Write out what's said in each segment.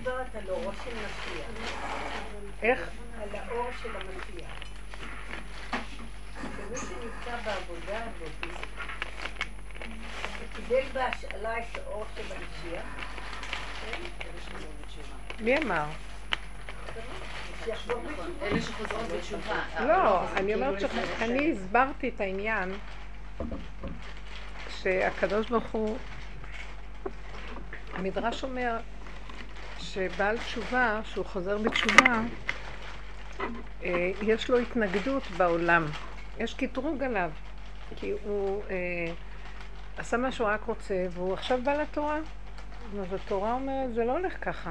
מדברת על אורו של משיח. איך? על האור של המשיח. ומי שנמצא בעבודה הזאת, וקיבל בהשאלה את האור של המשיח, מי אמר? אלה שחוזרות בתשובה. לא, אני אומרת שאני הסברתי את העניין שהקדוש ברוך הוא, המדרש אומר שבעל תשובה, שהוא חוזר בתשובה, יש לו התנגדות בעולם, יש קטרוג עליו, כי הוא עשה מה שהוא רק רוצה והוא עכשיו בא לתורה. אז התורה אומרת, זה לא הולך ככה.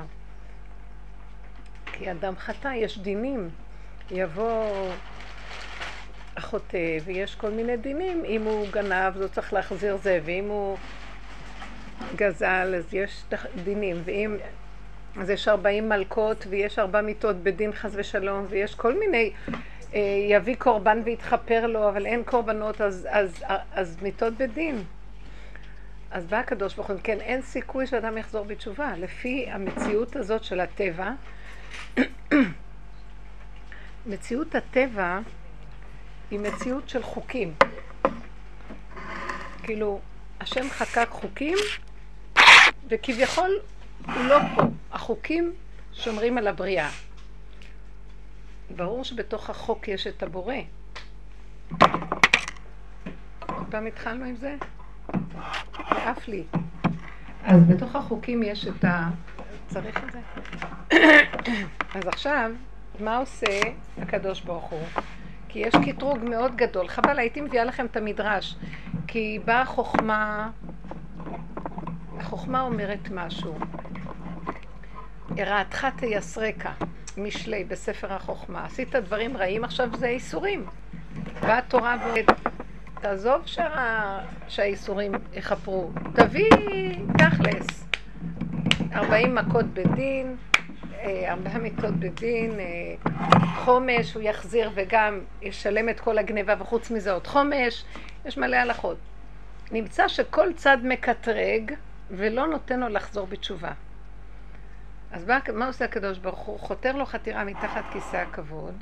כי אדם חטא, יש דינים. יבוא החוטא, ויש כל מיני דינים. אם הוא גנב, אז הוא צריך להחזיר זה, ואם הוא גזל, אז יש דינים. אז יש 40 מלכות, ויש 4 מיתות בדין חס ושלום, ויש כל מיני, יביא קורבן ויתחפר לו, אבל אין קורבנות, אז מיתות בדין. אז בא הקדוש ברוך הוא, כן, אין סיכוי שאדם יחזור בתשובה. לפי המציאות הזאת של הטבע, מציאות הטבע היא מציאות של חוקים. כאילו, השם חקק חוקים, וכביכול הוא לא פה. החוקים שומרים על הבריאה. ברור שבתוך החוק יש את הבורא. פעם התחלנו עם זה? ואף לי. אז בתוך החוקים יש את ה... צריך את זה? אז עכשיו, מה עושה הקדוש ברוך הוא? כי יש קטרוג מאוד גדול. חבל, הייתי מביאה לכם את המדרש. כי באה החוכמה אומרת משהו. הרעתך תייסרקה, משלי, בספר החוכמה. עשית דברים רעים, עכשיו זה איסורים. באה התורה תעזוב שהאיסורים יחפרו. תביא תכלס. 40 מכות בדין, 4 מיתות בדין, חומש, הוא יחזיר וגם ישלם את כל הגניבה, וחוץ מזה עוד חומש. יש מלא הלכות. נמצא שכל צד מקטרג ולא נותן לו לחזור בתשובה. אז מה עושה הקדוש ברוך הוא? חותר לו חתירה מתחת כיסא הכבוד,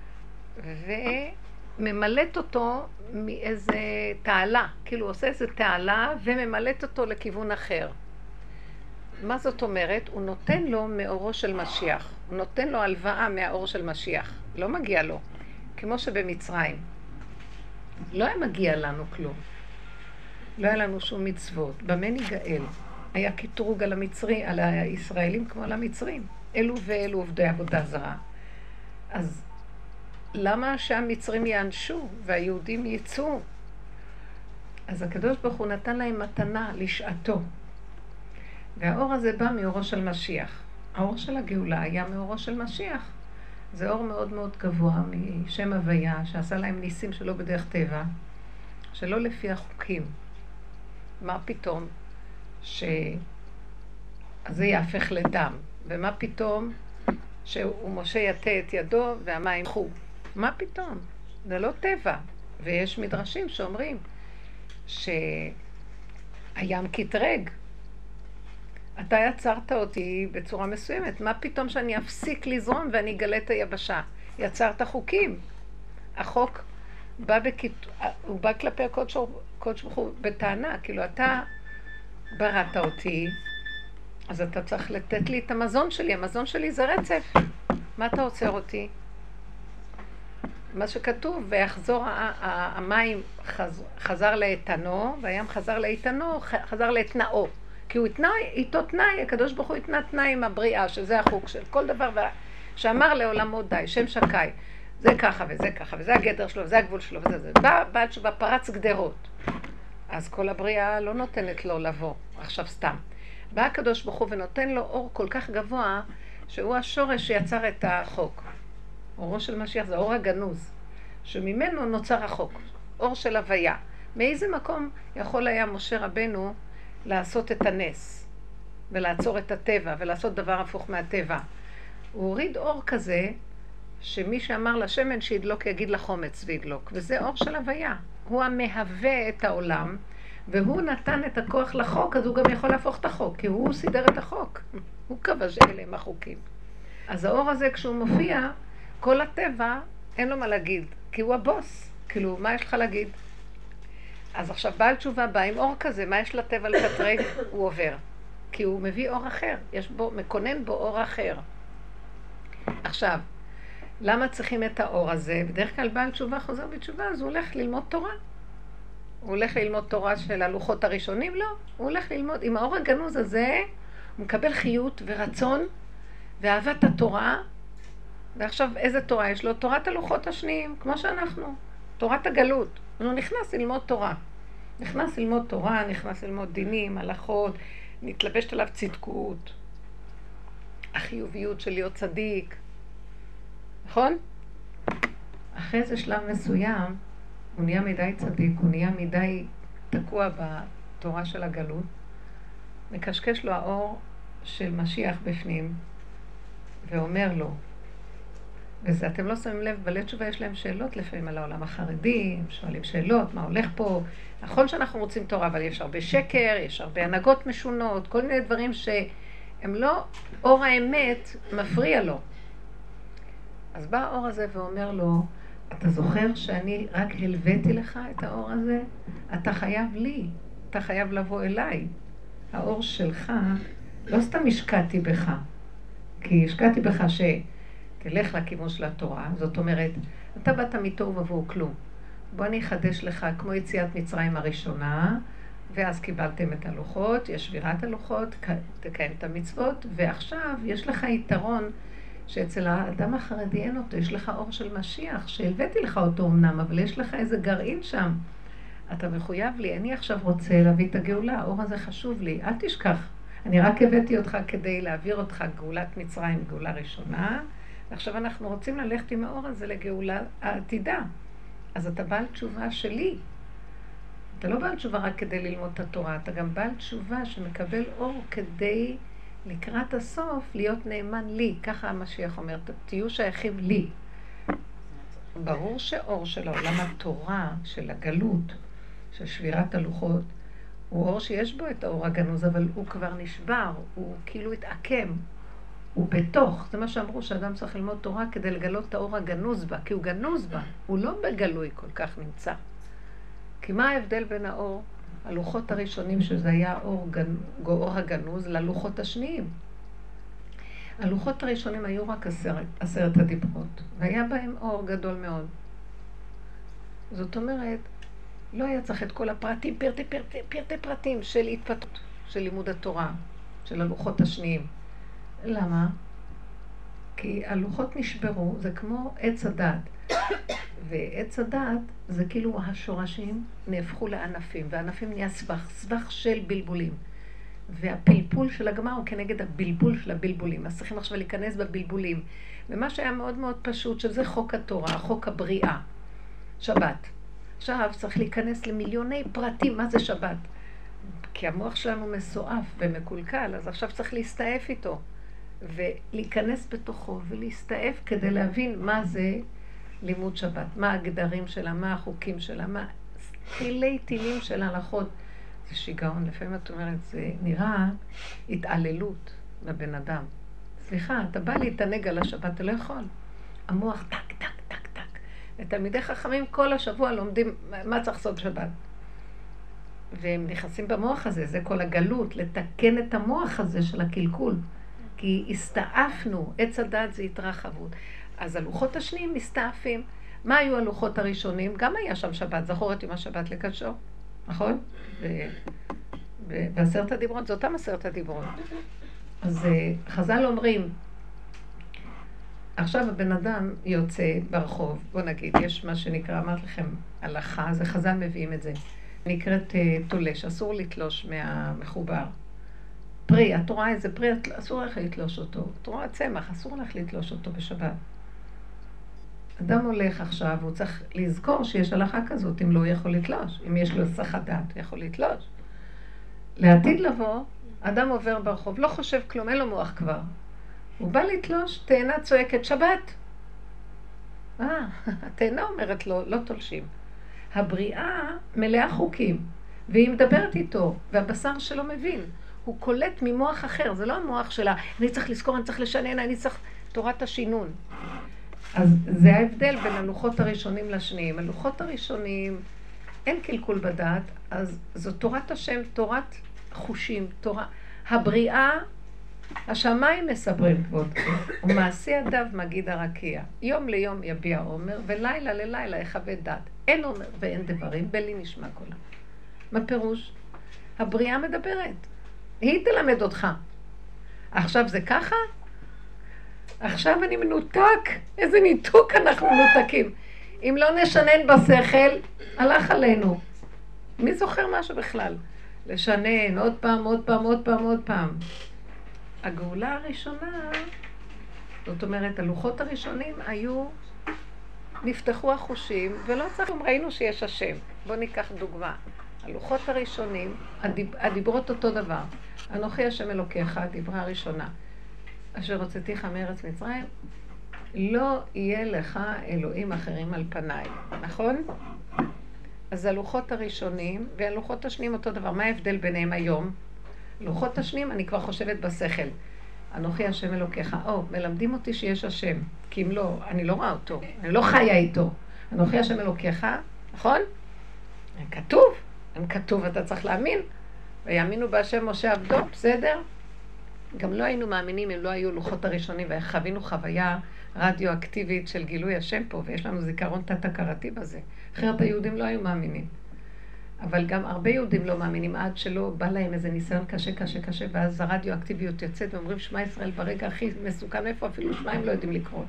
וממלאת אותו מאיזה תעלה. כאילו הוא עושה איזה תעלה וממלאת אותו לכיוון אחר. מה זאת אומרת? הוא נותן לו מאורו של משיח. הוא נותן לו הלוואה מהאור של משיח. לא מגיע לו. כמו שבמצרים. לא היה מגיע לנו כלום. לא היה לנו שום מצוות. במה ניגאל? היה קטרוג על המצרי, על הישראלים כמו על המצרים. אלו ואלו עובדי עבודה זרה. אז למה שהמצרים יענשו והיהודים יצאו? אז הקדוש ברוך הוא נתן להם מתנה לשעתו. והאור הזה בא מאורו של משיח. האור של הגאולה היה מאורו של משיח. זה אור מאוד מאוד גבוה משם הוויה, שעשה להם ניסים שלא בדרך טבע, שלא לפי החוקים. מה פתאום שזה יהפך לדם? ומה פתאום משה יטה את ידו והמים חו? מה פתאום? זה לא טבע. ויש מדרשים שאומרים שהים קטרג. אתה יצרת אותי בצורה מסוימת. מה פתאום שאני אפסיק לזרום ואני אגלה את היבשה? יצרת חוקים. החוק הוא בא כלפי הקודש ברוך הוא בטענה. כאילו אתה בראת אותי, אז אתה צריך לתת לי את המזון שלי. המזון שלי זה רצף. מה אתה עוצר אותי? מה שכתוב, ויחזור המים חזר לאיתנו, והים חזר לאיתנו, חזר לאתנאו. כי הוא התנה איתו תנאי, הקדוש ברוך הוא התנה תנאי עם הבריאה, שזה החוק של כל דבר, שאמר לעולמו די, שם שקי, זה ככה וזה ככה, וזה הגדר שלו, וזה הגבול שלו, וזה זה. בא תשובה, פרץ גדרות. אז כל הבריאה לא נותנת לו לבוא, עכשיו סתם. בא הקדוש ברוך הוא ונותן לו אור כל כך גבוה, שהוא השורש שיצר את החוק. אורו של משיח זה אור הגנוז, שממנו נוצר החוק, אור של הוויה. מאיזה מקום יכול היה משה רבנו לעשות את הנס, ולעצור את הטבע, ולעשות דבר הפוך מהטבע? הוא הוריד אור כזה, שמי שאמר לשמן שידלוק יגיד לחומץ וידלוק, וזה אור של הוויה. הוא המהווה את העולם, והוא נתן את הכוח לחוק, אז הוא גם יכול להפוך את החוק, כי הוא סידר את החוק. הוא קבע שאלה הם החוקים. אז האור הזה כשהוא מופיע, כל הטבע אין לו מה להגיד, כי הוא הבוס. כאילו, מה יש לך להגיד? אז עכשיו בעל תשובה בא עם אור כזה, מה יש לטבע לקטרג? הוא עובר. כי הוא מביא אור אחר, יש בו, מקונן בו אור אחר. עכשיו, למה צריכים את האור הזה? בדרך כלל בעל תשובה חוזר בתשובה, אז הוא הולך ללמוד תורה. הוא הולך ללמוד תורה של הלוחות הראשונים? לא. הוא הולך ללמוד. עם האור הגנוז הזה, הוא מקבל חיות ורצון ואהבת התורה. ועכשיו איזה תורה יש לו? תורת הלוחות השניים, כמו שאנחנו. תורת הגלות. הוא נכנס ללמוד תורה. נכנס ללמוד תורה, נכנס ללמוד דינים, הלכות, נתלבשת עליו צדקות, החיוביות של להיות צדיק. נכון? אחרי זה שלב מסוים, הוא נהיה מדי צדיק, הוא נהיה מדי תקוע בתורה של הגלות, מקשקש לו האור של משיח בפנים, ואומר לו, וזה אתם לא שמים לב, בעלי תשובה יש להם שאלות לפעמים על העולם החרדי, הם שואלים שאלות, מה הולך פה? נכון שאנחנו רוצים תורה, אבל יש הרבה שקר, יש הרבה הנהגות משונות, כל מיני דברים שהם לא, אור האמת מפריע לו. אז בא האור הזה ואומר לו, אתה זוכר שאני רק הלוויתי לך את האור הזה? אתה חייב לי, אתה חייב לבוא אליי. האור שלך, לא סתם השקעתי בך, כי השקעתי בך שתלך לכיוון של התורה, זאת אומרת, אתה באת מתוהו ובוהו כלום. בוא אני אחדש לך כמו יציאת מצרים הראשונה, ואז קיבלתם את הלוחות, יש שבירת הלוחות, תקיים את המצוות, ועכשיו יש לך יתרון, שאצל האדם החרדי אין אותו, יש לך אור של משיח, שהלוויתי לך אותו אמנם, אבל יש לך איזה גרעין שם. אתה מחויב לי, אני עכשיו רוצה להביא את הגאולה, האור הזה חשוב לי, אל תשכח. אני רק הבאתי אותך כדי להעביר אותך גאולת מצרים, גאולה ראשונה, ועכשיו אנחנו רוצים ללכת עם האור הזה לגאולה העתידה. אז אתה בעל תשובה שלי. אתה לא בעל תשובה רק כדי ללמוד את התורה, אתה גם בעל תשובה שמקבל אור כדי לקראת הסוף להיות נאמן לי, ככה המשיח אומר, תהיו שייכים לי. ברור שאור של העולם התורה, של הגלות, של שבירת הלוחות, הוא אור שיש בו את האור הגנוז, אבל הוא כבר נשבר, הוא כאילו התעקם, הוא בתוך, זה מה שאמרו שאדם צריך ללמוד תורה כדי לגלות את האור הגנוז בה, כי הוא גנוז בה, הוא לא בגלוי כל כך נמצא. כי מה ההבדל בין האור, הלוחות הראשונים שזה היה אור הגנוז, ללוחות השניים? הלוחות הראשונים היו רק 10 הדיברות, והיה בהם אור גדול מאוד. זאת אומרת, לא היה צריך את כל הפרטים, פרטי פרטים של התפתחות, של לימוד התורה, של הלוחות השניים. למה? כי הלוחות נשברו, זה כמו עץ הדת. ועץ הדת זה כאילו השורשים נהפכו לענפים, והענפים נהיה סבך של בלבולים. והפלפול של הגמרא הוא כנגד הבלבול של הבלבולים. אז צריכים עכשיו להיכנס בבלבולים. ומה שהיה מאוד מאוד פשוט, שזה חוק התורה, חוק הבריאה, שבת. עכשיו צריך להיכנס למיליוני פרטים, מה זה שבת? כי המוח שלנו מסועף ומקולקל, אז עכשיו צריך להסתעף איתו. ולהיכנס בתוכו ולהסתעף כדי להבין מה זה לימוד שבת, מה הגדרים שלה, מה החוקים שלה, מה טילים של הלכות. זה שיגעון, לפעמים את אומרת, זה נראה התעללות לבן אדם. סליחה, אתה בא להתענג על השבת, אתה לא יכול. המוח טק, טק, טק, טק. ותלמידי חכמים כל השבוע לומדים מה צריך לעשות בשבת. והם נכנסים במוח הזה, זה כל הגלות, לתקן את המוח הזה של הקלקול. כי הסתעפנו, עץ הדת זה התרחבות. אז הלוחות השניים מסתעפים. מה היו הלוחות הראשונים? גם היה שם שבת, זכור את יום השבת לקדשו, נכון? ב10 הדיברות, זה אותם 10 הדיברות. אז חז"ל אומרים, עכשיו הבן אדם יוצא ברחוב, בוא נגיד, יש מה שנקרא, אמרת לכם, הלכה, זה חז"ל מביאים את זה, נקראת תולש, אסור לתלוש מהמחובר. פרי, את רואה איזה פרי, אסור לך לתלוש אותו. את רואה צמח, אסור לך לתלוש אותו בשבת. אדם הולך עכשיו, הוא צריך לזכור שיש הלכה כזאת, אם לא הוא יכול לתלוש. אם יש לו סחת דעת, הוא יכול לתלוש. לעתיד לבוא, אדם עובר ברחוב, לא חושב כלום, אין לו מוח כבר. הוא בא לתלוש, תאנה צועקת שבת. התאנה אומרת לו, לא תולשים. הבריאה מלאה חוקים. והיא מדברת איתו, והבשר שלו מבין. הוא קולט ממוח אחר, זה לא המוח שלה, אני צריך לזכור, אני צריך לשנן, אני צריך תורת השינון. אז זה ההבדל בין הלוחות הראשונים לשניים. הלוחות הראשונים, אין קלקול בדעת, אז זו תורת השם, תורת חושים, הבריאה, השמיים מסברים כבודכם, ומעשי ידיו מגיד הרקיע. יום ליום יביע עומר, ולילה ללילה יחווה דעת. אין עומר ואין דברים, בלי נשמע קולה. מה פירוש? הבריאה מדברת. היא תלמד אותך. עכשיו זה ככה? עכשיו אני מנותק. איזה ניתוק אנחנו מנותקים. אם לא נשנן בשכל, הלך עלינו. מי זוכר משהו בכלל? לשנן עוד פעם, עוד פעם, עוד פעם, עוד פעם. הגאולה הראשונה, זאת אומרת, הלוחות הראשונים היו, נפתחו החושים, ולא צריך, ראינו שיש השם. בואו ניקח דוגמה. הלוחות הראשונים, הדיברות אותו דבר. אנוכי השם אלוקיך, הדיברה הראשונה. אשר הוצאתיך מארץ מצרים, לא יהיה לך אלוהים אחרים על פניי. נכון? אז הלוחות הראשונים והלוחות השניים אותו דבר. מה ההבדל ביניהם היום? לוחות השניים אני כבר חושבת בשכל. אנוכי השם אלוקיך. מלמדים אותי שיש השם. כי אם לא, אני לא רואה אותו. אני לא חיה איתו. אנוכי השם אלוקיך, נכון? כתוב. אם כתוב אתה צריך להאמין. ויאמינו בהשם משה עבדו, בסדר? גם לא היינו מאמינים אם לא היו לוחות הראשונים, וחווינו חוויה רדיואקטיבית של גילוי השם פה, ויש לנו זיכרון תת-הכרתי בזה. אחרת היהודים לא היו מאמינים. אבל גם הרבה יהודים לא מאמינים עד שלא בא להם איזה ניסיון קשה, קשה, קשה, ואז הרדיואקטיביות יוצאת ואומרים שמע ישראל ברגע הכי מסוכן, איפה אפילו שמיים לא יודעים לקרות.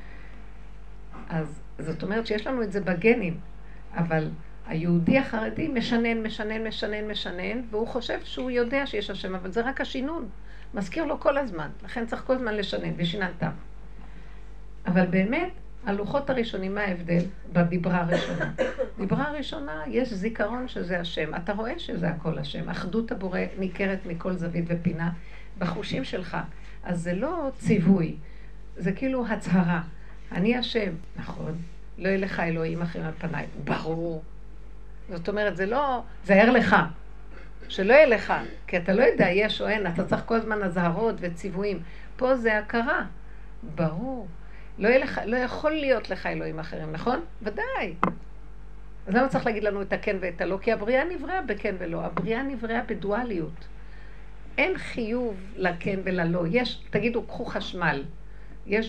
אז זאת אומרת שיש לנו את זה בגנים, אבל היהודי החרדי משנן, והוא חושב שהוא יודע שיש השם, אבל זה רק השינון. מזכיר לו כל הזמן, לכן צריך כל הזמן לשנן, ושיננתם. אבל באמת, הלוחות הראשונים, מה ההבדל? בדיברה הראשונה. דיברה הראשונה, יש זיכרון שזה השם. אתה רואה שזה הכל השם. אחדות הבורא ניכרת מכל זווית ופינה בחושים שלך. אז זה לא ציווי, זה כאילו הצהרה. אני השם, נכון, לא יהיה לך אלוהים אחרים על פניי. ברור. זאת אומרת, זה לא, זה ער לך. שלא יהיה לך, כי אתה לא יודע, יש או אין, אתה צריך כל הזמן הזהרות וציוויים. פה זה הכרה. ברור. לא יכול להיות לך אלוהים אחרים, נכון? ודאי. אז למה צריך להגיד לנו את הכן ואת הלא? כי הבריאה נבראה בכן ולא. הבריאה נבראה בדואליות. אין חיוב לכן וללא. תגידו, קחו חשמל. יש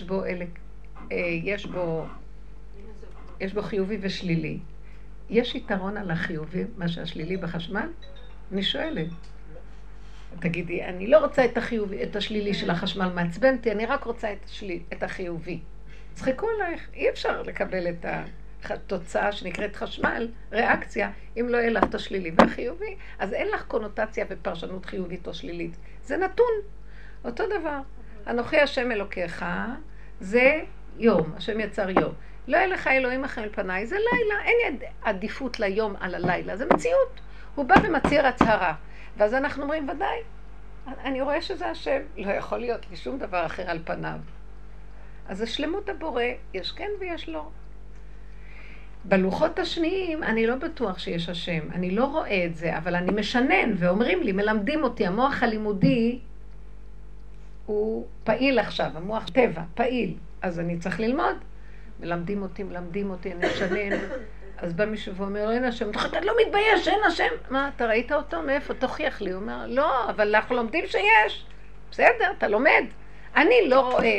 בו חיובי ושלילי. יש יתרון על החיובי, מה שהשלילי בחשמל? אני שואלת. תגידי, אני לא רוצה את השלילי של החשמל מעצבנתי, אני רק רוצה את החיובי. צחקו עלייך, אי אפשר לקבל את התוצאה שנקראת חשמל, ריאקציה, אם לא יהיה לך את השלילי והחיובי, אז אין לך קונוטציה ופרשנות חיובית או שלילית. זה נתון. אותו דבר. אנוכי השם אלוקיך, זה יום, השם יצר יום. לא יהיה לך אלוהים אחר על פניי, זה לילה, אין עדיפות ליום על הלילה, זה מציאות. הוא בא ומצהיר הצהרה, ואז אנחנו אומרים, ודאי, אני רואה שזה השם, לא יכול להיות לי שום דבר אחר על פניו. אז השלמות הבורא, יש כן ויש לא. בלוחות השניים, אני לא בטוח שיש השם, אני לא רואה את זה, אבל אני משנן, ואומרים לי, מלמדים אותי, המוח הלימודי הוא פעיל עכשיו, המוח טבע, פעיל, אז אני צריך ללמוד. מלמדים אותי, אני משנן. אז בא מישהו ואומר, אין השם, אתה לא מתבייש, אין השם. מה, אתה ראית אותו? מאיפה? תוכיח לי. הוא אומר, לא, אבל אנחנו לומדים שיש. בסדר, אתה לומד. אני לא רואה.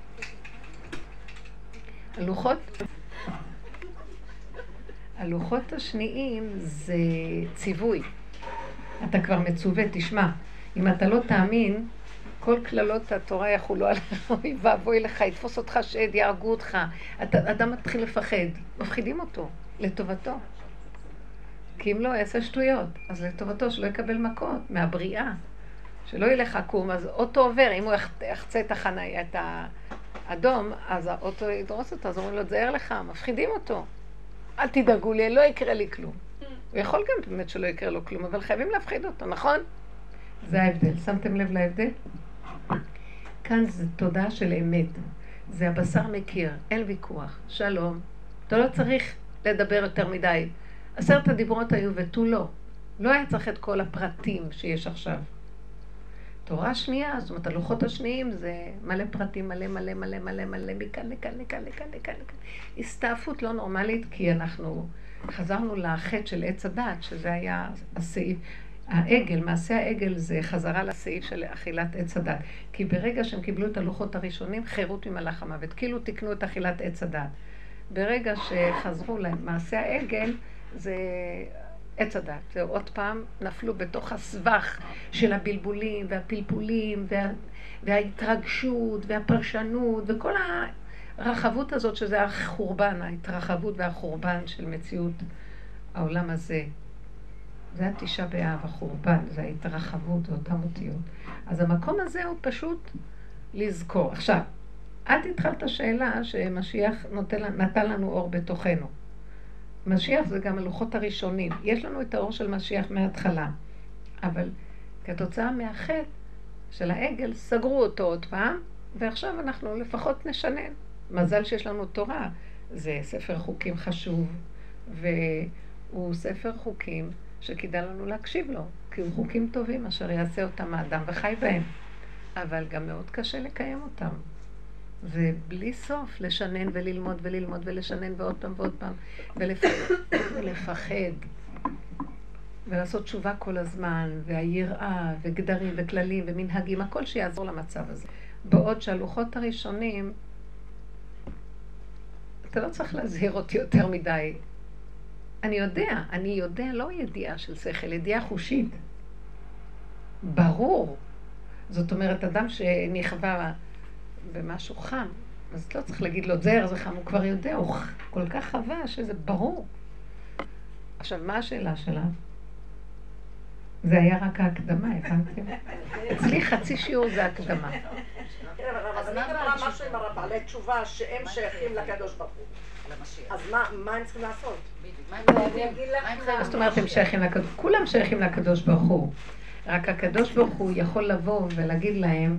הלוחות השניים זה ציווי. אתה כבר מצווה, תשמע. אם אתה לא תאמין, כל כללות התורה יחולו עליך, אוי ואבוי לך, יתפוס אותך שד, יהרגו אותך. אדם מתחיל לפחד, מפחידים אותו, לטובתו. כי אם לא, יעשה שטויות. אז לטובתו שלא יקבל מכות מהבריאה. שלא ילך עקום, אז אוטו עובר, אם הוא יחצה את החניה, את האדום, אז האוטו ידרוס אותו, אז אומרים לו, תזהר לך, מפחידים אותו. אל תדאגו לי, לא יקרה לי כלום. הוא יכול גם באמת שלא יקרה לו כלום, אבל חייבים להפחיד אותו, נכון? זה ההבדל. שמתם לב להבדל? כאן זה תודעה של אמת. זה הבשר מכיר, אין ויכוח. שלום. אתה לא צריך לדבר יותר מדי. 10 הדיברות היו ותו לא. לא היה צריך את כל הפרטים שיש עכשיו. תורה שנייה, זאת אומרת, הלוחות השניים זה מלא פרטים, מלא מלא מלא מלא מלא, מכאן לכאן לכאן לכאן לכאן לכאן. הסתעפות לא נורמלית, כי אנחנו חזרנו לחטא של עץ הדת, שזה היה הסעיף. העגל, מעשה העגל זה חזרה לסעיף של אכילת עץ הדת. כי ברגע שהם קיבלו את הלוחות הראשונים, חירות ממלאך המוות. כאילו תקנו את אכילת עץ הדת. ברגע שחזרו להם, מעשה העגל זה עץ הדת. זה עוד פעם נפלו בתוך הסבך של הבלבולים והפלפולים וההתרגשות והפרשנות וכל הרחבות הזאת שזה החורבן, ההתרחבות והחורבן של מציאות העולם הזה. זה התשעה באב, החורבן, זה ההתרחבות, זה אותם אותיות. אז המקום הזה הוא פשוט לזכור. עכשיו, את התחלת השאלה שמשיח נתן לנו אור בתוכנו. משיח זה גם הלוחות הראשונים. יש לנו את האור של משיח מההתחלה. אבל כתוצאה מהחטא של העגל סגרו אותו עוד פעם, ועכשיו אנחנו לפחות נשנן. מזל שיש לנו תורה. זה ספר חוקים חשוב, והוא ספר חוקים שכדאי לנו להקשיב לו, כי הוא חוקים טובים אשר יעשה אותם האדם וחי בהם. אבל גם מאוד קשה לקיים אותם. ובלי סוף לשנן וללמוד וללמוד ולשנן ועוד פעם ועוד פעם ולפחד ולעשות תשובה כל הזמן והיראה וגדרים וכללים ומנהגים, הכל שיעזור למצב הזה. בעוד שהלוחות הראשונים, אתה לא צריך להזהיר אותי יותר מדי. אני יודע לא ידיעה של שכל, ידיעה חושית. ברור. זאת אומרת, אדם שנכווה במשהו חם, אז לא צריך להגיד לו, זה חם, הוא כבר יודע, הוא כל כך חווה שזה ברור. עכשיו, מה השאלה שלה? זה היה רק ההקדמה, הבנתם? אצלי חצי שיעור זה הקדמה. אז אני אמרה משהו עם בעלי תשובה שהם שייכים לקדוש ברוך הוא. אז מה הם צריכים לעשות? זאת אומרת, הם שייכים לקדוש, כולם שייכים לקדוש ברוך הוא. רק הקדוש ברוך הוא יכול לבוא ולהגיד להם,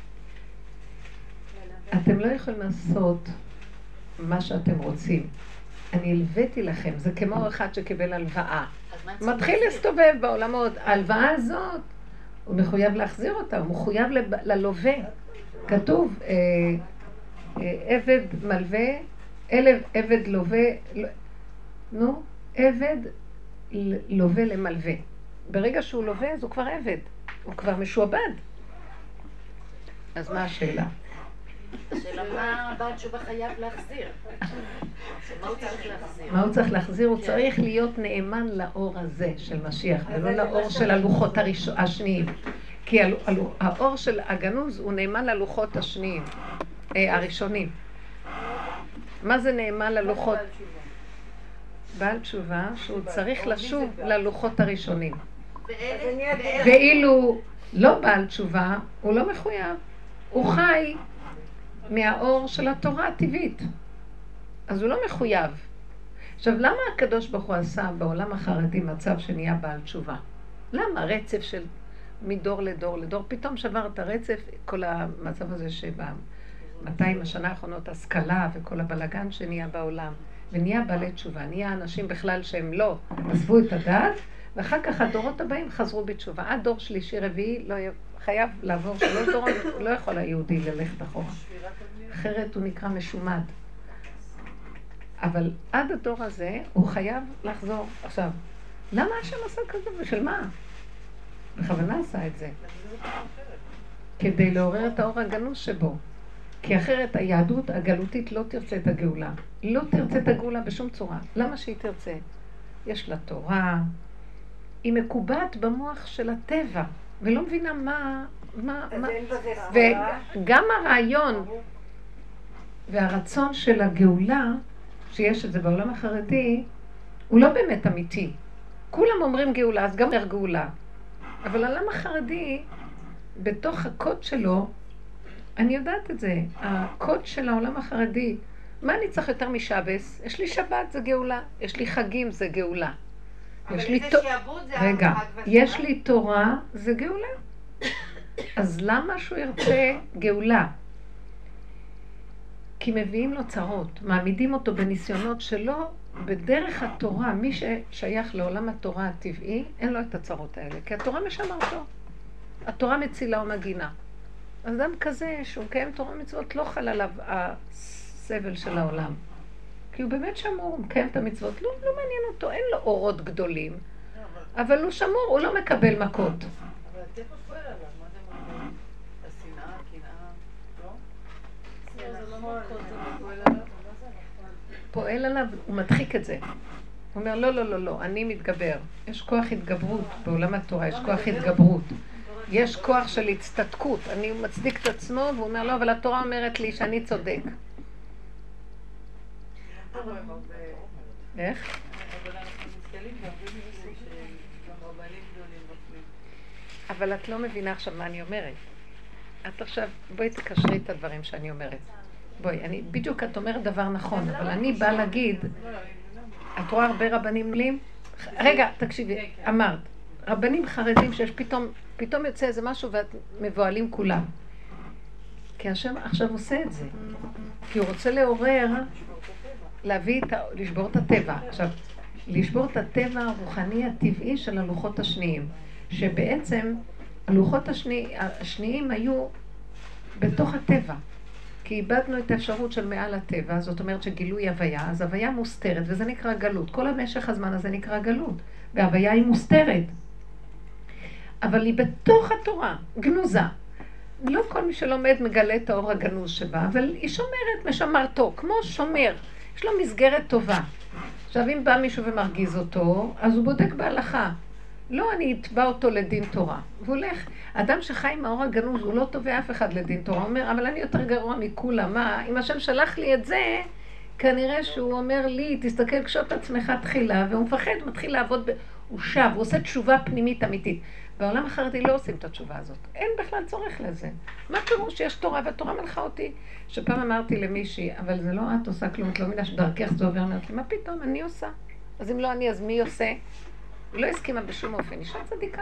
אתם לא יכולים לעשות מה שאתם רוצים. אני הלוויתי לכם, זה כמו אחד שקיבל הלוואה. מתחיל להסתובב בעולמות, ההלוואה הזאת, הוא מחויב להחזיר אותה, הוא מחויב ללווה. כתוב, עבד מלווה, עבד לווה, עבד לווה למלווה. ברגע שהוא לווה, אז הוא כבר עבד, הוא כבר משועבד. אז מה השאלה? השאלה מה הבעל תשובה חייב להחזיר? מה הוא צריך להחזיר? מה הוא צריך להחזיר? הוא צריך להיות נאמן לאור הזה של משיח, ולא לאור של הלוחות השניים. כי האור של הגנוז הוא נאמן ללוחות השניים, הראשונים. מה זה נאמן ללוחות? בעל תשובה שהוא צריך לשוב ללוחות הראשונים. ואילו לא בעל תשובה, הוא לא מחויב. הוא חי מהאור של התורה הטבעית. אז הוא לא מחויב. עכשיו, למה הקדוש ברוך הוא עשה בעולם החרדי מצב שנהיה בעל תשובה? למה רצף של מדור לדור לדור? פתאום שבר את הרצף, כל המצב הזה שב-200 השנה האחרונות, השכלה וכל הבלגן שנהיה בעולם. ונהיה בעלי תשובה, נהיה אנשים בכלל שהם לא עזבו את הדעת, ואחר כך הדורות הבאים חזרו בתשובה. עד דור שלישי רביעי לא חייב לעבור 3 דורות, לא יכול היהודי ללכת אחורה. אחרת הוא נקרא משומד. אבל עד הדור הזה הוא חייב לחזור. עכשיו, למה השם עשה כזה? בשביל מה? בכוונה עשה את זה. כדי לעורר את האור הגנוז שבו. כי אחרת היהדות הגלותית לא תרצה את הגאולה. לא תרצה את הגאולה בשום צורה. למה שהיא תרצה? יש לה תורה, היא מקובעת במוח של הטבע, ולא מבינה מה... וגם הרעיון והרצון של הגאולה, שיש את זה בעולם החרדי, הוא לא באמת אמיתי. כולם אומרים גאולה, אז גם אומר גאולה. אבל העולם החרדי, בתוך הקוד שלו, אני יודעת את זה, הקוד של העולם החרדי, מה אני צריך יותר משבס? יש לי שבת, זה גאולה. יש לי חגים, זה גאולה. אבל איזה שיעבוד זה רגע, החג והשבת? יש לי תורה, זה גאולה. אז למה שהוא ירצה גאולה? כי מביאים לו צרות, מעמידים אותו בניסיונות שלא בדרך התורה, מי ששייך לעולם התורה הטבעי, אין לו את הצרות האלה, כי התורה משמר אותו. התורה מצילה ומגינה. אדם כזה שהוא מקיים תורה מצוות, לא חל עליו הסבל של העולם. כי הוא באמת שמור, הוא מקיים את המצוות, לא מעניין אותו, אין לו אורות גדולים. אבל הוא שמור, הוא לא מקבל מכות. אבל הטבע פועל עליו, מה זה אומר? השנאה, הקנאה, לא? זה לא מכות, זה פועל עליו. פועל עליו, הוא מדחיק את זה. הוא אומר, לא, לא, לא, לא, אני מתגבר. יש כוח התגברות בעולם התורה, יש כוח התגברות. יש כוח של הצטדקות. אני מצדיק את עצמו, והוא אומר, לא, אבל התורה אומרת לי שאני צודק. איך? אבל אנחנו נתקלים בהרבה מילים שגם רבנים גדולים בפנים. אבל את לא מבינה עכשיו מה אני אומרת. את עכשיו, בואי תקשרי את הדברים שאני אומרת. בואי, בדיוק את אומרת דבר נכון, אבל אני באה להגיד, את רואה הרבה רבנים עולים? רגע, תקשיבי, אמרת, רבנים חרדים שיש פתאום יוצא איזה משהו ואת מבועלים כולם. כי השם עכשיו עושה את זה. כי הוא רוצה לעורר, לשבור את הטבע. עכשיו, לשבור את הטבע הרוחני הטבעי של הלוחות השניים. שבעצם הלוחות השניים היו בתוך הטבע. כי איבדנו את האפשרות של מעל הטבע, זאת אומרת שגילוי הוויה, אז הוויה מוסתרת, וזה נקרא גלות. כל המשך הזמן הזה נקרא גלות, וההוויה היא מוסתרת. אבל היא בתוך התורה, גנוזה. לא כל מי שלומד מגלה את האור הגנוז שבה, אבל היא שומרת, משמרתו, כמו שומר. יש לו מסגרת טובה. עכשיו, אם בא מישהו ומרגיז אותו, אז הוא בודק בהלכה. לא, אני אתבע אותו לדין תורה. והוא הולך, אדם שחי עם האור הגנוז, הוא לא תובע אף אחד לדין תורה. הוא אומר, אבל אני יותר גרוע מכולה. מה? אם השם שלח לי את זה, כנראה שהוא אומר לי, תסתכל קשות עצמך תחילה, והוא מפחד, הוא מתחיל לעבוד, הוא שב, הוא עושה תשובה פנימית אמיתית. בעולם החרדי לא עושים את התשובה הזאת. אין בכלל צורך לזה. מה פירוש שיש תורה, והתורה מלכה אותי? שפעם אמרתי למישהי, אבל זה לא את עושה כלום, את לא מידה שדרכך זה עובר, אמרתי, מה פתאום, אני עושה. אז אם לא אני, אז מי עושה? היא לא הסכימה בשום אופן, אישה צדיקה.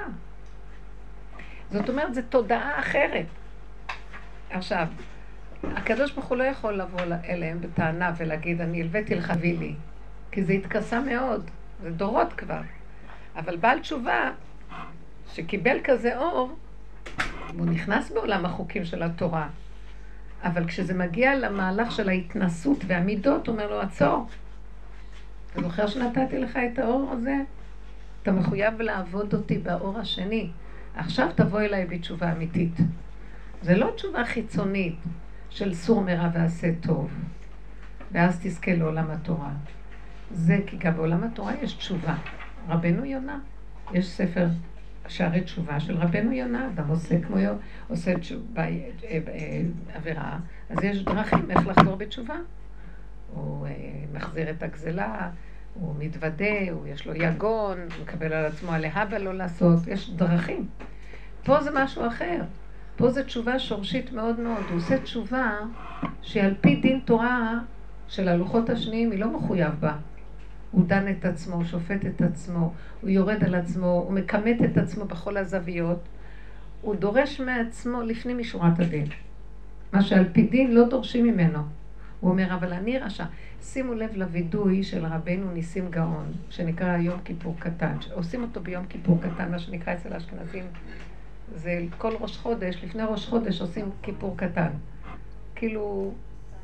זאת אומרת, זו תודעה אחרת. עכשיו, הקדוש ברוך הוא לא יכול לבוא אליהם בטענה ולהגיד, אני הלוויתי לך וילי, כי זה התכסה מאוד, זה דורות כבר. אבל בעל תשובה, שקיבל כזה אור, הוא נכנס בעולם החוקים של התורה. אבל כשזה מגיע למהלך של ההתנסות והמידות, הוא אומר לו, עצור. אתה זוכר שנתתי לך את האור הזה? אתה מחויב לעבוד אותי באור השני. עכשיו תבוא אליי בתשובה אמיתית. זה לא תשובה חיצונית של סור מרע ועשה טוב. ואז תזכה לעולם התורה. זה כי גם בעולם התורה יש תשובה. רבנו יונה, יש ספר שערי תשובה של רבנו יונה, אדם עושה תשובה, עבירה, אז יש דרכים איך לחזור בתשובה. הוא מחזיר את הגזלה, הוא מתוודה, יש לו יגון, הוא מקבל על עצמו להבא לא לעשות, יש דרכים. פה זה משהו אחר. פה זה תשובה שורשית מאוד מאוד. הוא עושה תשובה שעל פי דין תורה של הלוחות השניים היא לא מחויב בה. הוא דן את עצמו, הוא שופט את עצמו, הוא יורד על עצמו, הוא מקמת את עצמו בכל הזוויות. הוא דורש מעצמו לפנים משורת הדין. מה שעל פי דין לא דורשים ממנו. הוא אומר, אבל אני רשע. שימו לב לוידוי של רבנו ניסים גאון, שנקרא יום כיפור קטן. עושים אותו ביום כיפור קטן, מה שנקרא אצל האשכנזים. זה כל ראש חודש, לפני ראש חודש עושים כיפור קטן. כאילו,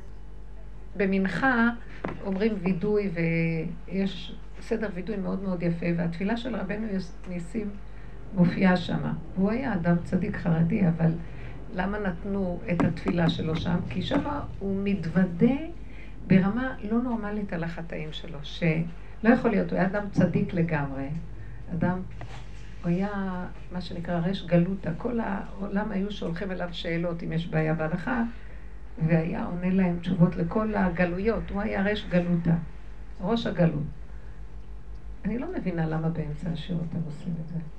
במנחה אומרים וידוי, ויש סדר וידוי מאוד מאוד יפה, והתפילה של רבנו ניסים מופיעה שם. הוא היה אדם צדיק חרדי, אבל למה נתנו את התפילה שלו שם? כי שם הוא מתוודה ברמה לא נורמלית על החטאים שלו, שלא יכול להיות, הוא היה אדם צדיק לגמרי, אדם, הוא היה מה שנקרא רש גלותה, כל העולם היו שהולכים אליו שאלות אם יש בעיה בהלכה, והיה עונה להם תשובות לכל הגלויות, הוא היה רש גלותה, ראש הגלות. אני לא מבינה למה באמצע השיעור אתם עושים את זה.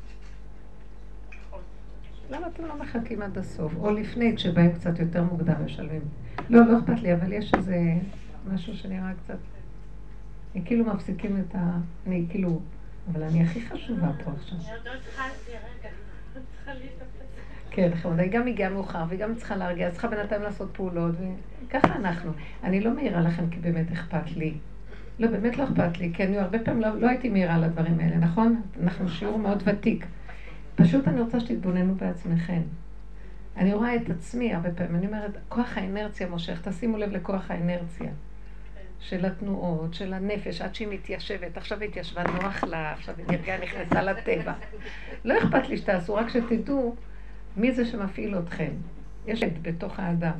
למה אתם לא מחכים עד הסוף? או לפני, כשבאים קצת יותר מוקדם משלמים. לא, לא אכפת לי, אבל יש איזה משהו שנראה קצת... אני כאילו מפסיקים את ה... אני כאילו... אבל אני הכי חשובה פה עכשיו. כן, חמודה, היא גם הגיעה מאוחר, והיא גם צריכה להרגיע, צריכה בינתיים לעשות פעולות, וככה אנחנו. אני לא מעירה לכם כי באמת אכפת לי. לא, באמת לא אכפת לי, כי אני הרבה פעמים לא הייתי מהירה לדברים האלה, נכון? אנחנו שיעור מאוד ותיק. פשוט אני רוצה שתתבוננו בעצמכם. אני רואה את עצמי הרבה פעמים, אני אומרת, כוח האנרציה מושך, תשימו לב לכוח האנרציה. של התנועות, של הנפש, עד שהיא מתיישבת, עכשיו היא התיישבה נוח לה, עכשיו היא נרגעה, נכנסה לטבע. לא אכפת לי שתעשו, רק שתדעו מי זה שמפעיל אתכם. יש את בתוך האדם.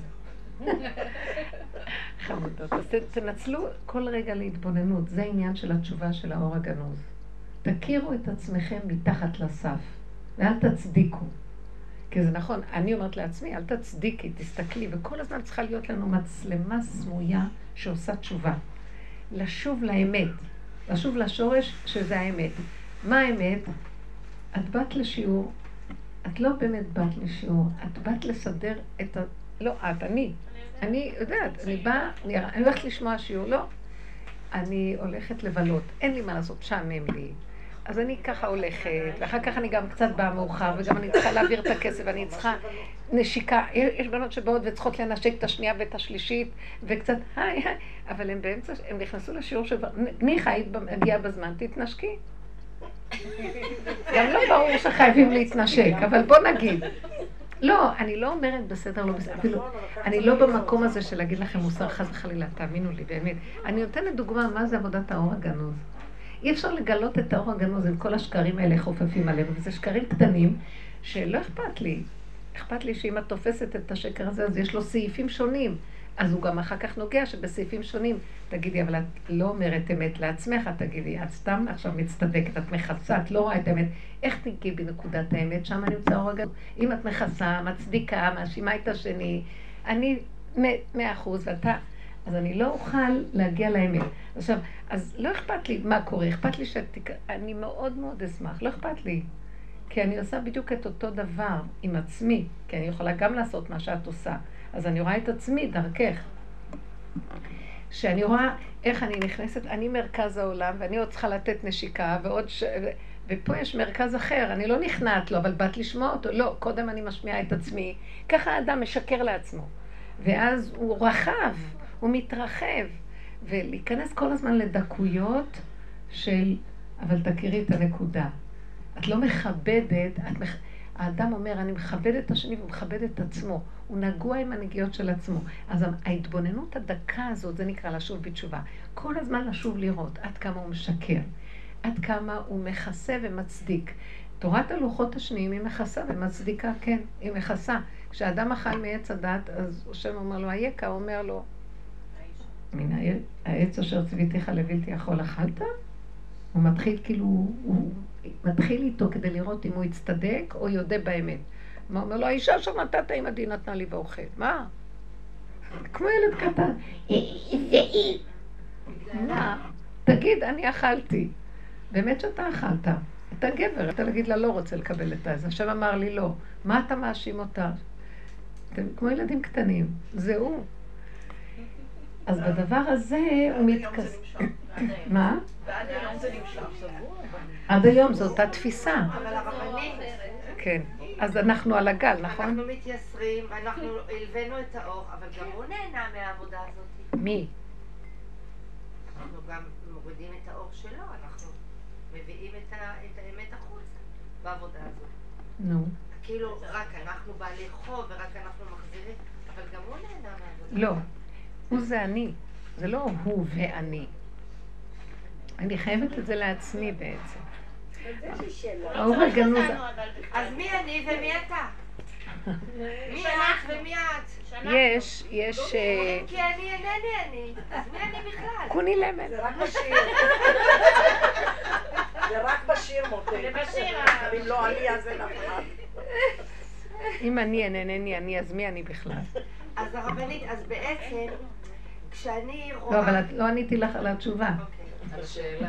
חמודות. אז תנצלו כל רגע להתבוננות, זה העניין של התשובה של האור הגנוז. תכירו את עצמכם מתחת לסף, ואל תצדיקו. כי זה נכון, אני אומרת לעצמי, אל תצדיקי, תסתכלי, וכל הזמן צריכה להיות לנו מצלמה סמויה שעושה תשובה. לשוב לאמת, לשוב לשורש שזה האמת. מה האמת? את באת לשיעור, את לא באמת באת לשיעור, את באת לסדר את ה... לא, אני יודעת, אני הולכת לשמוע שיעור, לא. אני הולכת לבלות, אין לי מה לעשות, שעמם לי. אז אני ככה הולכת, ואחר כך אני גם קצת באה מאוחר, וגם אני צריכה להעביר את הכסף, ואני צריכה נשיקה. יש בנות שבאות וצריכות לנשק את השנייה ואת השלישית, וקצת היי, אבל הם באמצע, הם נכנסו לשיעור ניחא, היית מגיעה בזמן, תתנשקי. גם לא ברור שחייבים להתנשק, אבל בוא נגיד. לא, אני לא אומרת בסדר, לא בסדר, אפילו, אני לא במקום הזה של להגיד לכם מוסר חס וחלילה, תאמינו לי, באמת. אני נותנת דוגמה, מה זה עבודת האור הגנוז. אי אפשר לגלות את האור הגנוז עם כל השקרים האלה חופפים עלינו, וזה שקרים קטנים שלא אכפת לי. אכפת לי שאם את תופסת את השקר הזה, אז יש לו סעיפים שונים. אז הוא גם אחר כך נוגע שבסעיפים שונים, תגידי, אבל את לא אומרת אמת לעצמך, תגידי, את סתם עכשיו מצטדקת, את מכסה, את לא רואה את האמת. איך תגיעי בנקודת האמת? שם נמצא האור הגנוז. אם את מכסה, מצדיקה, מאשימה את השני, אני 100% ואתה... אז אני לא אוכל להגיע לאמת. עכשיו, אז לא אכפת לי מה קורה, אכפת לי אני מאוד מאוד אשמח, לא אכפת לי. כי אני עושה בדיוק את אותו דבר עם עצמי, כי אני יכולה גם לעשות מה שאת עושה. אז אני רואה את עצמי דרכך. שאני רואה איך אני נכנסת, אני מרכז העולם, ואני עוד צריכה לתת נשיקה, ופה יש מרכז אחר, אני לא נכנעת לו, אבל באת לשמוע אותו. לא, קודם אני משמיעה את עצמי. ככה האדם משקר לעצמו. ואז הוא רחב. הוא מתרחב, ולהיכנס כל הזמן לדקויות של, אבל תכירי את הנקודה. את לא מכבדת, האדם אומר, אני מכבד את השני ומכבד את עצמו. הוא נגוע עם הנגיעות של עצמו. אז ההתבוננות הדקה הזאת, זה נקרא לשוב בתשובה. כל הזמן לשוב לראות עד כמה הוא משקר, עד כמה הוא מכסה ומצדיק. תורת הלוחות השניים היא מכסה ומצדיקה, כן, היא מכסה. כשאדם אכל מעץ הדת, אז השם אומר לו, היקה, אומר לו, מן העץ אשר ציוויתיך לבלתי יכול אכלת? הוא מתחיל כאילו, הוא מתחיל איתו כדי לראות אם הוא יצטדק או יודע באמת. הוא אומר לו, האישה אשר נתת עם הדין נתנה לי ואוכל. מה? כמו ילד קטן. מה? תגיד, אני אכלתי. באמת שאתה אכלת. אתה גבר, אתה להגיד לה לא רוצה לקבל את זה. השם אמר לי לא. מה אתה מאשים אותה? אתם כמו ילדים קטנים. זהו. אז בדבר הזה הוא מתכס... מה? ועד היום זה נמשך. עד היום זו אותה תפיסה. אבל הרבנית... כן. אז אנחנו על הגל, נכון? אנחנו מתייסרים, אנחנו הלווינו את האור, אבל גם הוא נהנה מהעבודה הזאת. מי? אנחנו גם מורידים את האור שלו, אנחנו מביאים את האמת החוצה בעבודה הזאת. נו. כאילו רק אנחנו בעלי חוב ורק אנחנו מחזירים, אבל גם הוא נהנה מהעבודה. לא. הוא זה אני, זה לא הוא ואני. אני חייבת את זה לעצמי בעצם. האור הגנוז... אז מי אני ומי אתה? מי את ומי את? יש... כי אני אינני אני, אז מי אני בכלל? קוני למן. זה רק בשיר. זה רק בשיר מוטה. זה בשיר. אם לא אני, אז אין אף אחד. אם אני אינני אני, אז מי אני בכלל? אז הרבנית, אז בעצם, כשאני רואה... לא, אבל לא עניתי לך על התשובה. על השאלה.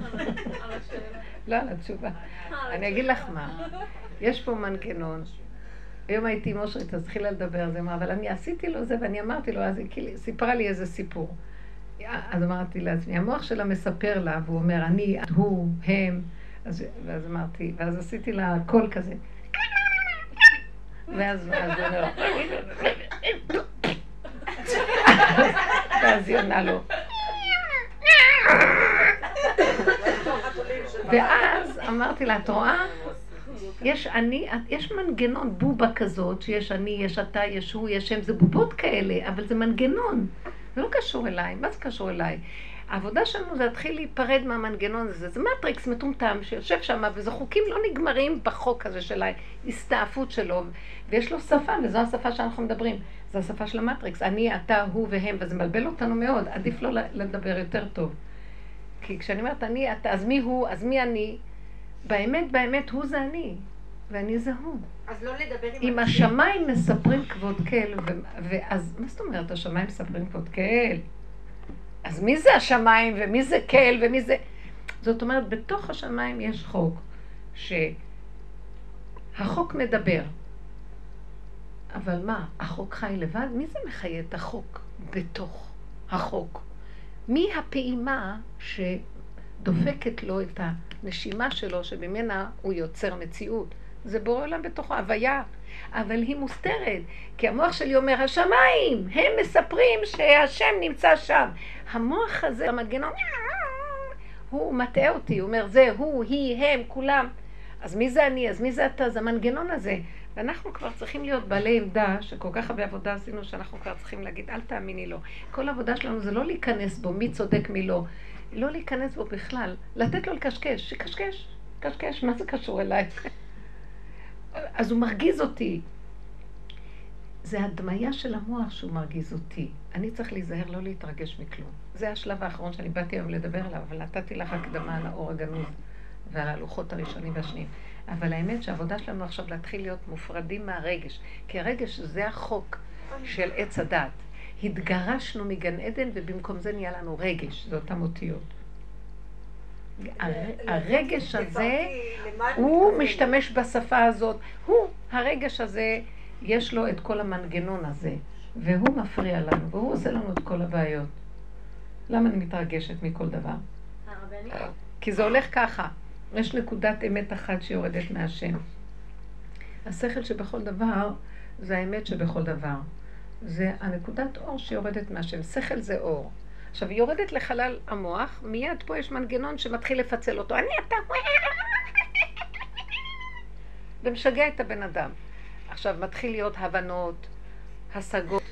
לא על התשובה. אני אגיד לך מה. יש פה מנגנון. היום הייתי עם אושרית, אז התחילה לדבר על זה, אבל אני עשיתי לו זה ואני אמרתי לו, אז היא סיפרה לי איזה סיפור. אז אמרתי לעצמי, המוח שלה מספר לה, והוא אומר, אני, הוא, הם, ואז אמרתי, ואז עשיתי לה קול כזה. ואז הוא אומר, ואז היא עונה לו. ואז אמרתי לה, את רואה? יש מנגנון בובה כזאת, שיש אני, יש אתה, יש הוא, יש שם, זה בובות כאלה, אבל זה מנגנון. זה לא קשור אליי. מה זה קשור אליי? העבודה שלנו זה להתחיל להיפרד מהמנגנון הזה. זה מטריקס מטומטם שיושב שם, וזה חוקים לא נגמרים בחוק הזה של ההסתעפות שלו, ויש לו שפה, וזו השפה שאנחנו מדברים. זו השפה של המטריקס. אני, אתה, הוא והם, וזה מבלבל אותנו מאוד. עדיף לא לדבר יותר טוב. כי כשאני אומרת אני, אתה, אז מי הוא, אז מי אני? באמת, הוא זה אני, ואני זה הוא. אז לא לדבר אם השמיים מספרים כבוד קהל, ואז, מה זאת אומרת, השמיים מספרים כבוד קהל? אז מי זה השמיים, ומי זה קהל, ומי זה... זאת אומרת, בתוך השמיים יש חוק, שהחוק מדבר. אבל מה, החוק חי לבד? מי זה מחיה את החוק בתוך החוק? מי הפעימה שדופקת לו את הנשימה שלו, שבמנה הוא יוצר מציאות? זה בורא עולם בתוך ההוויה, אבל היא מוסתרת, כי המוח שלי אומר, השמיים, הם מספרים שהשם נמצא שם. המוח הזה, המנגנון, הוא מטעה אותי, הוא אומר, זה הוא, היא, הם, כולם. אז מי זה אני? אז מי זה אתה? זה המנגנון הזה. ואנחנו כבר צריכים להיות בעלי עמדה, שכל כך הרבה עבודה עשינו, שאנחנו כבר צריכים להגיד, אל תאמיני לו. כל העבודה שלנו זה לא להיכנס בו, מי צודק, מי לא. לא להיכנס בו בכלל, לתת לו לקשקש, שקשקש, קשקש, מה זה קשור אליי? אז הוא מרגיז אותי. זה הדמיה של המוח שהוא מרגיז אותי. אני צריך להיזהר לא להתרגש מכלום. זה השלב האחרון שאני באתי היום לדבר עליו, אבל נתתי לך הקדמה על האור הגנוז ועל הלוחות הראשונים והשניים. אבל האמת שהעבודה שלנו עכשיו להתחיל להיות מופרדים מהרגש, כי הרגש זה החוק של עץ הדת. התגרשנו מגן עדן ובמקום זה נהיה לנו רגש, זה אותם אותיות. הרגש הזה, הוא משתמש בשפה הזאת, הרגש הזה, יש לו את כל המנגנון הזה, והוא מפריע לנו, והוא עושה לנו את כל הבעיות. למה אני מתרגשת מכל דבר? כי זה הולך ככה, יש נקודת אמת אחת שיורדת מהשם. השכל שבכל דבר, זה האמת שבכל דבר. זה הנקודת אור שיורדת מהשם. שכל זה אור. עכשיו, היא יורדת לחלל המוח, מיד פה יש מנגנון שמתחיל לפצל אותו. אני אתה... ומשגע את הבן אדם. עכשיו, מתחיל להיות הבנות, השגות,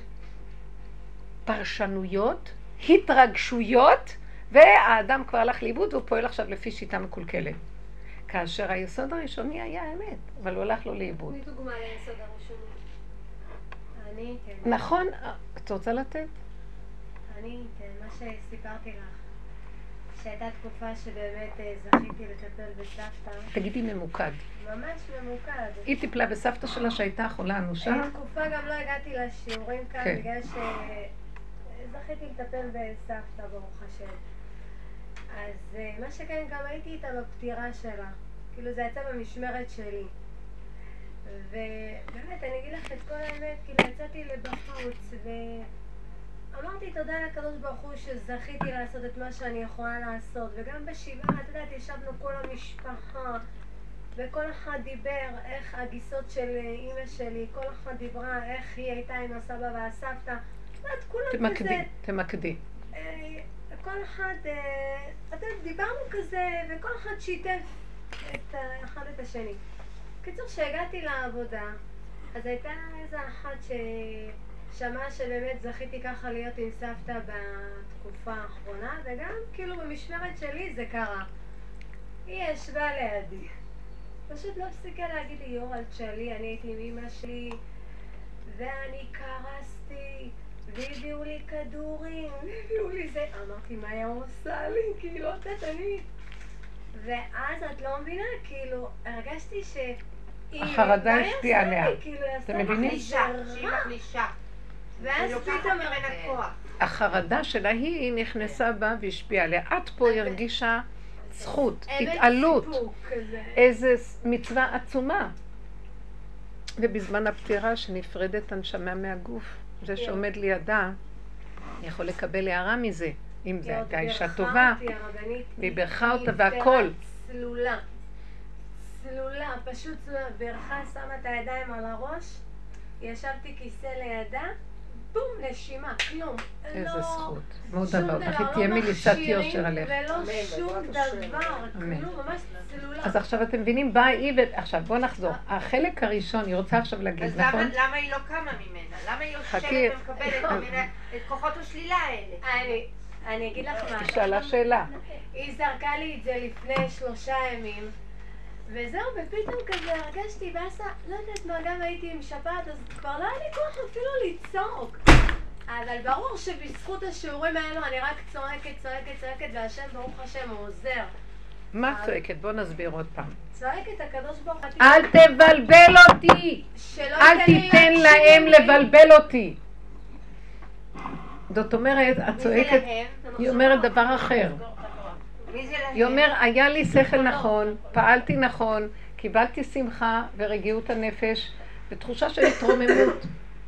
פרשנויות, התרגשויות, והאדם כבר הלך לאיבוד, והוא פועל עכשיו לפי שיטה מקולקלת. כאשר היסוד הראשוני היה האמת, אבל הוא הלך לו לאיבוד. מי דוגמה ליסוד הראשוני? אני אתן. נכון, את רוצה לתת? אני אתן, מה שסיפרתי לך, שהייתה תקופה שבאמת זכיתי לטפל בסבתא. תגידי ממוקד. ממש ממוקד. היא טיפלה בסבתא שלה שהייתה חולה אנושה? תקופה גם לא הגעתי לשיעורים כאן, כן. בגלל שזכיתי לטפל בסבתא, ברוך השם. אז מה שכן, גם הייתי איתה בפטירה שלה. כאילו זה יצא במשמרת שלי. ובאמת, אני אגיד לך את כל האמת, כאילו יצאתי לבחוץ ואמרתי תודה לקדוש ברוך הוא שזכיתי לעשות את מה שאני יכולה לעשות. וגם בשבעה, את יודעת, ישבנו כל המשפחה וכל אחד דיבר איך הגיסות של אמא שלי, כל אחד דיברה איך היא הייתה עם הסבא והסבתא. את יודעת, כולם כזה... תמקדי. כל אחד, אתם דיברנו כזה, וכל אחד שיתף את אחד את השני. בקיצור, שהגעתי לעבודה, אז הייתה איזו אחת ששמעה שבאמת זכיתי ככה להיות עם סבתא בתקופה האחרונה, וגם כאילו במשמרת שלי זה קרה. היא ישבה לידי. פשוט לא הפסיקה להגיד לי, יורל שלי, אני הייתי עם אמא שלי, ואני קרסתי. והביאו לי כדורים, והביאו לי זה. אמרתי, מה היא עושה לי? כאילו, אני... ואז את לא מבינה, כאילו, הרגשתי החרדה השפיעה עליה. אתם מבינים? שהיא מחלישה. ואז פתאום... החרדה שלה היא נכנסה בה והשפיעה עליה. את פה הרגישה זכות, התעלות, איזה מצווה עצומה. ובזמן הפטירה שנפרדת הנשמה מהגוף, זה שעומד לידה, יכול לקבל הערה מזה, אם זה הייתה אישה טובה, והיא ברכה אותה והכל. צלולה, פשוט צלולה, ברכה, שמה את הידיים על הראש, ישבתי כיסא לידה, בום, נשימה, כלום. איזה לא, זכות. מאוד שום אהבה אותך, היא דבר, תהיה לא מליצת מכשירים יושר עליך. ולא אמן, שום בעזרת השם. דבר, אמן. כלום, ממש צלולה. אז עכשיו אתם מבינים, באה היא עכשיו בואו נחזור. החלק הראשון, היא רוצה עכשיו להגיד, אז נכון? למה היא לא קמה ממנה? למה היא יושבת חכי. ומקבלת ממנה את כוחות השלילה האלה? אני אגיד לך מה. היא שאלה שאלה. היא זרקה לי את זה לפני 3 ימים, וזהו, ופתאום כזה הרגשתי באסה, לא יודעת מה, גם הייתי עם שפעת, אז כבר לא היה לי כוח אפילו לצעוק. אבל ברור שבזכות השיעורים האלו אני רק צועקת, והשם ברוך השם הוא עוזר. מה את צועקת? בואו נסביר עוד פעם. צועקת הקדוש ברוך הוא. אל תבלבל אותי! אל תיתן להם לבלבל אותי! זאת אומרת, את צועקת, היא אומרת דבר אחר. מי זה להם? היא אומר, היה לי שכל נכון, פעלתי נכון, קיבלתי שמחה ורגיעות הנפש ותחושה של התרוממות.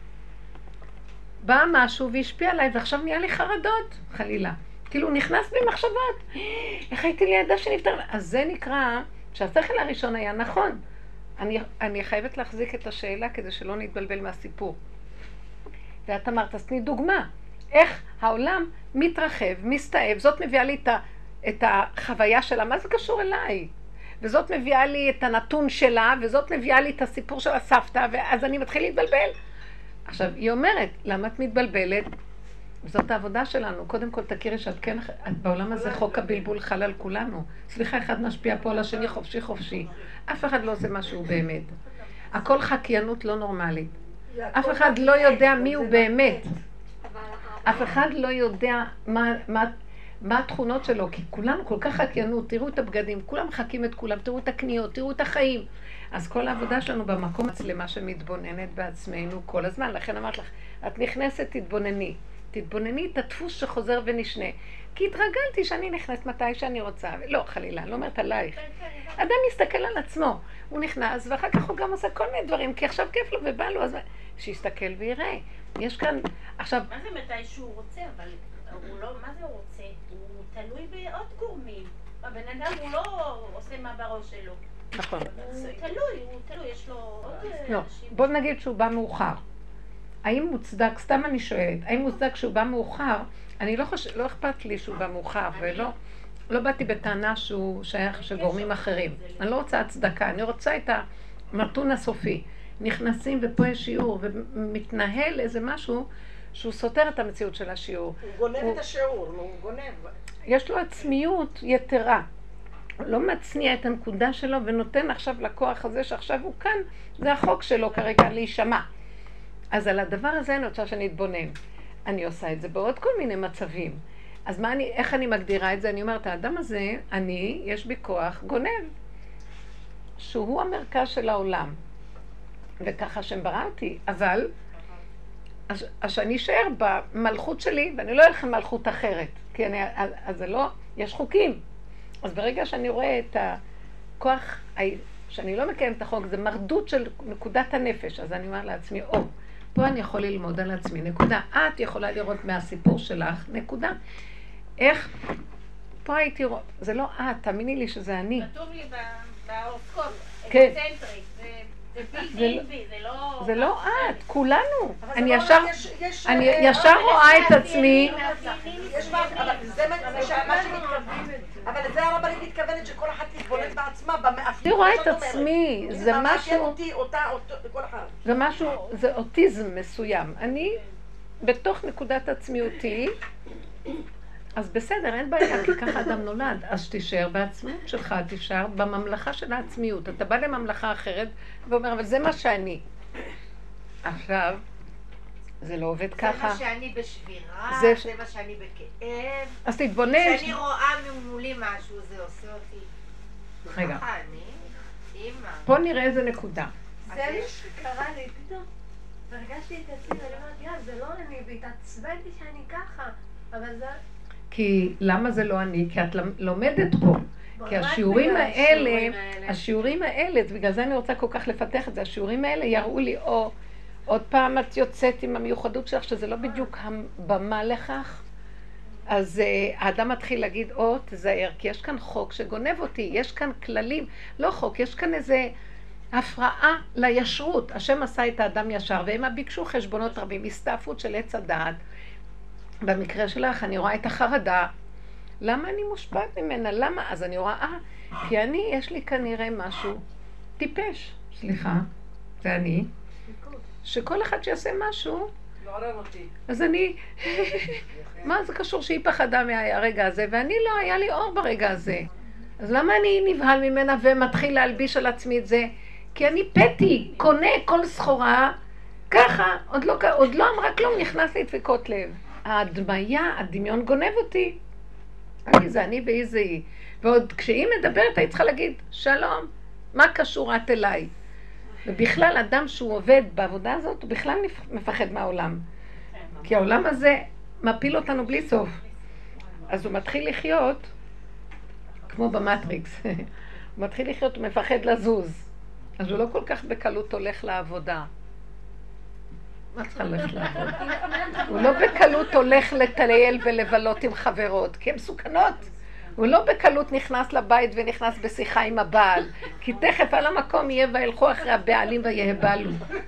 בא משהו והשפיע עליי ועכשיו נהיה לי חרדות, חלילה. כאילו נכנס בי מחשבות, איך הייתי לידה שנפטר? אז זה נקרא שהשכל הראשון היה נכון. אני חייבת להחזיק את השאלה כדי שלא נתבלבל מהסיפור. ואת אמרת, אז תני דוגמה, איך העולם מתרחב, מסתאב, זאת מביאה לי את החוויה שלה, מה זה קשור אליי? וזאת מביאה לי את הנתון שלה, וזאת מביאה לי את הסיפור של הסבתא, ואז אני מתחיל להתבלבל. עכשיו, היא אומרת, למה את מתבלבלת? זאת העבודה שלנו. קודם כל תכירי שאת כן, בעולם הזה חוק הבלבול חל על כולנו. סליחה, אחד משפיע פה על השני חופשי. אף אחד לא עושה משהו באמת. הכל חקיינות לא נורמלית. אף אחד לא יודע מי הוא באמת. אף אחד לא יודע מה התכונות שלו, כי כולנו כל כך חקיינות, תראו את הבגדים, כולם מחקים את כולם, תראו את הקניות, תראו את החיים. אז כל העבודה שלנו במקום מצלמה שמתבוננת בעצמנו כל הזמן. לכן אמרת לך, את נכנסת, תתבונני את הדפוס שחוזר ונשנה. כי התרגלתי שאני נכנסת מתי שאני רוצה. לא, חלילה, לא אומרת עלייך. אדם מסתכל על עצמו, הוא נכנס, ואחר כך הוא גם עושה כל מיני דברים, כי עכשיו כיף לו ובא לו, אז שיסתכל ויראה. יש כאן, עכשיו... מה זה מתי שהוא רוצה, אבל הוא לא, מה זה הוא רוצה? הוא תלוי בעוד גורמים. הבן אדם הוא לא עושה מה בראש שלו. נכון. הוא תלוי, יש לו עוד לא, בוא נגיד שהוא בא מאוחר. האם מוצדק, סתם אני שואלת, האם מוצדק שהוא בא מאוחר? אני לא אכפת לי שהוא בא מאוחר, ולא באתי בטענה שהוא שייך של גורמים אחרים. אני לא רוצה הצדקה, אני רוצה את הנתון הסופי. נכנסים ופה יש שיעור, ומתנהל איזה משהו שהוא סותר את המציאות של השיעור. הוא גונב את השיעור, הוא גונב. יש לו עצמיות יתרה. הוא לא מצניע את הנקודה שלו ונותן עכשיו לכוח הזה שעכשיו הוא כאן, זה החוק שלו כרגע להישמע. אז על הדבר הזה אני רוצה שאני אתבונן. אני עושה את זה בעוד כל מיני מצבים. אז איך אני מגדירה את זה? אני אומרת, האדם הזה, יש בי כוח גונב, שהוא המרכז של העולם. וככה שברא אותי, אבל אז שאני אשאר במלכות שלי, ואני לא אלך למלכות אחרת, כי אז זה לא, יש חוקים. אז ברגע שאני רואה את הכוח, שאני לא מקיים את החוק, זה מרדות של נקודת הנפש, אז אני אומר לעצמי, פה אני יכול ללמוד על עצמי, נקודה. את יכולה לראות מהסיפור שלך, נקודה. איך? פה הייתי רואה, זה לא את, תאמיני לי שזה אני. כתוב לי בהורוסקופ, כן. אקסצנטרית, זה בלתי בי, זה לא את, כולנו. אני אבל ישר רואה את עצמי. אבל זה הרבנית מתכוונת שכל אחת תתבונן בעצמה במאפיינים. אני רואה את עצמי, זה משהו, זה משהו, זה אוטיזם מסוים. אני בתוך נקודת עצמיותי, אז בסדר, אין בעיה, כי ככה אדם נולד, אז תישאר בעצמיות שלך, תישאר בממלכה של העצמיות. אתה בא לממלכה אחרת ואומר, אבל זה מה שאני. עכשיו, זה לא עובד ככה. זה מה שאני בשבירה, זה מה שאני בכאב. אז תתבונן. כשאני רואה מולי משהו, זה עושה אותי. רגע. ככה אני, אמא. פה נראה איזה נקודה. זה מה שקרה לי, פתאום הרגשתי את עצמי, ואני אומרת, זה לא אני, והתעצבנתי שאני ככה, אבל זה... כי למה זה לא אני? כי את לומדת פה. כי השיעורים האלה, בגלל זה אני רוצה כל כך לפתח את זה, השיעורים האלה יראו לי, עוד פעם את יוצאת עם המיוחדות שלך, שזה לא בדיוק הבמה לכך, אז האדם מתחיל להגיד, תזהר, כי יש כאן חוק שגונב אותי, יש כאן כללים, לא חוק, יש כאן איזה הפרעה לישרות. השם עשה את האדם ישר, והם ביקשו חשבונות רבים, הסתעפות של עץ הדעת. במקרה שלך אני רואה את החרדה. למה אני מושפעת ממנה? למה? אז אני רואה, כי יש לי כנראה משהו טיפש. סליחה, זה אני. שכל אחד שיעשה משהו, מעורר אותי. אז אני, מה זה קשור שהיא פחדה מהרגע הזה, ואני לא, היה לי אור ברגע הזה. אז למה אני נבהל ממנה ומתחיל להלביש על עצמי את זה? כי אני פתי, קונה כל סחורה, ככה, עוד לא אמרה כלום, נכנס לי דפיקות לב. ההדמיה, הדמיון גונב אותי. זה אני והיא זה היא. ועוד כשהיא מדברת, היית צריכה להגיד, שלום, מה קשור את אליי? ובכלל, אדם שהוא עובד בעבודה הזאת, הוא בכלל מפחד מהעולם. כי העולם הזה מפיל אותנו בלי סוף. אז הוא מתחיל לחיות, כמו במטריקס, הוא מתחיל לחיות, הוא מפחד לזוז. אז הוא לא כל כך בקלות הולך לעבודה. מה צריכה ללכת לעבוד? הוא לא בקלות הולך לטייל ולבלות עם חברות, כי הן מסוכנות. הוא לא בקלות נכנס לבית ונכנס בשיחה עם הבעל, כי תכף על המקום יהיה וילכו אחרי הבעלים ויהבלו.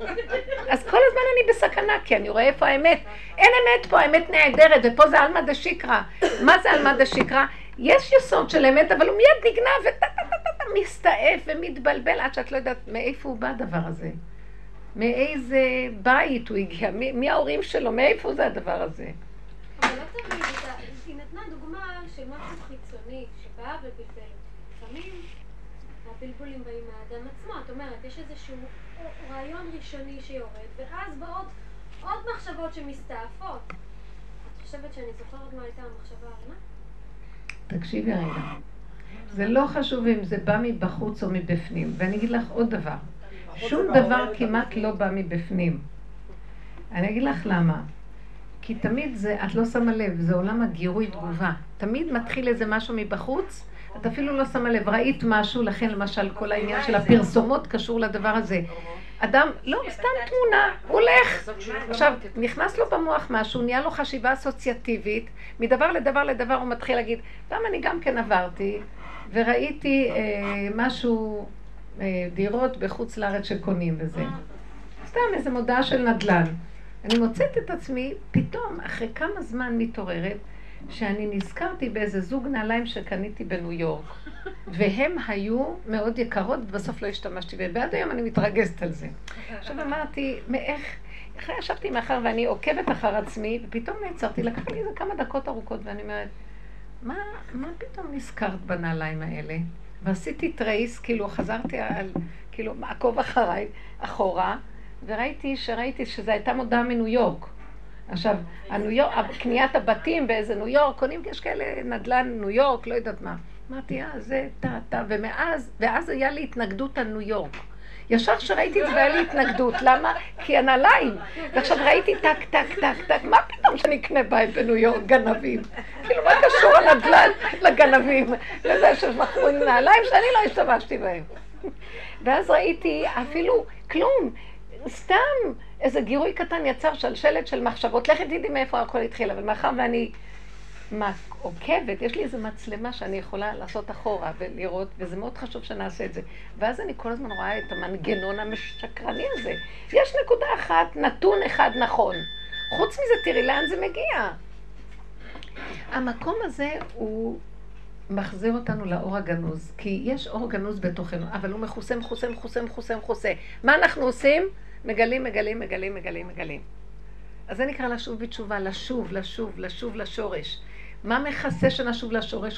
אז כל הזמן אני בסכנה, כי אני רואה איפה האמת. אין אמת פה, האמת נעדרת, ופה זה אלמא דשיקרא. מה זה אלמא דשיקרא? יש יסוד של אמת, אבל הוא מיד נגנב ומסתעף ומתבלבל עד שאת לא יודעת מאיפה הוא בא הדבר הזה. מאיזה בית הוא הגיע, מי ההורים שלו, מאיפה זה הדבר הזה. אבל לא תמיד, היא נתנה דוגמה של משהו חיצוני שבא ובלבל. לפעמים הבלבולים באים מהאדם עצמו, את אומרת, יש איזשהו רעיון ראשוני שיורד, ואז באות עוד מחשבות שמסתעפות. את חושבת שאני זוכרת מה הייתה המחשבה הראשונה? תקשיבי רגע, זה לא חשוב אם זה בא מבחוץ או מבפנים, ואני אגיד לך עוד דבר, שום דבר כמעט לא בא מבפנים. אני אגיד לך למה. כי תמיד זה, את לא שמה לב, זה עולם הגירוי תגובה. תמיד מתחיל איזה משהו מבחוץ, את אפילו לא שמה לב, ראית משהו, לכן למשל כל העניין של הפרסומות קשור לדבר הזה. אדם, לא, סתם תמונה, הוא הולך. עכשיו, נכנס לו במוח משהו, נהיה לו חשיבה אסוציאטיבית, מדבר לדבר לדבר הוא מתחיל להגיד, פעם אני גם כן עברתי, וראיתי משהו, דירות בחוץ לארץ שקונים וזה. סתם איזו מודעה של נדל"ן. אני מוצאת את עצמי, פתאום, אחרי כמה זמן מתעוררת, שאני נזכרתי באיזה זוג נעליים שקניתי בניו יורק. והם היו מאוד יקרות, ובסוף לא השתמשתי, ובעד היום אני מתרגזת על זה. עכשיו אמרתי, איך ישבתי מאחר ואני עוקבת אחר עצמי, ופתאום נעצרתי, לקח לי איזה כמה דקות ארוכות, ואני אומרת, מה פתאום נזכרת בנעליים האלה? ועשיתי טרייס, כאילו חזרתי על, כאילו מעקוב אחריי, אחורה, וראיתי שזו הייתה מודעה מניו יורק. עכשיו, קניית הבתים באיזה ניו יורק, קונים יש כאלה נדל"ן ניו יורק, לא יודעת מה. אמרתי, זה טה, ואז היה לי התנגדות על ניו יורק. ישר שראיתי את זה והיה לי התנגדות, למה? כי הנעליים. ועכשיו ראיתי טק, מה פתאום שאני אקנה בית בניו יורק, גנבים? כאילו, מה קשור הנדל"ן לגנבים? לזה שמכרו עם נעליים שאני לא השתמשתי בהם. ואז ראיתי אפילו כלום. סתם איזה גירוי קטן יצר שלשלת של מחשבות. לכת תדעי מאיפה הכל התחיל, אבל מאחר ואני עוקבת, יש לי איזו מצלמה שאני יכולה לעשות אחורה ולראות, וזה מאוד חשוב שנעשה את זה. ואז אני כל הזמן רואה את המנגנון המשקרני הזה. יש נקודה אחת, נתון אחד נכון. חוץ מזה, תראי לאן זה מגיע. המקום הזה הוא מחזיר אותנו לאור הגנוז, כי יש אור גנוז בתוכנו, אבל הוא מכוסה. מה אנחנו עושים? מגלים. אז זה נקרא לשוב בתשובה, לשוב לשורש. מה מכסה שנשוב לשורש?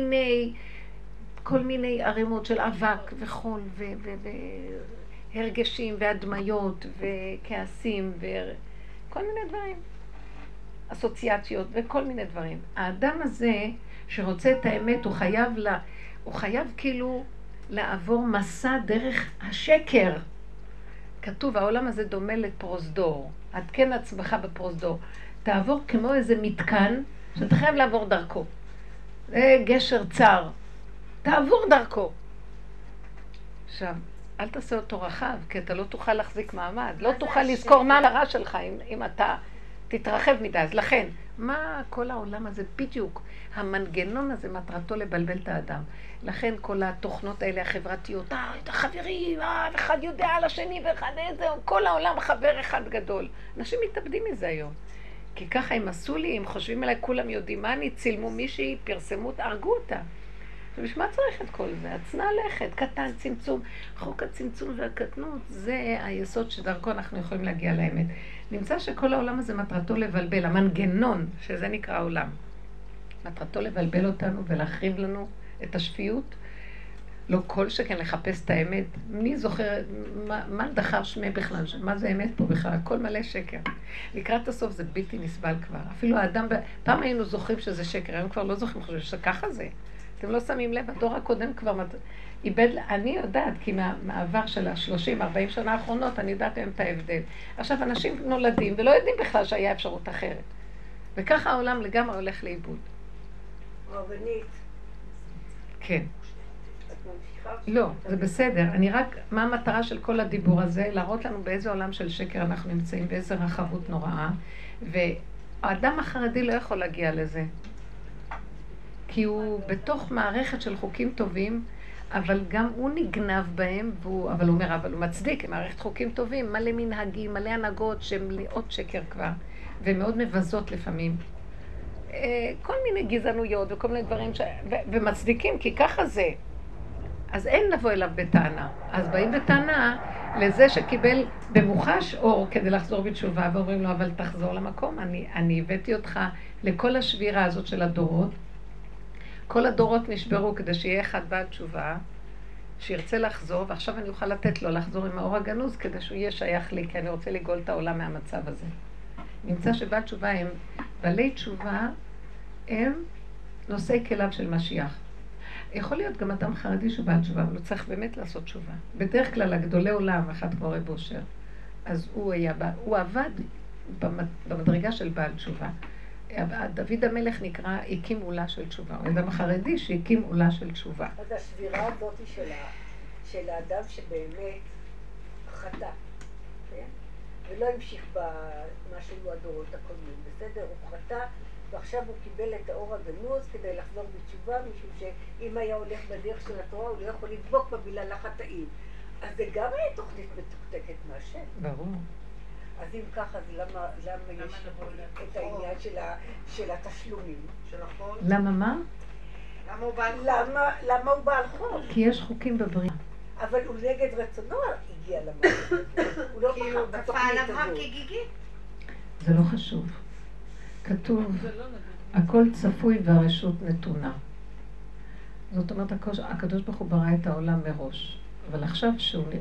כל מיני ערימות של אבק וחול והרגשים והדמיות וכעסים וכל מיני דברים. אסוציאציות וכל מיני דברים. האדם הזה שרוצה את האמת, הוא חייב כאילו לעבור מסע דרך השקר. כתוב, העולם הזה דומה לפרוזדור. עדכן עצמך בפרוזדור. תעבור כמו איזה מתקן שאתה חייב לעבור דרכו. זה גשר צר. תעבור דרכו. עכשיו, אל תעשה אותו רחב, כי אתה לא תוכל להחזיק מעמד. לא תוכל לזכור מה המטרה שלך אם אתה תתרחב מדי. אז לכן, מה כל העולם הזה בדיוק? המנגנון הזה מטרתו לבלבל את האדם. לכן כל התוכנות האלה החברתיות, את החברים, אחד יודע על השני ואחד איזה, כל העולם חבר אחד גדול. אנשים מתאבדים מזה היום. כי ככה הם עשו לי, הם חושבים עליי, כולם יודעים מה אני, צילמו מישהי, פרסמו, הרגו אותה. ובשביל מה צריך את כל זה? הצנע לכת, קטן, צמצום. חוק הצמצום והקטנות זה היסוד שדרכו אנחנו יכולים להגיע לאמת. נמצא שכל העולם הזה מטרתו לבלבל, המנגנון, שזה נקרא העולם. מטרתו לבלבל אותנו ולהחריב לנו את השפיות. לא כל שכן לחפש את האמת. מי זוכר, מה דחר שמי בכלל? מה זה אמת פה בכלל? הכל מלא שקר. לקראת הסוף זה בלתי נסבל כבר. אפילו האדם, פעם היינו זוכרים שזה שקר, היום כבר לא זוכרים, חושבים שככה זה. אתם לא שמים לב, הדור הקודם כבר איבד, אני יודעת, כי מהעבר של ה-30-40 שנה האחרונות, אני יודעת היום את ההבדל. עכשיו, אנשים נולדים ולא יודעים בכלל שהיה אפשרות אחרת. וככה העולם לגמרי הולך לאיבוד. רבנית. כן. את ממשיכה? לא, זה בסדר. אני רק, מה המטרה של כל הדיבור הזה? להראות לנו באיזה עולם של שקר אנחנו נמצאים, באיזה רחבות נוראה. והאדם החרדי לא יכול להגיע לזה. כי הוא בתוך מערכת של חוקים טובים, אבל גם הוא נגנב בהם, אבל הוא אומר, אבל הוא מצדיק, מערכת חוקים טובים, מלא מנהגים, מלא הנהגות שהן מלאות שקר כבר, ומאוד מבזות לפעמים. כל מיני גזענויות וכל מיני דברים, ומצדיקים, כי ככה זה. אז אין לבוא אליו בטענה. אז באים בטענה לזה שקיבל במוחש אור כדי לחזור בתשובה, ואומרים לו, אבל תחזור למקום, אני הבאתי אותך לכל השבירה הזאת של הדורות, כל הדורות נשברו כדי שיהיה אחד בעל תשובה, שירצה לחזור, ועכשיו אני אוכל לתת לו לחזור עם האור הגנוז, כדי שהוא יהיה שייך לי, כי אני רוצה לגאול את העולם מהמצב הזה. נמצא שבעל תשובה הם, בעלי תשובה הם נושאי כליו של משיח. יכול להיות גם אדם חרדי שהוא בעל תשובה, אבל הוא צריך באמת לעשות תשובה. בדרך כלל הגדולי עולם, אחד כמו רב אושר, אז הוא עבד במדרגה של בעל תשובה. דוד המלך נקרא הקים עולה של תשובה, הוא אדם חרדי שהקים עולה של תשובה. אז השבירה הזאת של האדם שבאמת חטא, כן? ולא המשיך במה שהיו הדורות הקודמים, בסדר? הוא חטא, ועכשיו הוא קיבל את האור הגנוז כדי לחזור בתשובה, משום שאם היה הולך בדרך של התורה, הוא לא יכול לדבוק בה בגלל החטאים. אז זה גם היה תוכנית מתוקתקת מהשם. ברור. אז אם ככה, אז למה יש את העניין של התשלומים? של החול? למה מה? למה הוא בעל חול? כי יש חוקים בבריאה. אבל הוא נגד רצונו הגיע למקום. הוא לא בחר בתוכנית הזאת. זה לא חשוב. כתוב, הכל צפוי והרשות נתונה. זאת אומרת, הקדוש ברוך הוא ברא את העולם מראש. אבל עכשיו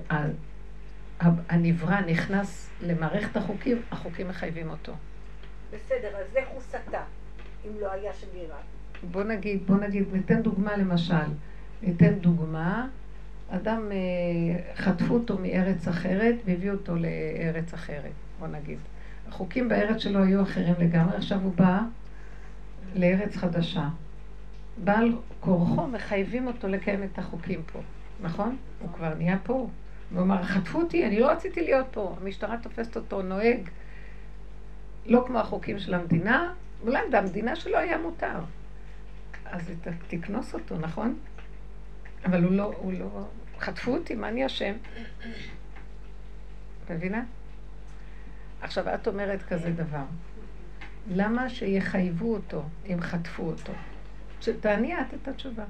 הנברא נכנס למערכת החוקים, החוקים מחייבים אותו. בסדר, אז איך הוא סטה, אם לא היה שבירה? בוא נגיד, ניתן דוגמה למשל. ניתן דוגמה, אדם חטפו אותו מארץ אחרת והביאו אותו לארץ אחרת, בוא נגיד. החוקים בארץ שלו היו אחרים לגמרי, עכשיו הוא בא לארץ חדשה. בעל כורחו מחייבים אותו לקיים את החוקים פה, נכון? הוא כבר נהיה פה. הוא אמר, חטפו אותי, אני לא רציתי להיות פה. המשטרה תופסת אותו, נוהג, לא כמו החוקים של המדינה, אולי המדינה שלו היה מותר. אז תקנוס אותו, נכון? אבל הוא לא, חטפו אותי, מה אני אשם? מבינה? עכשיו, את אומרת כזה דבר. למה שיחייבו אותו אם חטפו אותו? תעני את התשובה.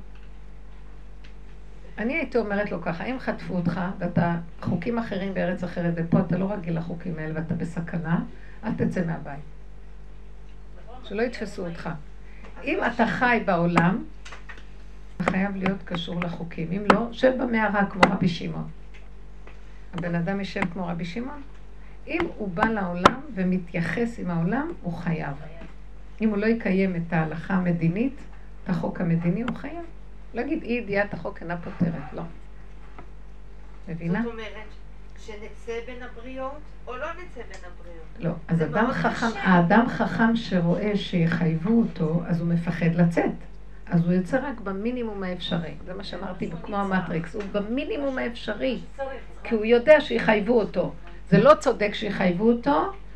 אני הייתי אומרת לו ככה, אם חטפו אותך ואתה חוקים אחרים בארץ אחרת ופה אתה לא רגיל לחוקים האלה ואתה בסכנה, אל תצא מהבית. שלא יתפסו אותך. אם אתה חי בעולם, אתה חייב להיות קשור לחוקים. אם לא, שב במערה כמו רבי שמעון. הבן אדם יישב כמו רבי שמעון. אם הוא בא לעולם ומתייחס עם העולם, הוא חייב. אם הוא לא יקיים את ההלכה המדינית, את החוק המדיני, הוא חייב. לא אגיד, אי ידיעת החוק אינה פותרת, לא. מבינה? זאת אומרת, שנצא בין הבריות, או לא נצא בין הבריות? לא. אז האדם חכם שרואה שיחייבו אותו, אז הוא מפחד לצאת. אז הוא יוצא רק במינימום האפשרי. זה מה שאמרתי, כמו המטריקס. הוא במינימום האפשרי. כי הוא יודע שיחייבו אותו. זה לא צודק שיחייבו אותו,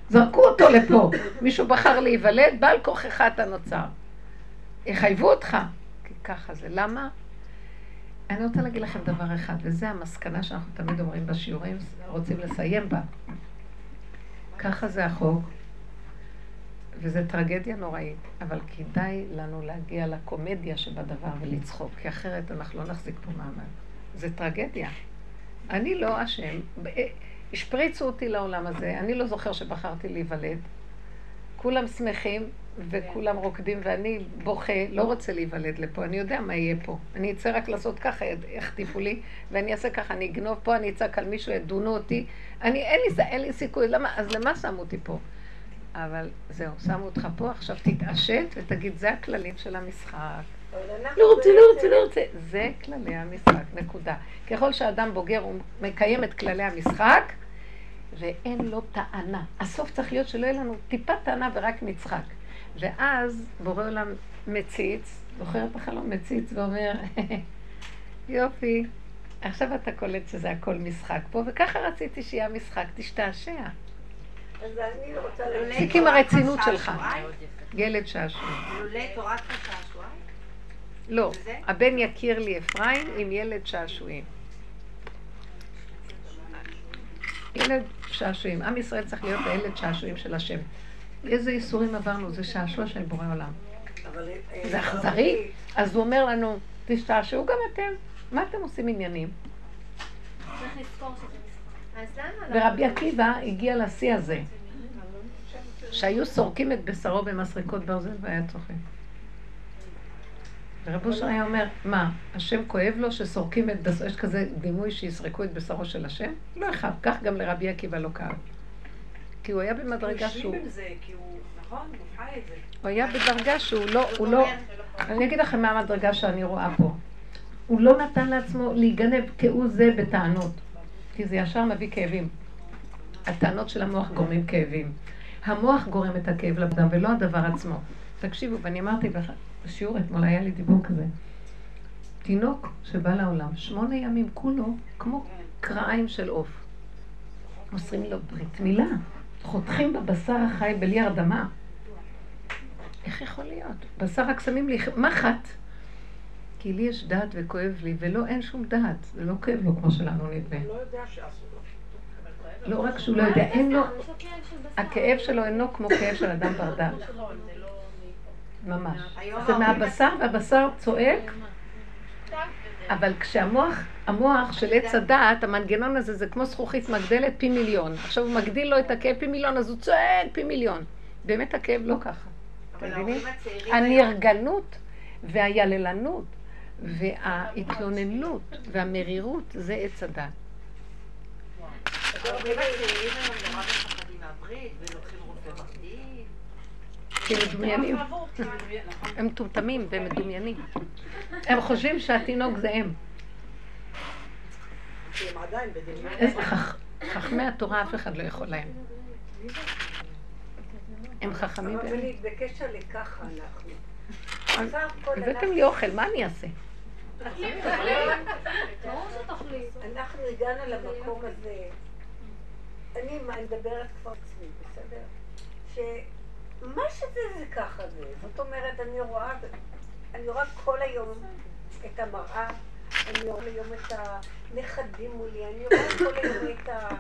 זרקו אותו לפה. מישהו בחר להיוולד, בעל כוחך אתה נוצר. יחייבו אותך. כי ככה זה. למה? אני רוצה להגיד לכם דבר אחד, וזה המסקנה שאנחנו תמיד אומרים בשיעורים, רוצים לסיים בה. ככה זה החוק, וזה טרגדיה נוראית, אבל כדאי לנו להגיע לקומדיה שבדבר ולצחוק, כי אחרת אנחנו לא נחזיק פה מעמד. זה טרגדיה. אני לא אשם. השפריצו אותי לעולם הזה, אני לא זוכר שבחרתי להיוולד. כולם שמחים וכולם רוקדים ואני בוכה, לא רוצה להיוולד לפה, אני יודע מה יהיה פה. אני אצא רק לעשות ככה, יחטיפו לי, ואני אעשה ככה, אני אגנוב פה, אני אצא כאן מישהו, ידונו אותי. אין לי סיכוי, אז למה שמו אותי פה? אבל זהו, שמו אותך פה, עכשיו תתעשת ותגיד, זה הכללים של המשחק. לא רוצה. זה כללי המשחק, נקודה. ככל שהאדם בוגר הוא מקיים את כללי המשחק, ואין לו טענה. הסוף צריך להיות שלא יהיה לנו טיפה טענה ורק נצחק. ואז בורא עולם מציץ, זוכר את החלום מציץ ואומר, יופי, עכשיו אתה קולט שזה הכל משחק פה, וככה רציתי שיהיה משחק, תשתעשע. אז אני רוצה תפסיק עם הרצינות שלך. ילד שעשוע. לולא תורת השעשוע? לא, הבן יכיר לי אפרים עם ילד שעשועים. ילד שעשועים. עם ישראל צריך להיות הילד שעשועים של השם. איזה איסורים עברנו, זה שעשוע של בורא עולם. זה אכזרי. אז הוא אומר לנו, תשתעשעו גם אתם. מה אתם עושים עניינים? צריך לזכור שזה משחק. ורבי עקיבא הגיע לשיא הזה. שהיו סורקים את בשרו במסריקות ברזל והיה צוחק. ורב אושר היה אומר, מה, השם כואב לו שסורקים את בשרו, יש כזה דימוי שיסרקו את בשרו של השם? לא אחד, כך גם לרבי עקיבא לא כאב. כי הוא היה במדרגה שהוא... הוא השלים עם זה, כי הוא, נכון, הוא חי את זה. הוא היה בדרגה שהוא לא... אני אגיד לכם מה המדרגה שאני רואה פה. הוא לא נתן לעצמו להיגנב כהוא זה בטענות. כי זה ישר מביא כאבים. הטענות של המוח גורמים כאבים. המוח גורם את הכאב לבדם ולא הדבר עצמו. תקשיבו, ואני אמרתי בשיעור אתמול, היה לי דיבור כזה. תינוק שבא לעולם, 8 ימים כולו כמו קרעיים של עוף. מוסרים לו ברית מילה. חותכים בבשר החי בלי הרדמה. איך יכול להיות? בשר רק שמים לי מחט. כי לי יש דעת וכואב לי, ולא אין שום דעת. זה לא כואב לו כמו שלנו נדמה. לא יודע שעשו לו. לא רק שהוא לא יודע, אין לו... הכאב שלו אינו כמו כאב של אדם ברדל. ממש. זה מהבשר, והבשר צועק. אבל כשהמוח של עץ הדעת, המנגנון הזה זה כמו זכוכית מגדלת פי מיליון. עכשיו הוא מגדיל לו את הכאב פי מיליון, אז הוא צועק פי מיליון. באמת הכאב לא ככה. אתם מבינים? הנרגנות והיללנות וההתלוננות והמרירות זה עץ הדעת. הרבה מהצעירים הם נורא מפחדים מהברית ולוקחים רופא מקדים. כי הם מדומיינים. הם מטומטמים והם מדומיינים. הם חושבים שהתינוק זה הם. כי הם עדיין בדמיון. איזה חכמי התורה אף אחד לא יכול להם. הם חכמים באמת. אבל בקשר לככה אנחנו. הבאתם לי אוכל, מה אני אעשה? אנחנו הגענו למקום הזה, אני מדברת כבר עצמי, בסדר? שמה שזה זה ככה זה, זאת אומרת, אני רואה כל היום את המראה, אני רואה היום את הנכדים מולי, אני רואה כל היום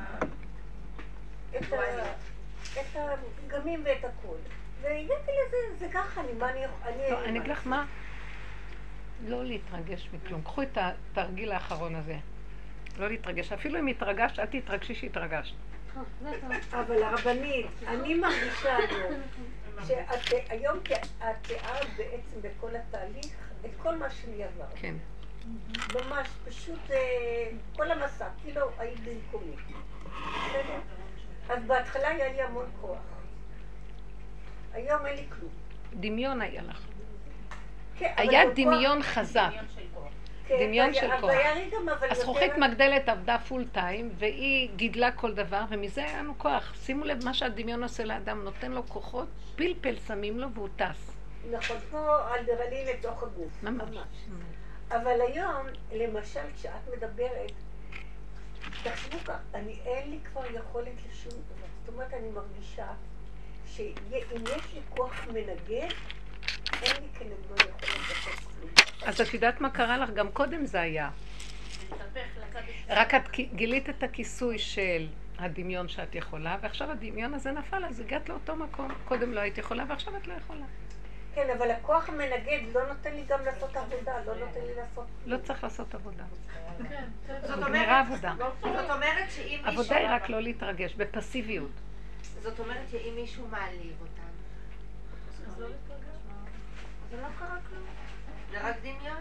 את הפגמים ואת הכל. והגעתי לזה, זה ככה, אני אגיד לך מה? לא להתרגש מכלום. קחו את התרגיל האחרון הזה. לא להתרגש. אפילו אם התרגשת, אל תתרגשי שהתרגשת. אבל הרבנית, אני מרגישה שהיום את תיארת בעצם בכל התהליך את כל מה שאני עבר. כן. ממש, פשוט כל המסע, כאילו היית במקומי. בסדר? אז בהתחלה היה לי המון כוח. היום אין לי כלום. דמיון היה לך. כן, היה דמיון חזק. דמיון של כוח. הזכוכית מגדלת עבדה פול טיים, והיא גידלה כל דבר, ומזה היה לנו כוח. שימו לב מה שהדמיון עושה לאדם, נותן לו כוחות, פלפל שמים לו והוא טס. נכון, כמו אדרנלין לתוך הגוף. ממש. אבל היום, למשל, כשאת מדברת, תחשבו כך, אין לי כבר יכולת לשום דבר. זאת אומרת, אני מרגישה שאם יש לי כוח מנגד, אין לי כנגדו יכולת לעשות כלום. אז את יודעת מה קרה לך? גם קודם זה היה. רק את גילית את הכיסוי של הדמיון שאת יכולה, ועכשיו הדמיון הזה נפל, אז הגעת לאותו מקום. קודם לא היית יכולה, ועכשיו את לא יכולה. כן, אבל הכוח המנגד לא נותן לי גם לעשות עבודה, לא נותן לי לעשות... לא צריך לעשות עבודה. זאת נגמרה עבודה. אומרת שאם מישהו... עבודה היא רק לא להתרגש, בפסיביות. זאת אומרת שאם מישהו מעליב אותנו, אז לא להתרגש, זה לא קרה כלום. זה רק דמיון.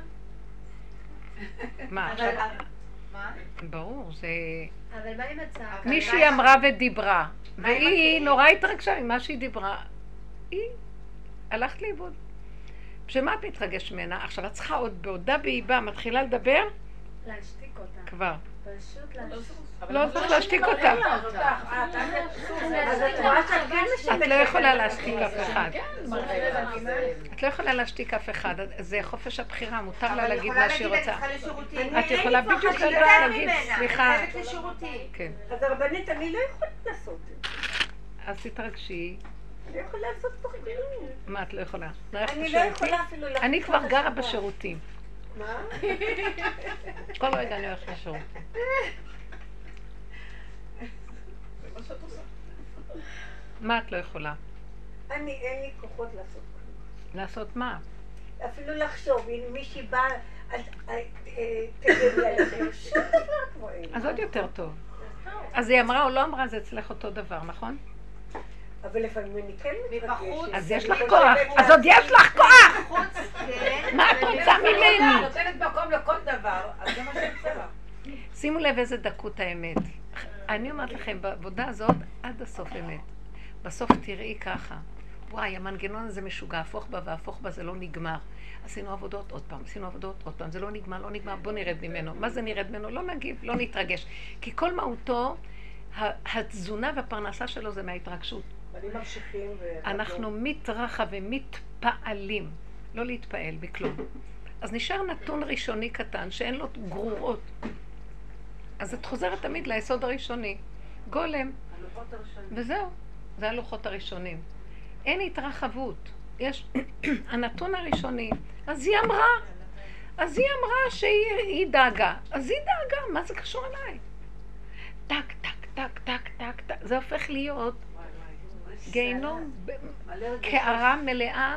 מה, אבל... עכשיו? מה? ברור, זה... אבל מה עם הצעה? מישהי אמרה ודיברה, והיא נורא התרגשה ממה שהיא דיברה. היא הלכת לאיבוד. שמה את מתרגש ממנה? עכשיו את צריכה עוד בעודה באיבה, מתחילה לדבר? להשתיק אותה. כבר. פשוט להשתיק. לא צריך להשתיק אותה. את לא יכולה להשתיק אף אחד. את לא יכולה להשתיק אף אחד. זה חופש הבחירה, מותר לה להגיד מה שהיא רוצה. את יכולה בדיוק להגיד, סליחה. אז הרבנית, אני לא יכולה לעשות את זה. אז תתרגשי. אני לא יכולה לעשות פה כלום. מה את לא יכולה? אני לא יכולה אפילו... אני כבר גרה בשירותים. מה? כל רגע אני הולכת לשירותים. מה את לא יכולה? אין לי כוחות לעשות כלום. לעשות מה? אפילו לחשוב, אם מישהי באה, תגידי עליכם, שום דבר כמו אין. אז עוד יותר טוב. אז היא אמרה או לא אמרה, זה אצלך אותו דבר, נכון? אבל לפעמים אני כן מתרגשת. אז יש לך כוח, אז עוד יש לך כוח! מה את רוצה ממני? את נותנת מקום לכל דבר, אז זה מה שיוצא לך. שימו לב איזה דקות האמת. אני אומרת לכם, בעבודה הזאת עד הסוף אמת. בסוף תראי ככה. וואי, המנגנון הזה משוגע, הפוך בה והפוך בה, זה לא נגמר. עשינו עבודות עוד פעם, עשינו עבודות עוד פעם, זה לא נגמר, לא נגמר, בוא נרד ממנו. מה זה נרד ממנו? לא נגיב, לא נתרגש. כי כל מהותו, התזונה והפרנסה שלו זה מההתרגשות. ואני ממשיכים אנחנו מתרחבים, מתפעלים, לא להתפעל בכלום. אז נשאר נתון ראשוני קטן שאין לו גרורות. אז את חוזרת תמיד ליסוד הראשוני, גולם, וזהו, זה הלוחות הראשונים. אין התרחבות, יש הנתון הראשוני. אז היא אמרה שהיא דאגה, אז היא דאגה, מה זה קשור אליי? טק, טק, טק, טק, טק, טק, זה הופך להיות גיהנום, קערה מלאה,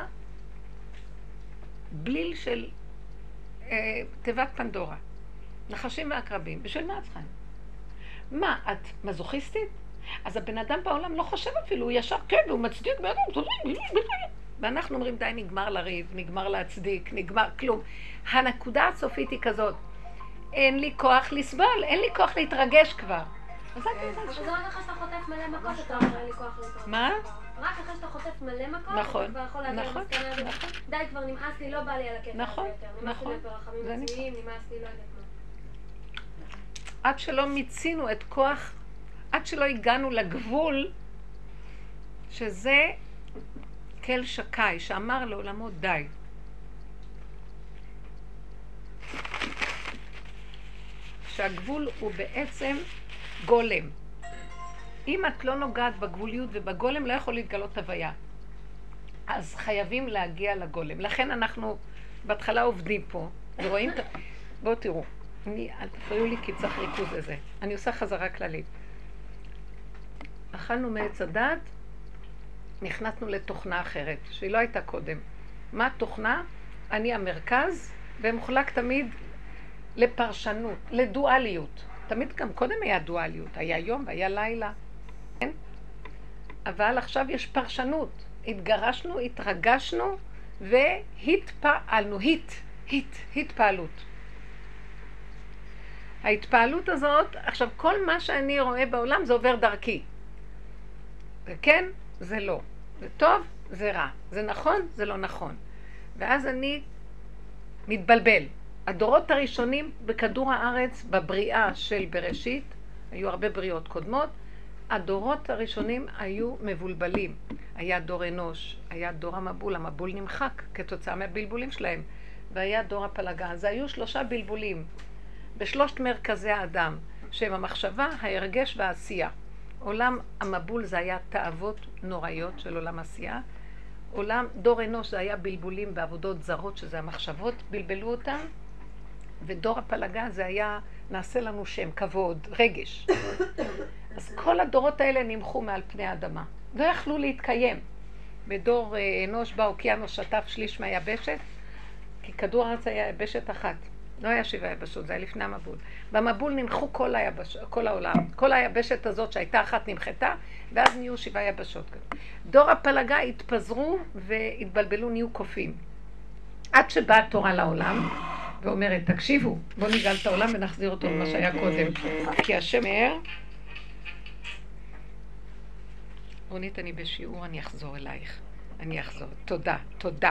בליל של תיבת פנדורה, נחשים ועקרבים. בשביל מה את צריכה? מה, את מזוכיסטית? אז הבן אדם בעולם לא חושב אפילו, הוא ישר כן, והוא מצדיק, ואנחנו אומרים די, נגמר לריב, נגמר להצדיק, נגמר כלום. הנקודה הסופית היא כזאת, אין לי כוח לסבול, אין לי כוח להתרגש כבר. אז זה רק אחרי שאתה חוטף מלא מכות, אתה אומר לי כוח להתרגש. מה? רק אחרי שאתה חוטף מלא מכות, נכון, אתה כבר יכול להגיע למסקנה הזאת. די, כבר נמאס לי, לא בא לי על הקטע הזה יותר. נמאס לי ברחמים עצמיים, נמאס לי, לא יודעת מה. עד שלא מיצינו את כוח, עד שלא הגענו לגבול, שזה כל שקאי, שאמר לעולמו די. שהגבול הוא בעצם גולם. אם את לא נוגעת בגבוליות ובגולם, לא יכול להתגלות הוויה. אז חייבים להגיע לגולם. לכן אנחנו בהתחלה עובדים פה, ורואים את... בואו תראו, אל תפריעו לי כי צריך ריכוז לזה. אני עושה חזרה כללית. אכלנו מעץ הדת, נכנסנו לתוכנה אחרת, שהיא לא הייתה קודם. מה התוכנה? אני המרכז, ומוחלק תמיד לפרשנות, לדואליות. תמיד גם קודם היה דואליות, היה יום והיה לילה. כן? אבל עכשיו יש פרשנות. התגרשנו, התרגשנו והתפעלנו. התפעלות. ההתפעלות הזאת, עכשיו כל מה שאני רואה בעולם זה עובר דרכי. וכן, זה לא. זה טוב, זה רע. זה נכון, זה לא נכון. ואז אני מתבלבל. הדורות הראשונים בכדור הארץ, בבריאה של בראשית, היו הרבה בריאות קודמות, הדורות הראשונים היו מבולבלים. היה דור אנוש, היה דור המבול, המבול נמחק כתוצאה מהבלבולים שלהם, והיה דור הפלגה. אז היו 3 בלבולים בשלושת מרכזי האדם, שהם המחשבה, ההרגש והעשייה. עולם המבול זה היה תאוות נוראיות של עולם עשייה. עולם דור אנוש זה היה בלבולים בעבודות זרות, שזה המחשבות, בלבלו אותם. ודור הפלגה זה היה נעשה לנו שם, כבוד, רגש. אז כל הדורות האלה נמחו מעל פני האדמה. לא יכלו להתקיים. בדור אנוש באוקיינוס שטף שליש מהיבשת, כי כדור הארץ היה יבשת אחת. לא היה 7 יבשות, זה היה לפני המבול. במבול נמחו כל העולם. כל היבשת הזאת שהייתה אחת נמחתה, ואז נהיו 7 יבשות. דור הפלגה התפזרו והתבלבלו, נהיו קופים. עד שבאה התורה לעולם, ואומרת, תקשיבו, בואו נגאל את העולם ונחזיר אותו למה שהיה קודם. כי השם אומר, רונית, אני בשיעור, אני אחזור אלייך. אני אחזור. תודה, תודה.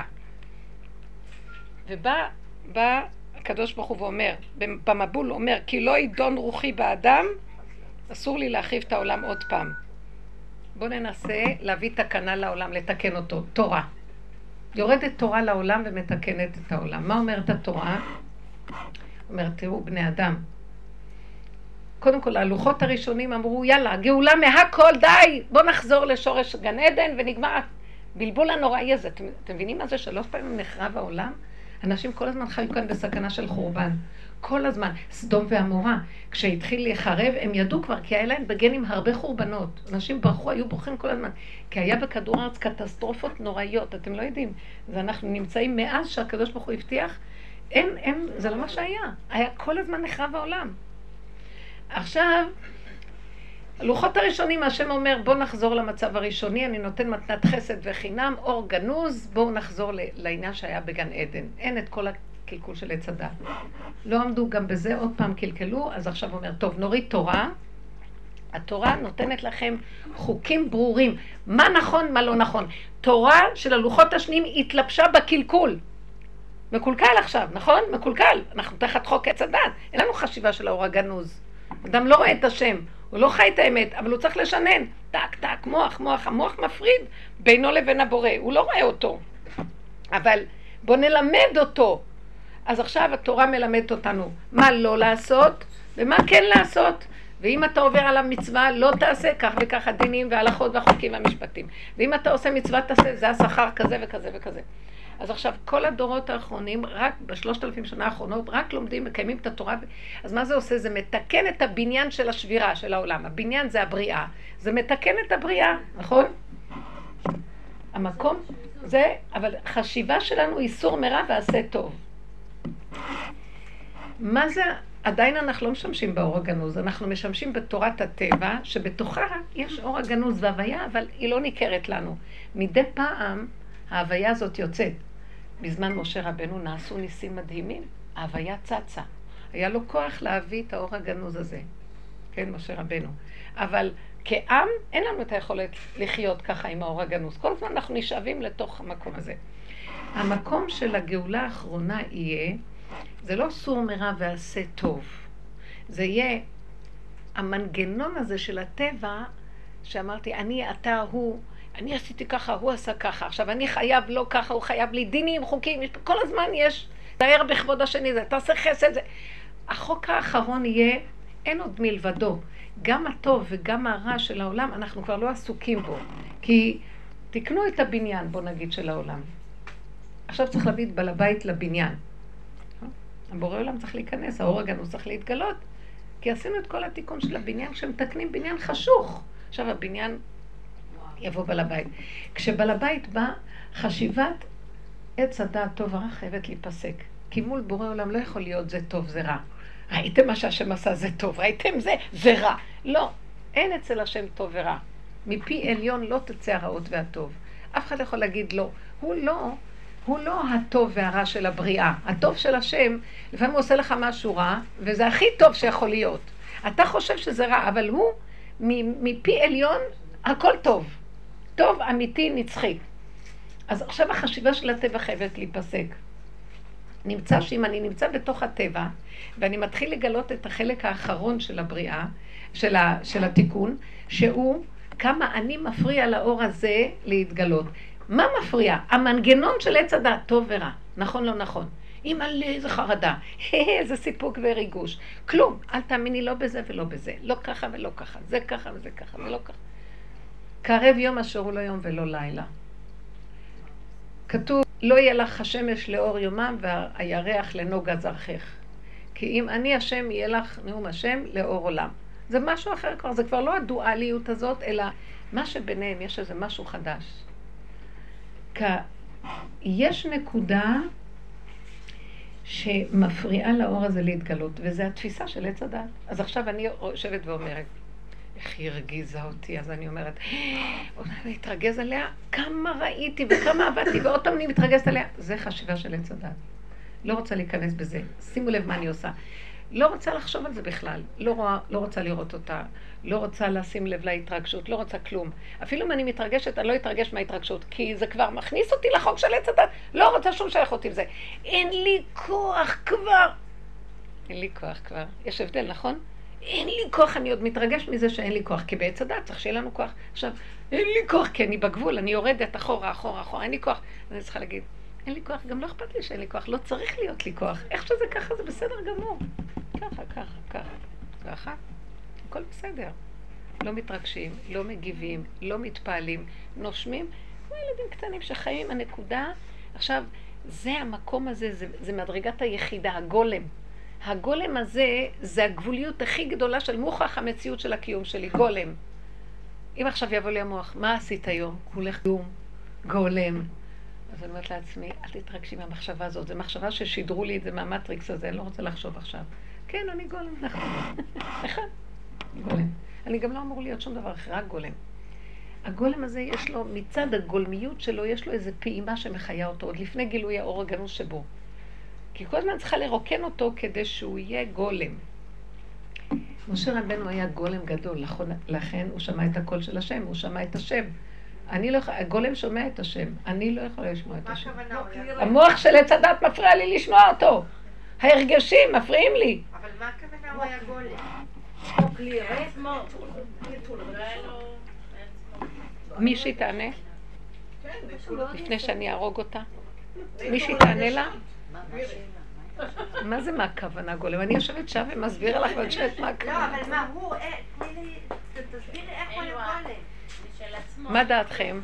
ובא הקדוש ברוך הוא ואומר, במבול אומר, כי לא ידון רוחי באדם, אסור לי להחריב את העולם עוד פעם. בואו ננסה להביא תקנה לעולם, לתקן אותו, תורה. יורדת תורה לעולם ומתקנת את העולם. מה אומרת התורה? אומרת, תראו, בני אדם. קודם כל, הלוחות הראשונים אמרו, יאללה, גאולה מהכל, די, בואו נחזור לשורש גן עדן ונגמר בלבול הנוראי הזה. אתם מבינים מה זה? 3 פעמים נחרב העולם? אנשים כל הזמן חיו כאן בסכנה של חורבן. כל הזמן. סדום ועמורה, כשהתחיל להיחרב, הם ידעו כבר, כי היה להם בגנים הרבה חורבנות. אנשים ברחו, היו בורחים כל הזמן. כי היה בכדור הארץ קטסטרופות נוראיות, אתם לא יודעים. ואנחנו נמצאים מאז שהקדוש ברוך הוא הבטיח, זה לא מה שהיה. היה כל הזמן נחרב העולם. עכשיו, לוחות הראשונים, השם אומר, בואו נחזור למצב הראשוני, אני נותן מתנת חסד וחינם, אור גנוז, בואו נחזור לעניין שהיה בגן עדן. אין את כל הקלקול של עץ הדת. לא עמדו גם בזה, עוד פעם קלקלו, אז עכשיו אומר, טוב, נוריד תורה. התורה נותנת לכם חוקים ברורים, מה נכון, מה לא נכון. תורה של הלוחות השניים התלבשה בקלקול. מקולקל עכשיו, נכון? מקולקל. אנחנו תחת חוק עץ הדת. אין לנו חשיבה של האור הגנוז. אדם לא רואה את השם. הוא לא חי את האמת, אבל הוא צריך לשנן. טק, טק, מוח, מוח. המוח מפריד בינו לבין הבורא. הוא לא רואה אותו. אבל בוא נלמד אותו. אז עכשיו התורה מלמדת אותנו מה לא לעשות ומה כן לעשות. ואם אתה עובר על המצווה, לא תעשה כך וכך הדינים וההלכות והחוקים והמשפטים. ואם אתה עושה מצווה, תעשה, זה השכר כזה וכזה וכזה. אז עכשיו, כל הדורות האחרונים, רק ב3,000 שנה האחרונות, רק לומדים, מקיימים את התורה. אז מה זה עושה? זה מתקן את הבניין של השבירה של העולם. הבניין זה הבריאה. זה מתקן את הבריאה, נכון? המקום זה, אבל חשיבה שלנו היא סור מרע ועשה טוב. מה זה? עדיין אנחנו לא משמשים באור הגנוז, אנחנו משמשים בתורת הטבע, שבתוכה יש אור הגנוז והוויה, אבל היא לא ניכרת לנו. מדי פעם ההוויה הזאת יוצאת. בזמן משה רבנו נעשו ניסים מדהימים, ההוויה צצה. היה לו כוח להביא את האור הגנוז הזה. כן, משה רבנו. אבל כעם אין לנו את היכולת לחיות ככה עם האור הגנוז. כל הזמן אנחנו נשאבים לתוך המקום הזה. המקום של הגאולה האחרונה יהיה, זה לא סור מרע ועשה טוב. זה יהיה המנגנון הזה של הטבע, שאמרתי, אני, אתה, הוא, אני עשיתי ככה, הוא עשה ככה. עכשיו, אני חייב לא ככה, הוא חייב לי דינים, חוקים. כל הזמן יש, תאר בכבוד השני, זה, תעשה חסד, זה. החוק האחרון יהיה, אין עוד מלבדו. גם הטוב וגם הרע של העולם, אנחנו כבר לא עסוקים בו. כי תקנו את הבניין, בוא נגיד, של העולם. עכשיו צריך להביא את בעל הבית לבניין. הבורא עולם צריך להיכנס, האור הגנוז צריך להתגלות, כי עשינו את כל התיקון של הבניין, כשמתקנים בניין חשוך. עכשיו הבניין יבוא בעל הבית. כשבעל הבית בא, חשיבת עץ הדעת טוב ורע חייבת להיפסק. כי מול בורא עולם לא יכול להיות זה טוב, זה רע. ראיתם מה שהשם עשה, זה טוב, ראיתם זה רע. לא, אין אצל השם טוב ורע. מפי עליון לא תצא הרעות והטוב. אף אחד יכול להגיד לא. הוא לא הטוב והרע של הבריאה. הטוב של השם, לפעמים הוא עושה לך משהו רע, וזה הכי טוב שיכול להיות. אתה חושב שזה רע, אבל הוא מפי עליון הכל טוב. טוב, אמיתי, נצחי. אז עכשיו החשיבה של הטבע חייבת להיפסק. נמצא שאם אני נמצא בתוך הטבע, ואני מתחיל לגלות את החלק האחרון של הבריאה, של התיקון, שהוא כמה אני מפריע לאור הזה להתגלות. מה מפריע? המנגנון של עץ הדעת, טוב ורע, נכון לא נכון. אימא'לה, איזה חרדה, איזה סיפוק וריגוש. כלום, אל תאמיני לא בזה ולא בזה. לא ככה ולא ככה, זה ככה וזה ככה ולא ככה. קרב יום אשר הוא לא יום ולא לילה. כתוב, לא יהיה לך השמש לאור יומם והירח לנוגה זרחך. כי אם אני השם יהיה לך נאום השם לאור עולם. זה משהו אחר כבר, זה כבר לא הדואליות הזאת, אלא מה שביניהם יש איזה משהו חדש. יש נקודה שמפריעה לאור הזה להתגלות, וזה התפיסה של עץ הדת. אז עכשיו אני יושבת ואומרת, איך היא הרגיזה אותי, אז אני אומרת, אני מתרגז עליה, כמה ראיתי וכמה עבדתי, ועוד פעם אני מתרגזת עליה. זה חשיבה של עץ הדת. לא רוצה להיכנס בזה. שימו לב מה אני עושה. לא רוצה לחשוב על זה בכלל. לא רוצה לראות אותה. לא רוצה לשים לב להתרגשות. לא רוצה כלום. אפילו אם אני מתרגשת, אני לא אתרגש מההתרגשות, כי זה כבר מכניס אותי לחוק של עץ הדת. לא רוצה שום שייך אותי בזה. אין לי כוח כבר. אין לי כוח כבר. יש הבדל, נכון? אין לי כוח, אני עוד מתרגש מזה שאין לי כוח, כי בעץ הדת צריך שיהיה לנו כוח. עכשיו, אין לי כוח, כי אני בגבול, אני יורדת אחורה, אין לי כוח. אני צריכה להגיד, אין לי כוח, גם לא אכפת לי שאין לי כוח, לא צריך להיות לי כוח. איך שזה ככה, זה בסדר גמור. ככה. הכל בסדר. לא מתרגשים, לא מגיבים, לא מתפעלים, נושמים, כמו ילדים קטנים שחיים עם הנקודה. עכשיו, זה המקום הזה, זה מדרגת היחידה, הגולם. הגולם הזה, זה הגבוליות הכי גדולה של מוכח המציאות של הקיום שלי, גולם. אם עכשיו יבוא לי המוח, מה עשית היום? כולך גולם. אז אני אומרת לעצמי, אל תתרגשי מהמחשבה הזאת. זו מחשבה ששידרו לי את זה מהמטריקס הזה, אני לא רוצה לחשוב עכשיו. כן, אני גולם, נכון. גולם. אני גם לא אמור להיות שום דבר אחר, רק גולם. הגולם הזה יש לו, מצד הגולמיות שלו, יש לו איזו פעימה שמחיה אותו, עוד לפני גילוי האור הגנוז שבו. כי כל הזמן צריכה לרוקן אותו כדי שהוא יהיה גולם. משה רבנו היה גולם גדול, לכן הוא שמע את הקול של השם, הוא שמע את השם. הגולם שומע את השם, אני לא יכולה לשמוע את השם. המוח של עץ הדת מפריע לי לשמוע אותו. ההרגשים מפריעים לי. אבל מה הכוונה הוא היה גולם? מישהי תענה? לפני שאני ארוג אותה? מישהי תענה לה? מה זה מה הכוונה גולם? אני יושבת שם ומסבירה לך ואני שואלת מה הכוונה. לא, אבל מה הוא, תסבירי איך הוא לגולם. מה דעתכם?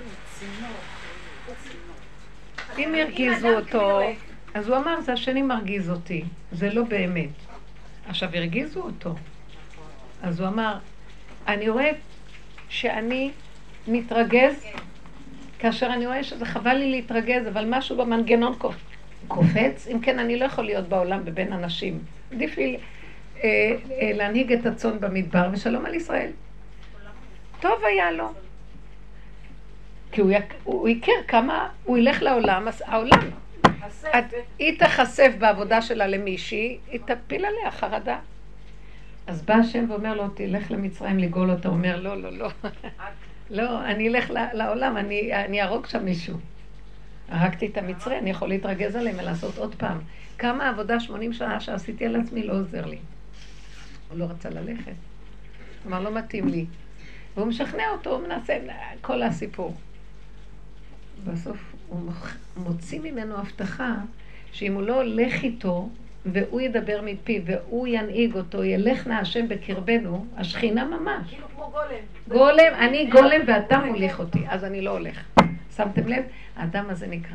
אם הרגיזו אותו, אז הוא אמר, זה השני מרגיז אותי, זה לא באמת. עכשיו הרגיזו אותו. אז הוא אמר, אני רואה שאני מתרגז, כאשר אני רואה שזה חבל לי להתרגז, אבל משהו במנגנון קופץ, אם כן אני לא יכול להיות בעולם בבין אנשים. עדיף לי להנהיג את הצאן במדבר, ושלום על ישראל. טוב היה לו. כי הוא יכיר כמה, הוא ילך לעולם, אז העולם, היא תחשף בעבודה שלה למישהי, היא תפיל עליה חרדה. אז בא השם ואומר לו, תלך למצרים לגאול אותה, הוא אומר, לא, לא, לא. לא, אני אלך לעולם, אני ארוג שם מישהו. הרגתי את המצרי, אני יכול להתרגז עליהם ולעשות עוד פעם. כמה עבודה 80 שנה שעשיתי על עצמי לא עוזר לי. הוא לא רצה ללכת. אמר, לא מתאים לי. והוא משכנע אותו, הוא מנסה כל הסיפור. בסוף הוא מוציא ממנו הבטחה שאם הוא לא הולך איתו והוא ידבר מפי והוא ינהיג אותו, ילך נא השם בקרבנו, השכינה ממש. כאילו כמו גולם. גולם, אני גולם ואתה מוליך אותי, אז אני לא הולך. שמתם לב? האדם הזה נקרא,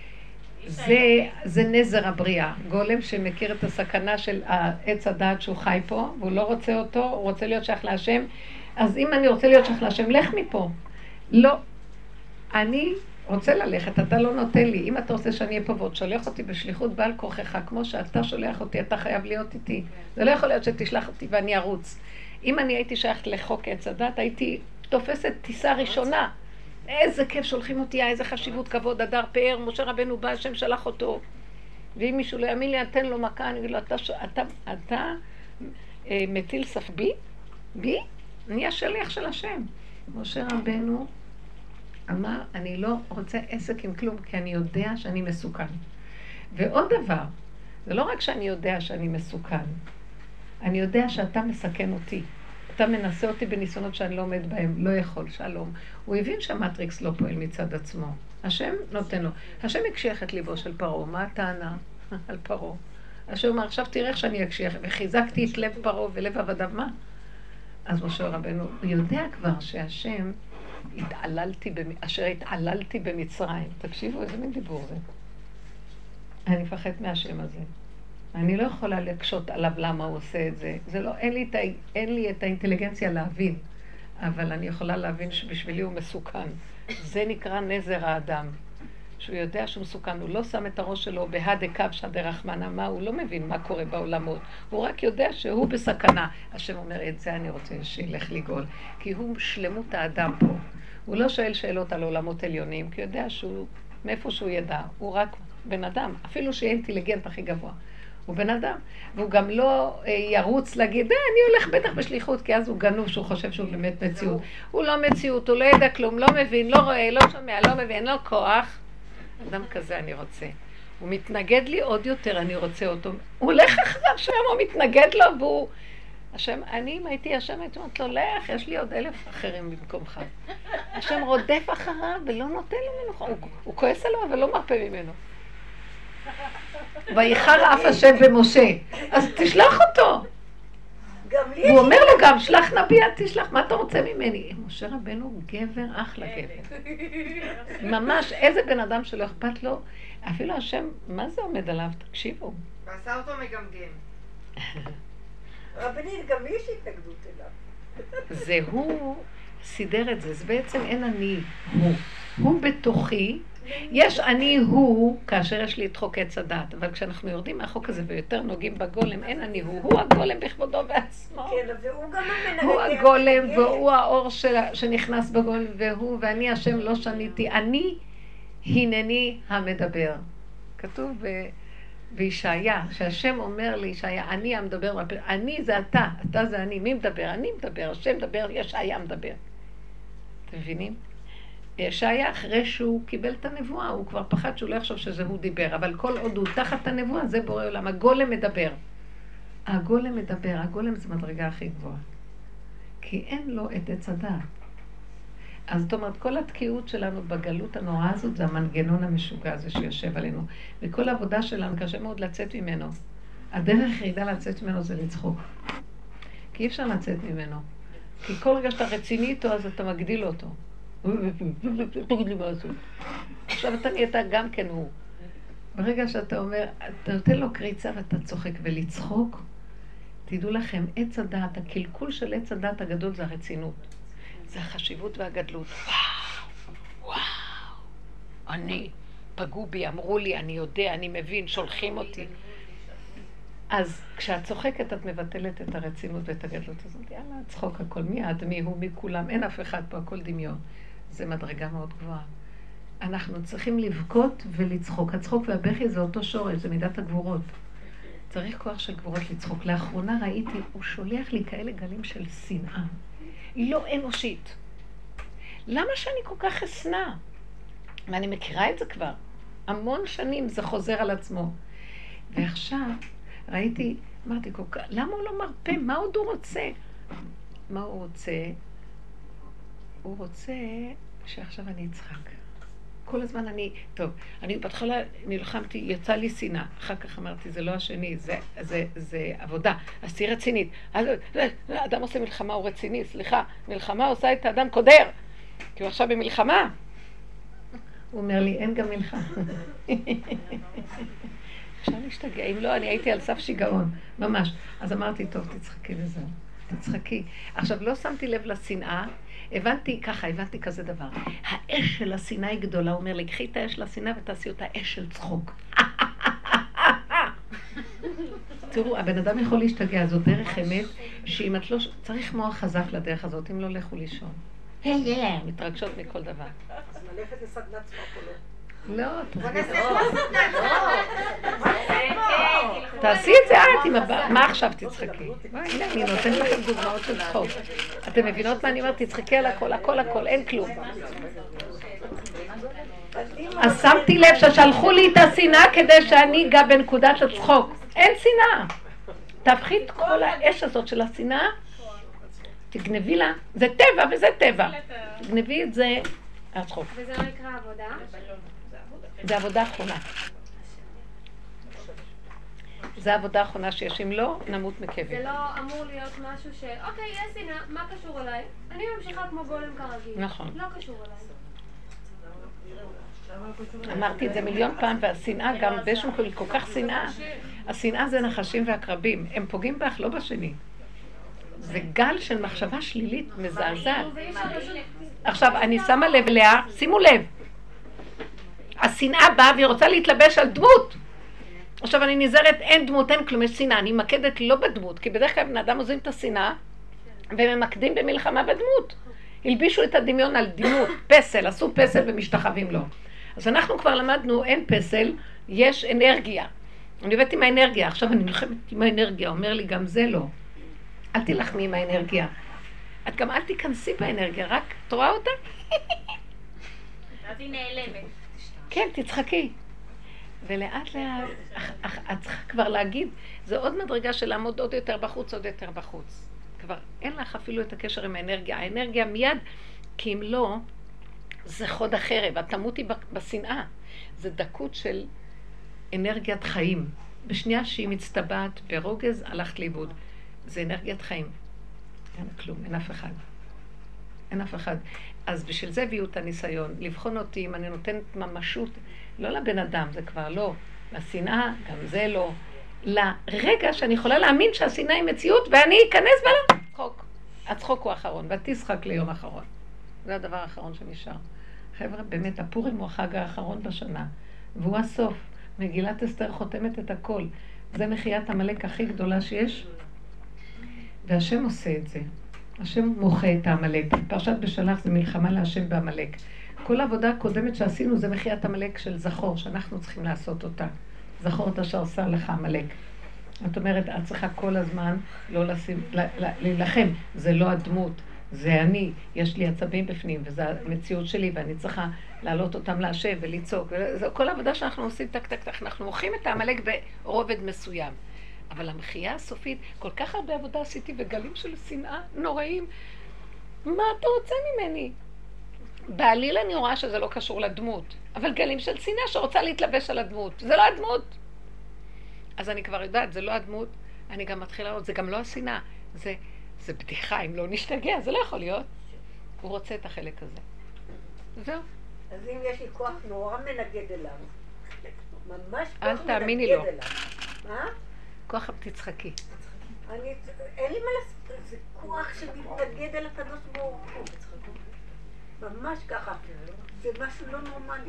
זה נזר הבריאה. גולם שמכיר את הסכנה של העץ הדעת שהוא חי פה, והוא לא רוצה אותו, הוא רוצה להיות שייך להשם. אז אם אני רוצה להיות שייך להשם, לך מפה. לא. אני רוצה ללכת, אתה לא נותן לי. אם אתה רוצה שאני אהיה פה ועוד שולח אותי בשליחות בעל כוחך, כמו שאתה שולח אותי, אתה חייב להיות איתי. זה לא יכול להיות שתשלח אותי ואני ארוץ. אם אני הייתי שייכת לחוק עץ הדת, הייתי תופסת טיסה ראשונה. איזה כיף שולחים אותי, איזה חשיבות, כבוד, הדר, פאר, משה רבנו בא, השם שלח אותו. ואם מישהו לא יאמין לי, אתן לו מכה, אני אגיד לו, אתה מטיל סף בי? אני השליח של השם. משה רבנו אמר, אני לא רוצה עסק עם כלום, כי אני יודע שאני מסוכן. ועוד דבר, זה לא רק שאני יודע שאני מסוכן, אני יודע שאתה מסכן אותי. אתה מנסה אותי בניסיונות שאני לא עומד בהם, לא יכול, שלום. הוא הבין שהמטריקס לא פועל מצד עצמו. השם נותן לו. השם הקשיח את ליבו של פרעה, מה הטענה? על פרעה. השם אומר, עכשיו תראה איך שאני אקשיח, וחיזקתי את לב פרעה ולב עבדיו, מה? אז משה רבנו, הוא יודע כבר שהשם אשר התעללתי במצרים. תקשיבו, איזה מין דיבור זה. אני מפחד מהשם הזה. אני לא יכולה להקשות עליו למה הוא עושה את זה. זה לא, אין לי את האינטליגנציה להבין, אבל אני יכולה להבין שבשבילי הוא מסוכן. זה נקרא נזר האדם. שהוא יודע שהוא מסוכן, הוא לא שם את הראש שלו בהדה קבשא דרחמנא, מה הוא לא מבין מה קורה בעולמות, הוא רק יודע שהוא בסכנה. השם אומר, את זה אני רוצה שילך לגאול, כי הוא שלמות האדם פה. הוא לא שואל שאלות על עולמות עליונים, כי הוא יודע שהוא, מאיפה שהוא ידע, הוא רק בן אדם, אפילו שיהיה אינטליגנט הכי גבוה. הוא בן אדם, והוא גם לא ירוץ להגיד, אני הולך בטח בשליחות, כי אז הוא גנוב שהוא חושב שהוא באמת מציאות. הוא לא מציאות, הוא לא ידע כלום, לא מבין, לא רואה, לא שומע, לא מבין, לא כוח. אדם כזה אני רוצה. הוא מתנגד לי עוד יותר, אני רוצה אותו. הוא הולך אחריו שם, הוא מתנגד לו, והוא... השם, אני אם הייתי השם, הייתי אומרת לו, לך, יש לי עוד 1,000 אחרים במקומך. השם רודף אחריו ולא נותן לו מנוחה. הוא כועס עליו אבל לא מרפא ממנו. ויחר אף השם במשה, אז תשלח אותו. הוא אומר לו גם, שלח נביא, תשלח, מה אתה רוצה ממני? משה רבנו הוא גבר, אחלה גבר. ממש, איזה בן אדם שלא אכפת לו, אפילו השם, מה זה עומד עליו? תקשיבו. ועשה אותו מגמגם. רבנית, גם לי יש התנגדות אליו. זה הוא סידר את זה, זה בעצם אין אני הוא. הוא בתוכי, יש אני הוא כאשר יש לי את חוק עץ הדת, אבל כשאנחנו יורדים מהחוק הזה ויותר נוגעים בגולם, אין אני הוא הגולם בכבודו בעצמו. כן, והוא גם המנהל. הוא הגולם והוא האור שנכנס בגולם, והוא ואני השם לא שניתי, אני הנני המדבר. כתוב בישעיה, שהשם אומר לישעיה, אני המדבר, אני זה אתה, אתה זה אני, מי מדבר? אני מדבר, השם מדבר, ישעיה מדבר. אתם מבינים? ישעיה אחרי שהוא קיבל את הנבואה, הוא כבר פחד שהוא לא יחשוב שזה הוא דיבר, אבל כל עוד הוא תחת הנבואה, זה בורא עולם. הגולם מדבר. הגולם מדבר, הגולם זה מדרגה הכי גבוהה. כי אין לו את עץ הדעת. אז זאת אומרת, כל התקיעות שלנו בגלות הנוראה הזאת, זה המנגנון המשוגע הזה שיושב עלינו. וכל העבודה שלנו קשה מאוד לצאת ממנו. הדרך היחידה לצאת ממנו זה לצחוק. כי אי אפשר לצאת ממנו. כי כל רגע שאתה רציני איתו, אז אתה מגדיל אותו. תגיד לי מה לעשות. עכשיו אתה נהיית גם כן הוא. ברגע שאתה אומר, אתה נותן לו קריצה ואתה צוחק ולצחוק, תדעו לכם, עץ הדעת, הקלקול של עץ הדעת הגדול זה הרצינות. זה החשיבות והגדלות. וואו, אני, פגעו בי, אמרו לי, אני יודע, אני מבין, שולחים אותי. אז כשאת צוחקת, את מבטלת את הרצינות ואת הגדלות הזאת. יאללה, צחוק הכל, מיד, מי הוא, מכולם, אין אף אחד פה, הכל דמיון. זה מדרגה מאוד גבוהה. אנחנו צריכים לבכות ולצחוק. הצחוק והבכי זה אותו שורש, זה מידת הגבורות. צריך כוח של גבורות לצחוק. לאחרונה ראיתי, הוא שולח לי כאלה גלים של שנאה. לא אנושית. למה שאני כל כך אסנע? ואני מכירה את זה כבר. המון שנים זה חוזר על עצמו. ועכשיו ראיתי, אמרתי כל כך, למה הוא לא מרפא? מה עוד הוא רוצה? מה הוא רוצה? הוא רוצה שעכשיו אני אצחק. כל הזמן אני בהתחלה נלחמתי, יצא לי שנאה. אחר כך אמרתי, זה לא השני, זה עבודה. אז תהיה רצינית. האדם עושה מלחמה, הוא רציני, סליחה. מלחמה עושה את האדם קודר. כי הוא עכשיו במלחמה. הוא אומר לי, אין גם מלחמה. אפשר להשתגע. אם לא, אני הייתי על סף שיגעון. ממש. אז אמרתי, טוב, תצחקי וזהו. תצחקי. עכשיו, לא שמתי לב לשנאה. הבנתי כזה דבר. האש של השנאה היא גדולה. הוא אומר לי, קחי את האש של השנאה ותעשי אותה אש של צחוק. תראו, הבן אדם יכול להשתגע. זו דרך אמת, שאם את לא... צריך מוח חזק לדרך הזאת, אם לא לכו לישון. מתרגשות מכל דבר. אז ללכת לסדנת צחוק או לא? לא, תעשי תעשי את זה את, מה עכשיו תצחקי? הנה, אני נותנת לכם דוגמאות של צחוק. אתם מבינות מה אני אומרת? תצחקי על הכל, הכל, אין כלום. אז שמתי לב ששלחו לי את השנאה כדי שאני אגע בנקודת הצחוק. אין שנאה. תפחי את כל האש הזאת של השנאה, תגנבי לה, זה טבע וזה טבע. תגנבי את זה, הצחוק. וזה לא נקרא עבודה? זה עבודה אחרונה. זה העבודה האחרונה שיש, אם לא, נמות מכאבים. זה לא אמור להיות משהו אוקיי, יש שנאה, מה קשור אליי? אני ממשיכה כמו גולם כרגיל. נכון. לא קשור אליי. אמרתי את זה מיליון פעם, והשנאה גם באיזשהו מקום היא כל כך שנאה. השנאה זה נחשים ועקרבים, הם פוגעים בך, לא בשני. זה גל של מחשבה שלילית מזעזעת. עכשיו, אני שמה לב אליה, שימו לב. השנאה באה והיא רוצה להתלבש על דמות. עכשיו אני נזהרת, אין דמות, אין כלום, יש שנאה. אני מקדת לא בדמות, כי בדרך כלל בני אדם עוזבים את השנאה, וממקדים במלחמה בדמות. הלבישו את הדמיון על דמות, פסל, עשו פסל ומשתחווים לו. אז אנחנו כבר למדנו, אין פסל, יש אנרגיה. אני עובדת עם האנרגיה, עכשיו אני נלחמת עם האנרגיה, אומר לי גם זה לא. אל תלחמי עם האנרגיה. את גם אל תיכנסי באנרגיה, רק תרואה אותה? אז היא נעלמת. כן, תצחקי. ולאט לאט, את צריכה כבר להגיד, זה עוד מדרגה של לעמוד עוד יותר בחוץ, עוד יותר בחוץ. כבר אין לך אפילו את הקשר עם האנרגיה. האנרגיה מיד, כי אם לא, זה חוד החרב. את תמותי בשנאה. זה דקות של אנרגיית חיים. בשנייה שהיא מצטבעת ברוגז, הלכת לאיבוד. זה אנרגיית חיים. אין כלום, אין אף אחד. אין אף אחד. אז בשביל זה הביאו את הניסיון, לבחון אותי אם אני נותנת ממשות, לא לבן אדם, זה כבר לא. לשנאה, גם זה לא. לרגע שאני יכולה להאמין שהשנאה היא מציאות, ואני אכנס בה לצחוק. הצחוק הוא האחרון, ותשחק ליום האחרון. זה הדבר האחרון שנשאר. חבר'ה, באמת, הפורים הוא החג האחרון בשנה, והוא הסוף. מגילת אסתר חותמת את הכל. זה מחיית המלאק הכי גדולה שיש, והשם עושה את זה. השם מוחה את המלאק. פרשת בשלח זה מלחמה להשם במלאק. כל העבודה הקודמת שעשינו זה מחיית המלאק של זכור, שאנחנו צריכים לעשות אותה. זכור את אשר עשה לך המלאק. זאת אומרת, את צריכה כל הזמן לא להילחם. זה לא הדמות, זה אני. יש לי עצבים בפנים, וזו המציאות שלי, ואני צריכה להעלות אותם להשם ולצעוק. כל העבודה שאנחנו עושים, טק, טק, טק, אנחנו מוחים את המלאק ברובד מסוים. אבל המחייה הסופית, כל כך הרבה עבודה עשיתי וגלים של שנאה נוראים. מה אתה רוצה ממני? בעליל אני רואה שזה לא קשור לדמות, אבל גלים של שנאה שרוצה להתלבש על הדמות. זה לא הדמות. אז אני כבר יודעת, זה לא הדמות. אני גם מתחילה לראות, זה גם לא השנאה. זה בדיחה, אם לא נשתגע, זה לא יכול להיות. הוא רוצה את החלק הזה. זהו. אז אם יש לי כוח נורא מנגד אליו, ממש כוח אל תאמיני מנגד לו. אליו. מה? כוח תצחקי. אין לי מה לעשות, זה כוח שמתנגד אל הקדוש ברוך הוא. ממש ככה. זה משהו לא נורמלי.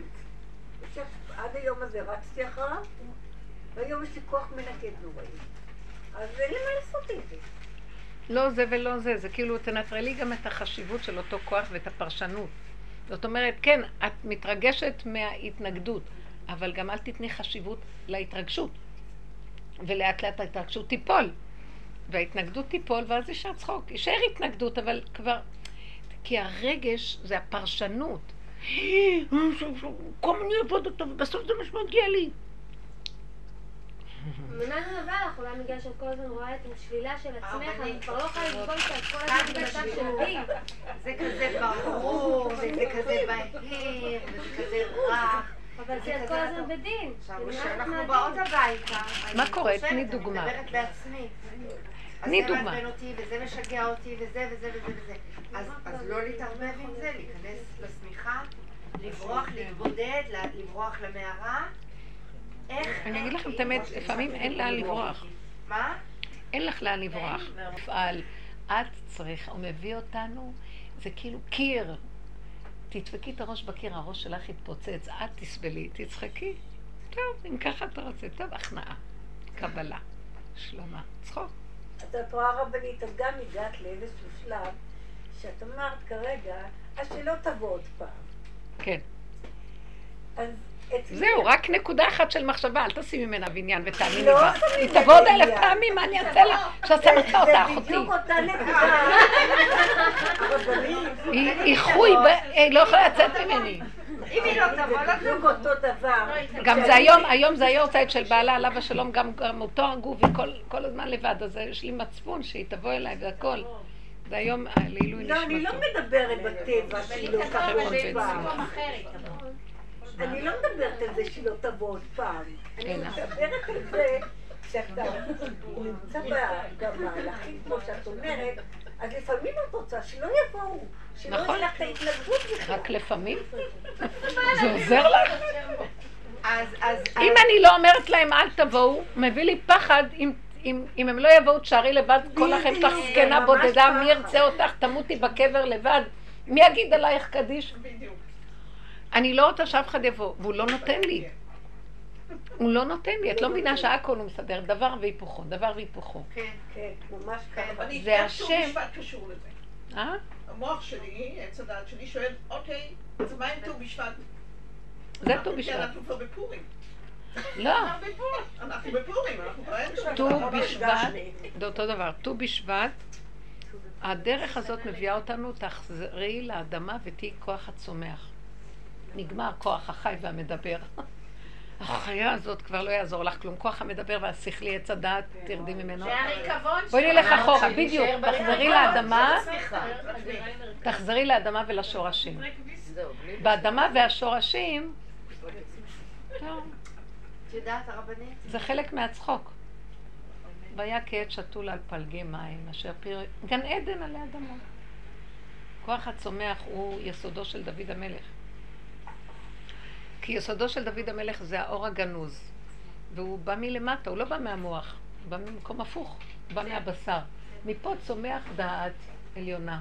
עד היום הזה רצתי אחריו, והיום יש לי כוח מנגד נוראי. אז אין לי מה לעשות עם זה. לא זה ולא זה, זה כאילו תנטרלי גם את החשיבות של אותו כוח ואת הפרשנות. זאת אומרת, כן, את מתרגשת מההתנגדות, אבל גם אל תתני חשיבות להתרגשות. ולאט לאט ההתרגשות תיפול. וההתנגדות תיפול, ואז יישאר צחוק. יישאר התנגדות, אבל כבר... כי הרגש זה הפרשנות. כל מיני עבודות, ובסוף זה מה שמגיע לי. ממה זה נובע? אולי בגלל שאת כל הזמן רואה את השלילה של עצמך, אני כבר לא יכולה לסבול שאת כל הזמן בצד שלי. זה כזה ברור, וזה כזה בהיר, וזה כזה רך. אבל זה את כל הזמן בדין. אנחנו באות הביתה. מה קורה? תני דוגמה. אני מדברת בעצמי. תני דוגמה. אז זה מעצבן אותי, וזה משגע אותי, וזה וזה וזה וזה. אז לא להתערבב עם זה, להיכנס לשמיכה, לברוח, להתבודד, לברוח למערה. איך? אני אגיד לכם את האמת, לפעמים אין לאן לברוח. מה? אין לך לאן לברוח. מפעל, את צריך, הוא מביא אותנו, זה כאילו קיר. תדפקי את הראש בקיר, הראש שלך יתפוצץ, את תסבלי, תצחקי. טוב, אם ככה אתה רוצה, טוב, הכנעה, קבלה, שלמה, צחוק. אז את רואה רבנית, את גם הגעת לאיזשהו שלב, שאת אמרת כרגע, אז שלא תבוא עוד פעם. כן. אז זהו, רק נקודה אחת של מחשבה, אל תשים ממנה בניין ותאמיני לא בה. שמים היא ממנה תבוא עוד עניין. 1000 פעמים, מה אני אעשה לה? שעשה לך אותה אחותי. זה בדיוק אותה נקודה. רבנית. היא חוי, היא לא יכולה לצאת ממני. אם היא לא תבוא, לא בדיוק אותו דבר. גם זה היום זה היורצייט של בעלה עליו השלום, גם אותו הרגו וכל הזמן לבד, אז יש לי מצפון שהיא תבוא אליי והכל. זה היום לעילוי נשמתו. לא, אני לא מדברת בטבע שהיא לא תבוא עוד פעם. אני לא מדברת על זה שהיא לא תבוא עוד פעם. אני מדברת על זה כשאתה, הוא נמצא במהלכים, כמו שאת אומרת, אז לפעמים את רוצה שלא יבואו, שלא נכון. יהיה לך את ההתנגדות בכלל. רק לפעמים? זה עוזר לך? אז אם אני לא אומרת להם אל תבואו, מביא לי פחד אם הם לא יבואו תשארי לבד, כל לכם תך זקנה בודדה, מי ירצה אותך, תמותי בקבר לבד, מי יגיד עלייך קדיש? אני לא רוצה שאף אחד יבוא, והוא לא נותן לי. הוא לא נותן לי, את לא מבינה שהכל הוא מסדר, דבר והיפוכו, דבר והיפוכו. כן. כן, ממש ככה. אני זה איך שהוא השם. משפט קשור לזה. המוח שלי, עץ הדעת שלי, שואל, אוקיי, אז מה עם ט"ו בשבט? זה ט"ו בשבט. אנחנו כבר בפורים. לא, אנחנו בפורים, אנחנו כבר ט"ו בשבט, זה אותו דבר, ט"ו בשבט, הדרך הזאת מביאה אותנו, תחזרי לאדמה ותהי כוח הצומח. נגמר כוח החי והמדבר. החיה הזאת כבר לא יעזור לך כלום, כוח המדבר והשכלי, עץ הדעת, תרדי ממנו. זה הריקבון בואי נלך אחורה, בדיוק, תחזרי לאדמה, סליחה. תחזרי לאדמה ולשורשים. באדמה והשורשים, טוב, את יודעת, הרבנית? זה חלק מהצחוק. והיה כעת שתול על פלגי מים, אשר פיר... גן עדן עלי אדמות. כוח הצומח הוא יסודו של דוד המלך. כי יסודו של דוד המלך זה האור הגנוז. והוא בא מלמטה, הוא לא בא מהמוח, הוא בא ממקום הפוך, הוא בא מהבשר. מפה צומח דעת עליונה.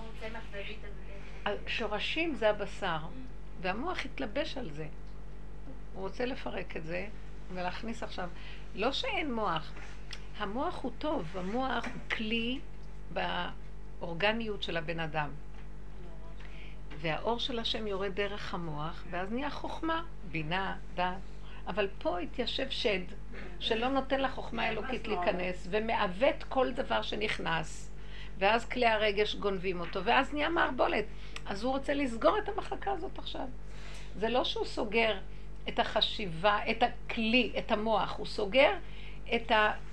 שורשים זה הבשר, והמוח התלבש על זה. הוא רוצה לפרק את זה ולהכניס עכשיו. לא שאין מוח, המוח הוא טוב, המוח הוא כלי באורגניות של הבן אדם. והאור של השם יורד דרך המוח, ואז נהיה חוכמה, בינה, דעת. אבל פה התיישב שד, שלא נותן לחוכמה האלוקית להיכנס, ומעוות כל דבר שנכנס. ואז כלי הרגש גונבים אותו, ואז נהיה מערבולת. אז הוא רוצה לסגור את המחלקה הזאת עכשיו. זה לא שהוא סוגר את החשיבה, את הכלי, את המוח, הוא סוגר את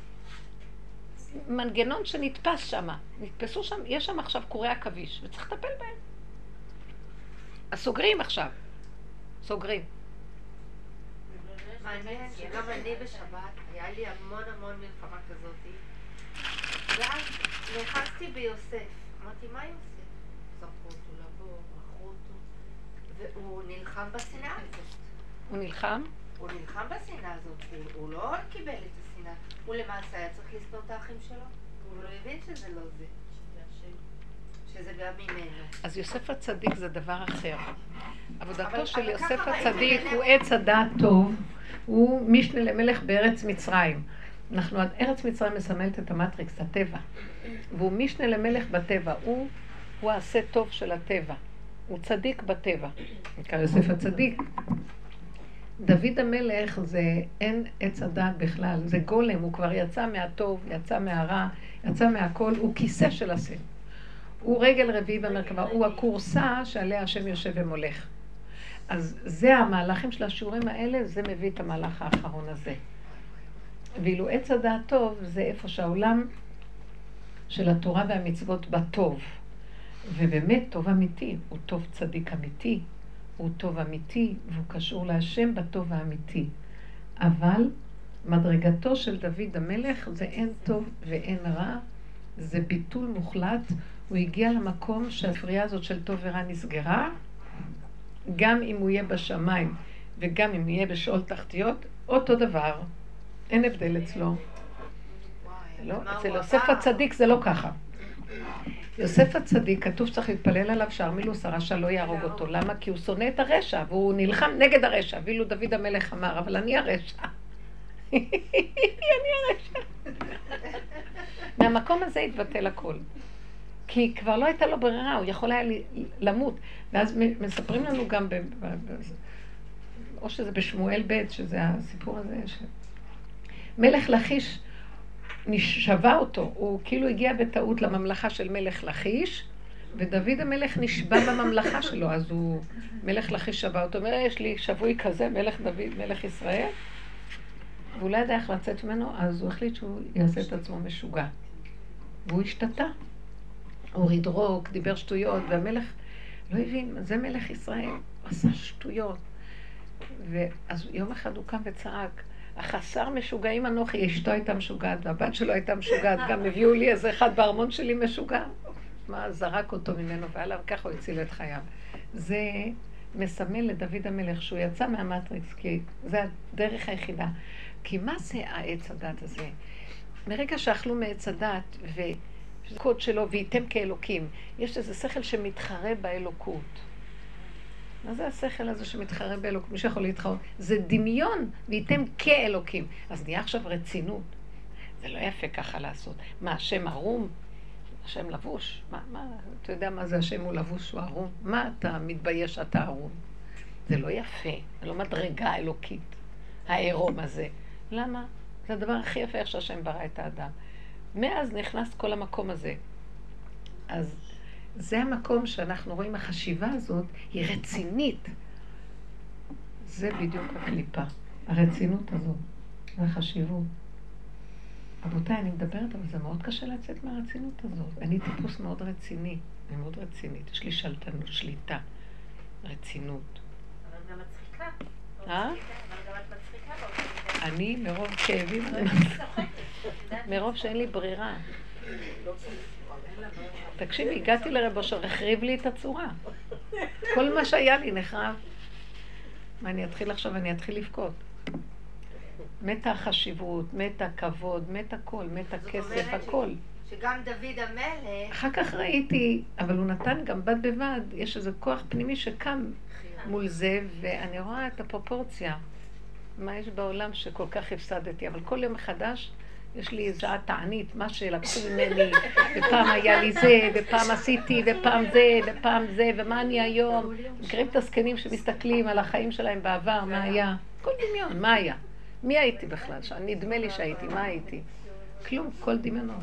המנגנון שנתפס שם. נתפסו שם, יש שם עכשיו קורי עכביש, וצריך לטפל בהם. אז סוגרים עכשיו. סוגרים. מעניין שגם אני בשבת, היה לי המון מלחמה כזאת. ואז נאחזתי ביוסף. אמרתי, מה יוסף? זרקו אותו לבור, מכרו אותו. והוא נלחם בשנאה הזאת. הוא נלחם? הוא נלחם בשנאה הזאת. הוא לא קיבל את השנאה. הוא למעשה היה צריך לספור את האחים שלו. הוא לא הבין שזה לא זה. שזה גם ממנו. אז יוסף הצדיק זה דבר אחר. עבודתו של יוסף הצדיק הוא עץ הדעת טוב, הוא משנה למלך בארץ מצרים. אנחנו, ארץ מצרים מסמלת את המטריקס, הטבע. והוא משנה למלך בטבע, הוא העשה טוב של הטבע. הוא צדיק בטבע. נקרא יוסף הצדיק. דוד המלך זה אין עץ הדעת בכלל, זה גולם, הוא כבר יצא מהטוב, יצא מהרע, יצא מהכל, הוא כיסא של השם. הוא רגל רביעי במרכבה, הוא הקורסה שעליה השם יושב ומולך. אז זה המהלכים של השיעורים האלה, זה מביא את המהלך האחרון הזה. ואילו עץ הדעת טוב זה איפה שהעולם של התורה והמצוות בטוב. ובאמת טוב אמיתי, הוא טוב צדיק אמיתי, הוא טוב אמיתי והוא קשור להשם בטוב האמיתי. אבל מדרגתו של דוד המלך זה אין טוב ואין רע, זה ביטול מוחלט. הוא הגיע למקום שהפרייה הזאת של טוב ורע נסגרה, גם אם הוא יהיה בשמיים וגם אם יהיה בשאול תחתיות, אותו דבר, אין הבדל אצלו. לא, אצל יוסף הצדיק זה לא ככה. יוסף הצדיק, כתוב שצריך להתפלל עליו שהרמילוס הרשע לא יהרוג אותו. למה? כי הוא שונא את הרשע, והוא נלחם נגד הרשע. ואילו דוד המלך אמר, אבל אני הרשע. אני הרשע. מהמקום הזה התבטל הכל. כי כבר לא הייתה לו ברירה, הוא יכול היה למות. ואז מספרים לנו גם, או שזה בשמואל ב', שזה הסיפור הזה, מלך לכיש נשבע אותו, הוא כאילו הגיע בטעות לממלכה של מלך לכיש, ודוד המלך נשבע בממלכה שלו, אז הוא, מלך לכיש שבע אותו, אומר, יש לי שבוי כזה, מלך דוד, מלך ישראל, והוא לא ידע איך לצאת ממנו, אז הוא החליט שהוא יעשה את עצמו משוגע. והוא השתתה. הוא הוריד רוק, דיבר שטויות, והמלך לא הבין, זה מלך ישראל, הוא עשה שטויות. ואז יום אחד הוא קם וצעק, החסר משוגעים אנוכי, אשתו הייתה משוגעת, והבת שלו הייתה משוגעת, גם הביאו לי איזה אחד בארמון שלי משוגע. מה, זרק אותו ממנו ועליו, ככה הוא הציל את חייו. זה מסמל לדוד המלך שהוא יצא מהמטריקס, כי זה הדרך היחידה. כי מה זה העץ הדת הזה? מרגע שאכלו מעץ הדת, וקוד שלו, וייתם כאלוקים, יש איזה שכל שמתחרה באלוקות. מה זה השכל הזה שמתחרה באלוקות? מי שיכול להתחרות? זה דמיון, וייתם כאלוקים. אז נהיה עכשיו רצינות. זה לא יפה ככה לעשות. מה, השם ערום? השם לבוש? מה, אתה יודע מה זה השם הוא לבוש, הוא ערום? מה אתה מתבייש שאתה ערום? זה לא יפה, זה לא מדרגה אלוקית, העירום הזה. למה? זה הדבר הכי יפה איך שהשם ברא את האדם. מאז נכנס כל המקום הזה. אז זה המקום שאנחנו רואים, החשיבה הזאת היא רצינית. זה בדיוק הקליפה, הרצינות הזאת, החשיבות. רבותיי, אני מדברת, אבל זה מאוד קשה לצאת מהרצינות הזאת. אני טיפוס מאוד רציני, אני מאוד רצינית. יש לי שלטנות, שליטה, רצינות. אבל גם מצחיקה. אבל גם את מצחיקה. אני מרוב כאבים, מרוב שאין לי ברירה. תקשיבי, הגעתי לרב אושר, החריב לי את הצורה. כל מה שהיה לי נחרב. מה, אני אתחיל עכשיו, אני אתחיל לבכות. מתה החשיבות, מתה הכבוד, מתה הכל, מתה הכסף, הכל. שגם דוד המלך... אחר כך ראיתי, אבל הוא נתן גם בד בבד, יש איזה כוח פנימי שקם מול זה, ואני רואה את הפרופורציה. מה יש בעולם שכל כך הפסדתי, אבל כל יום מחדש יש לי איזו תענית, מה שלקחו ממני, ופעם היה לי זה, ופעם עשיתי, ופעם זה, ופעם זה, ומה אני היום. מכירים את הזקנים שמסתכלים על החיים שלהם בעבר, מה היה? כל דמיון, מה היה? מי הייתי בכלל? נדמה לי שהייתי, מה הייתי? כלום, כל דמיונות.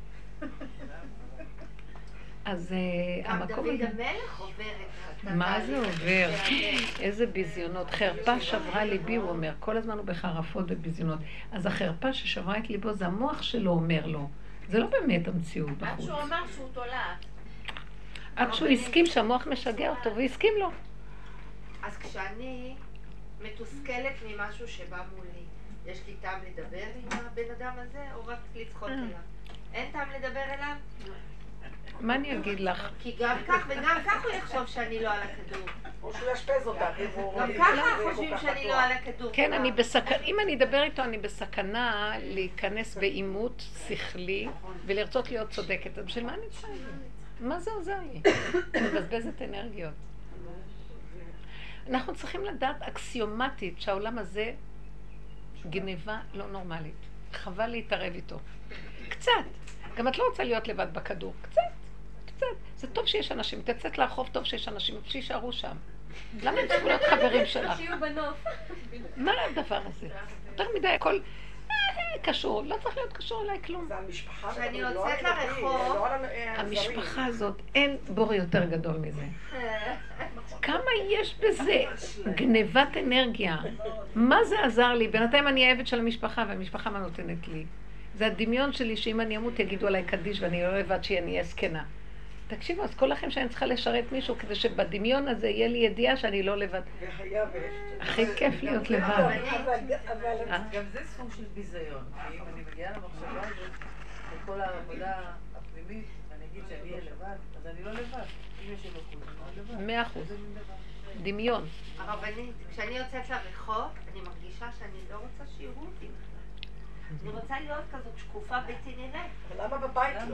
אז המקום הזה... גם דוד המלך עובר את זה. מה זה עובר? איזה ביזיונות. חרפה שברה ליבי, הוא אומר. כל הזמן הוא בחרפות וביזיונות. אז החרפה ששברה את ליבו, זה המוח שלו אומר לו. זה לא באמת המציאות בחוץ. עד שהוא אמר שהוא תולעת. עד שהוא הסכים שהמוח משגע אותו, והסכים לו. אז כשאני מתוסכלת ממשהו שבא מולי, יש לי טעם לדבר עם הבן אדם הזה, או רק לצחוק אליו? אין טעם לדבר אליו? מה אני אגיד לך? כי גם כך וגם כך הוא יחשוב שאני לא על הכדור. או שהוא ישפז אותך. גם ככה חושבים שאני לא על הכדור. כן, אני בסכנה, אם אני אדבר איתו, אני בסכנה להיכנס בעימות שכלי ולרצות להיות צודקת. אז בשביל מה אני צריכה את זה? מה זה עוזר לי? אני מבזבזת אנרגיות. אנחנו צריכים לדעת אקסיומטית שהעולם הזה גניבה לא נורמלית. חבל להתערב איתו. קצת. גם את לא רוצה להיות לבד בכדור. קצת. זה טוב שיש אנשים. תצאת לאחוב טוב שיש אנשים. שישארו שם. למה הם צריכים להיות חברים שלך? שיהיו בנוף. מה הדבר הזה? יותר מדי הכל קשור. לא צריך להיות קשור אליי כלום. זה המשפחה. כשאני יוצאת לרחוב, המשפחה הזאת, אין בור יותר גדול מזה. כמה יש בזה גנבת אנרגיה? מה זה עזר לי? בינתיים אני העבד של המשפחה, והמשפחה מה נותנת לי? זה הדמיון שלי שאם אני אמות יגידו עליי קדיש ואני לא לבד שאני אהיה זקנה. תקשיבו, אז כל לכם שאני צריכה לשרת מישהו כדי שבדמיון הזה יהיה לי ידיעה שאני לא לבד. הכי כיף להיות לבד. גם זה סוג של ביזיון. כי אם אני מגיעה למחשבה הזאת, בכל העבודה הפנימית, ואני אגיד שאני אהיה לבד, אז אני לא לבד. אם יש לבד, אני לא לבד. 100%. דמיון. הרבנית, כשאני יוצאת לרחוב, אני מרגישה שאני לא רוצה שיראו אותי. אני רוצה להיות כזאת שקופה בלתי נראית. למה בבית לא?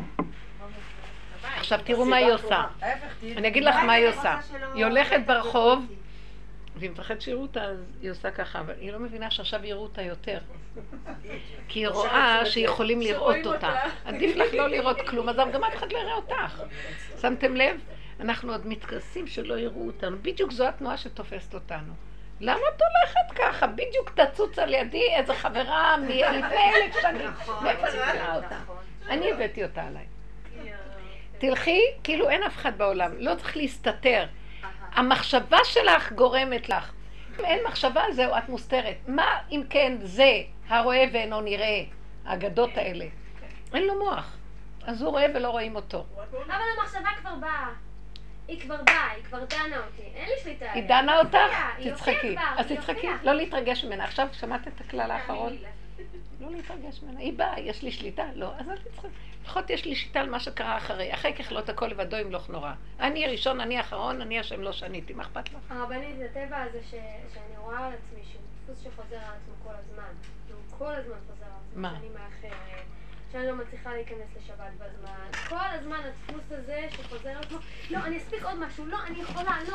עכשיו תראו מה היא עושה. אני אגיד לך מה היא עושה. היא הולכת ברחוב, והיא מפחדת שיראו אותה, אז היא עושה ככה, אבל היא לא מבינה שעכשיו יראו אותה יותר. כי היא רואה שיכולים לראות אותה. עדיף לך לא לראות כלום, אז גם אף אחד לא יראה אותך. שמתם לב? אנחנו עוד מתכנסים שלא יראו אותנו. בדיוק זו התנועה שתופסת אותנו. למה את הולכת ככה? בדיוק תצוץ על ידי איזו חברה מלפני 1000 שנים. מאיפה אני אראה אותה? אני הבאתי אותה עליי. תלכי, כאילו אין אף אחד בעולם, לא צריך להסתתר. המחשבה שלך גורמת לך. אם אין מחשבה על זה, את מוסתרת. מה אם כן זה הרואה ואינו נראה, האגדות האלה? אין לו מוח. אז הוא רואה ולא רואים אותו. אבל המחשבה כבר באה. היא כבר באה, היא כבר דנה אותי, אין לי שליטה. היא דנה אותך? היא תצחקי. כבר, אז היא תצחקי, הופיעה. לא להתרגש ממנה. עכשיו שמעת את הכלל האחרון? לא להתרגש ממנה. היא באה, יש לי שליטה? לא, אז אל תצחק. לפחות יש לי שליטה על מה שקרה אחרי. אחרי ככלות הכל לבדו ימלוך נורא. אני ראשון, אני אחרון, אני השם לא שניתי. מה אכפת לך? הרבנית, זה הטבע הזה שאני רואה על עצמי, שהוא דפוס שחוזר על עצמו כל הזמן. הוא כל הזמן חוזר על עצמו. מה? שאני מאחרת, שאני לא מצליחה להיכנס לשבת בזמן. כל הזמן הדפוס הזה שחוזר על עצמו. לא, אני אספיק עוד משהו. לא, אני יכולה. לא.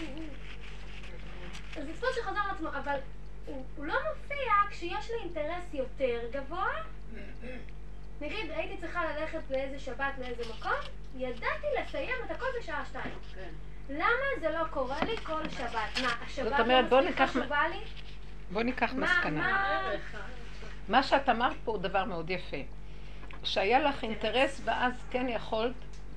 אז זה דפוס שחוזר על עצמו, אבל הוא לא מופיע כשיש לי אינטרס יותר גבוה. נגיד, הייתי צריכה ללכת לאיזה שבת, לאיזה מקום, ידעתי לסיים את הכל בשעה 2. למה זה לא קורה לי כל שבת? מה, השבת לא מספיק חשובה לי? בוא ניקח מסקנה. מה שאת אמרת פה הוא דבר מאוד יפה. שהיה לך אינטרס ואז כן יכולת,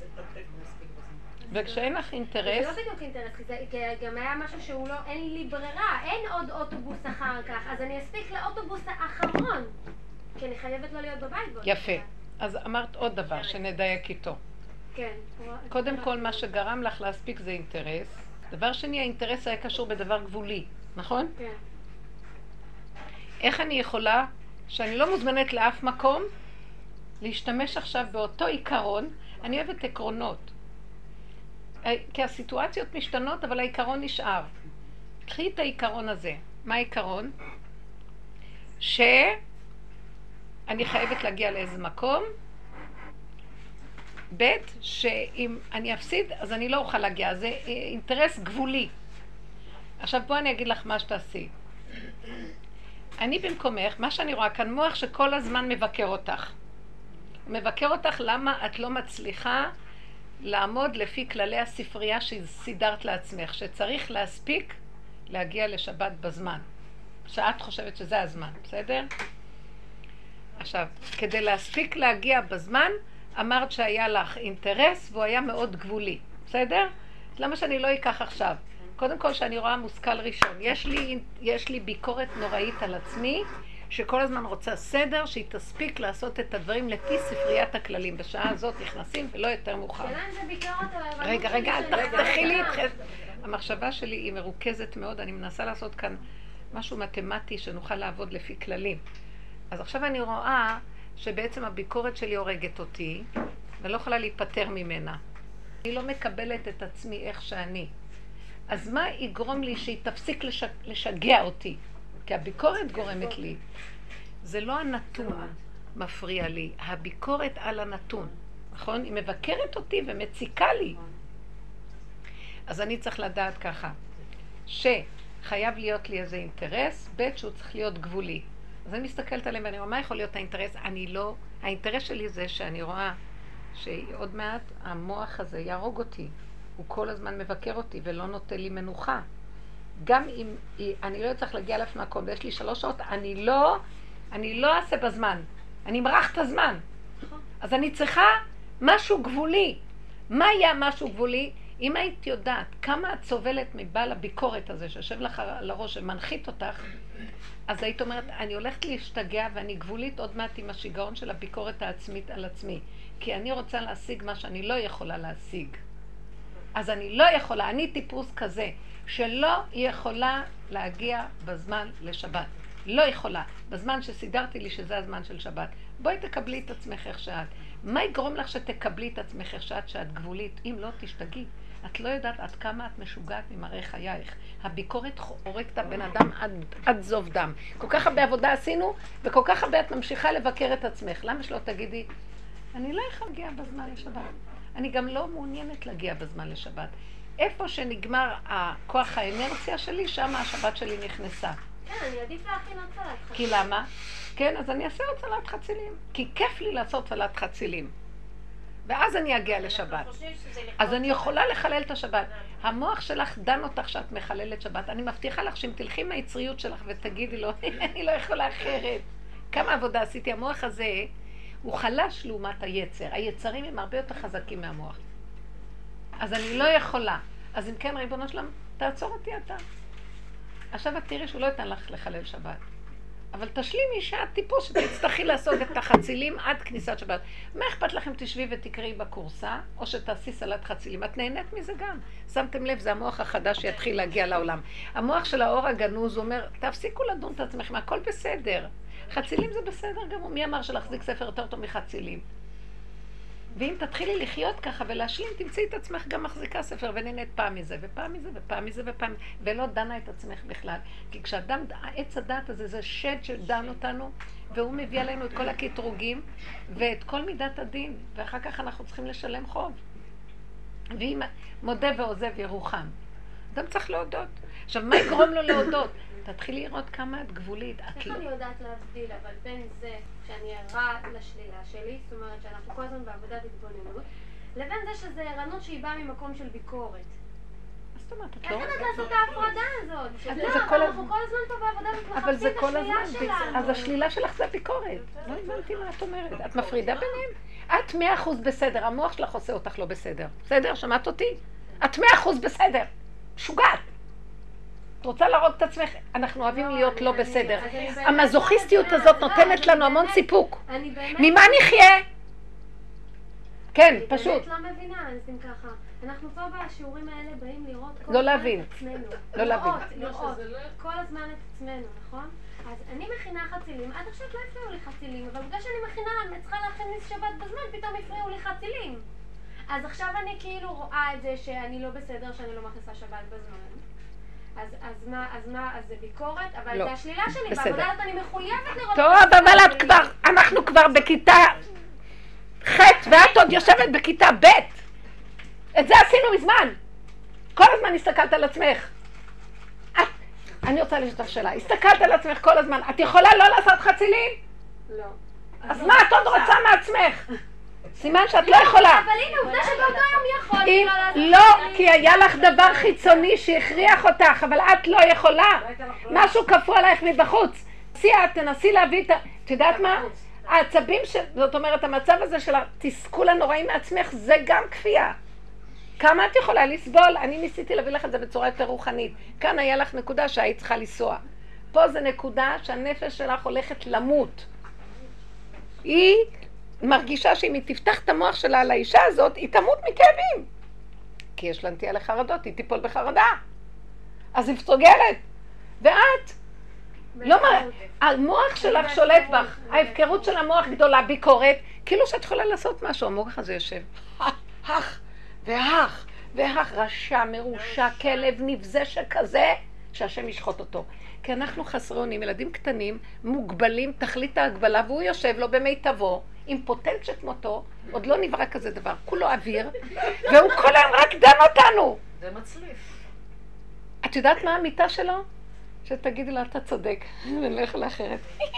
וכשאין לך אינטרס... זה לא בדיוק אינטרס, כי גם היה משהו שהוא לא, אין לי ברירה, אין עוד אוטובוס אחר כך, אז אני אספיק לאוטובוס האחרון, כי אני חייבת לא להיות בבית. יפה. אז אמרת עוד דבר שנדייק איתו. כן. קודם כל, מה שגרם לך להספיק זה אינטרס. דבר שני, האינטרס היה קשור בדבר גבולי, נכון? כן. איך אני יכולה, שאני לא מוזמנת לאף מקום, להשתמש עכשיו באותו עיקרון? אני אוהבת עקרונות. כי הסיטואציות משתנות, אבל העיקרון נשאר. קחי את העיקרון הזה. מה העיקרון? שאני חייבת להגיע לאיזה מקום, ב' שאם אני אפסיד, אז אני לא אוכל להגיע. זה אינטרס גבולי. עכשיו בוא אני אגיד לך מה שתעשי. אני במקומך, מה שאני רואה כאן, מוח שכל הזמן מבקר אותך. הוא מבקר אותך למה את לא מצליחה לעמוד לפי כללי הספרייה שסידרת לעצמך, שצריך להספיק להגיע לשבת בזמן. שאת חושבת שזה הזמן, בסדר? עכשיו, כדי להספיק להגיע בזמן, אמרת שהיה לך אינטרס והוא היה מאוד גבולי, בסדר? למה שאני לא אקח עכשיו? קודם כל שאני רואה מושכל ראשון. יש לי ביקורת נוראית על עצמי, שכל הזמן רוצה סדר, שהיא תספיק לעשות את הדברים לפי ספריית הכללים. בשעה הזאת נכנסים ולא יותר מאוחר. שאלה אם זה ביקורת על... רגע, אל תחתכי לי אתכם. המחשבה שלי היא מרוכזת מאוד, אני מנסה לעשות כאן משהו מתמטי שנוכל לעבוד לפי כללים. אז עכשיו אני רואה שבעצם הביקורת שלי הורגת אותי, ולא יכולה להיפטר ממנה. אני לא מקבלת את עצמי איך שאני. אז מה יגרום לי שהיא תפסיק לשגע אותי? כי הביקורת גורמת לי. זה לא הנתון מפריע לי, הביקורת על הנתון. נכון? היא מבקרת אותי ומציקה לי. אז אני צריך לדעת ככה, שחייב להיות לי איזה אינטרס, ב' שהוא צריך להיות גבולי. אז אני מסתכלת עליהם ואני אומר, מה יכול להיות האינטרס? האינטרס שלי זה שאני רואה שעוד מעט המוח הזה יהרוג אותי. הוא כל הזמן מבקר אותי ולא נותן לי מנוחה. גם אם אני לא צריך להגיע לאף מקום ויש לי 3 שעות, אני לא אעשה בזמן. אני אמרח את הזמן. אז אני צריכה משהו גבולי. מה היה משהו גבולי? אם היית יודעת כמה את סובלת מבעל הביקורת הזה שיושב לך על הראש ומנחית אותך, אז היית אומרת, אני הולכת להשתגע ואני גבולית עוד מעט עם השיגעון של הביקורת העצמית על עצמי. כי אני רוצה להשיג מה שאני לא יכולה להשיג. אז אני לא יכולה, אני טיפוס כזה, שלא יכולה להגיע בזמן לשבת. לא יכולה. בזמן שסידרתי לי שזה הזמן של שבת. בואי תקבלי את עצמך איך שאת. מה יגרום לך שתקבלי את עצמך איך שאת גבולית? אם לא תשתגי. את לא יודעת עד כמה את משוגעת ממראה חייך. הביקורת הורגת הבן אדם עד זוב דם. כל כך הרבה עבודה עשינו, וכל כך הרבה את ממשיכה לבקר את עצמך. למה שלא תגידי, אני לא יכולה להגיע בזמן לשבת. אני גם לא מעוניינת להגיע בזמן לשבת. איפה שנגמר הכוח האנרציה שלי, שם השבת שלי נכנסה. כן, אני עדיף להכין עוד סלט חצילים. כי למה? כן, אז אני אעשה עוד סלט חצילים. כי כיף לי לעשות סלט חצילים. ואז אני אגיע לשבת. אז אני יכולה לחלל את השבת. המוח שלך דן אותך שאת מחללת שבת. אני מבטיחה לך שאם תלכי מהיצריות שלך ותגידי לו, אני לא יכולה אחרת. כמה עבודה עשיתי. המוח הזה הוא חלש לעומת היצר. היצרים הם הרבה יותר חזקים מהמוח. אז אני לא יכולה. אז אם כן, ריבונו שלם, תעצור אותי אתה. עכשיו את תראי שהוא לא ייתן לך לחלל שבת. אבל תשלימי שאת טיפוס שתצטרכי לעשות את החצילים עד כניסת שבת. מה אכפת לכם תשבי ותקראי בקורסה, או שתעשי סלט חצילים? את נהנית מזה גם. שמתם לב, זה המוח החדש שיתחיל להגיע לעולם. המוח של האור הגנוז אומר, תפסיקו לדון את עצמכם, הכל בסדר. חצילים זה בסדר גם, מי אמר שלהחזיק ספר יותר טוב מחצילים? ואם תתחילי לחיות ככה ולהשלים, תמצאי את עצמך גם מחזיקה ספר ונהנית פעם מזה ופעם מזה ופעם מזה ופעם, ולא דנה את עצמך בכלל. כי כשאדם, העץ הדעת הזה זה שד שדן אותנו, והוא מביא עלינו את כל הקטרוגים ואת כל מידת הדין, ואחר כך אנחנו צריכים לשלם חוב. ואם מודה ועוזב ירוחם, אדם צריך להודות. עכשיו, מה יגרום לו להודות? תתחילי לראות כמה את גבולית. איך אני יודעת להבדיל, אבל בין זה שאני ערה לשלילה שלי, זאת אומרת שאנחנו כל הזמן בעבודת התבוננות, לבין זה שזה ערנות שהיא באה ממקום של ביקורת. זאת אומרת, את איך לא... אני יודעת לעשות את ההפרדה הזאת? אנחנו כל הזמן פה בעבודה אבל זה מתמחפשים את כל השלילה הזמן, שלנו. אז השלילה שלך זה הביקורת. לא הבנתי מה את אומרת. את מפרידה ביניהם? את 100% בסדר, המוח שלך עושה אותך לא בסדר. בסדר? שמעת אותי? את 100% בסדר. שוגעת. את רוצה להרוג את עצמך? אנחנו אוהבים להיות לא בסדר. המזוכיסטיות הזאת נותנת לנו המון סיפוק. ממה נחיה? כן, פשוט. אני באמת לא מבינה, אז אם ככה. אנחנו פה בשיעורים האלה באים לראות כל לא להבין. את עצמנו. לא להבין. לראות כל הזמן את עצמנו, נכון? אז אני מכינה חצילים, עד עכשיו לא הפריעו לי חצילים, אבל בגלל שאני מכינה, אני צריכה להכניס שבת בזמן, פתאום הפריעו לי חצילים. אז עכשיו אני כאילו רואה את זה שאני לא בסדר, שאני לא מכניסה שבת בזמן. אז זה ביקורת, אבל זה השלילה שלי, בעבודה הזאת אני מחויבת לראות... טוב, אבל את כבר, אנחנו כבר בכיתה ח' ואת עוד יושבת בכיתה ב'. את זה עשינו מזמן. כל הזמן הסתכלת על עצמך. אני רוצה לשאול אותך שאלה. הסתכלת על עצמך כל הזמן. את יכולה לא לעשות חצילים? לא. אז מה את עוד רוצה מעצמך? סימן שאת לא יכולה. אבל הנה, עובדה שבאותו יום יכולתי אם לא לעשות לא, כי היה לך דבר חיצוני שהכריח אותך, אבל את לא יכולה. משהו כפו עלייך מבחוץ. תנסי להביא את ה... את יודעת מה? העצבים, זאת אומרת, המצב הזה של התסכול הנוראים מעצמך, זה גם כפייה. כמה את יכולה לסבול? אני ניסיתי להביא לך את זה בצורה יותר רוחנית. כאן היה לך נקודה שהיית צריכה לנסוע. פה זה נקודה שהנפש שלך הולכת למות. היא מרגישה שאם היא תפתח את המוח שלה על האישה הזאת, היא תמות מכאבים. כי יש לה נטייה לחרדות, היא תיפול בחרדה. אז היא סוגרת. ואת, לא מה, המוח שלך שולט בך. ההפקרות של המוח גדולה, ביקורת, כאילו שאת יכולה לעשות משהו. המוח הזה יושב. והך, רשע, מרושע, כלב, נבזה שכזה, שהשם ישחוט אותו. כי אנחנו חסרי אונים, ילדים קטנים, מוגבלים, תכלית ההגבלה, והוא יושב לו במיטבו, עם פוטנט שכמותו, עוד לא נברא כזה דבר, כולו אוויר, והוא כל היום רק דן אותנו. זה מצליף. את יודעת מה המיטה שלו? שתגידי לה, אתה צודק, אני לא יכולה אחרת.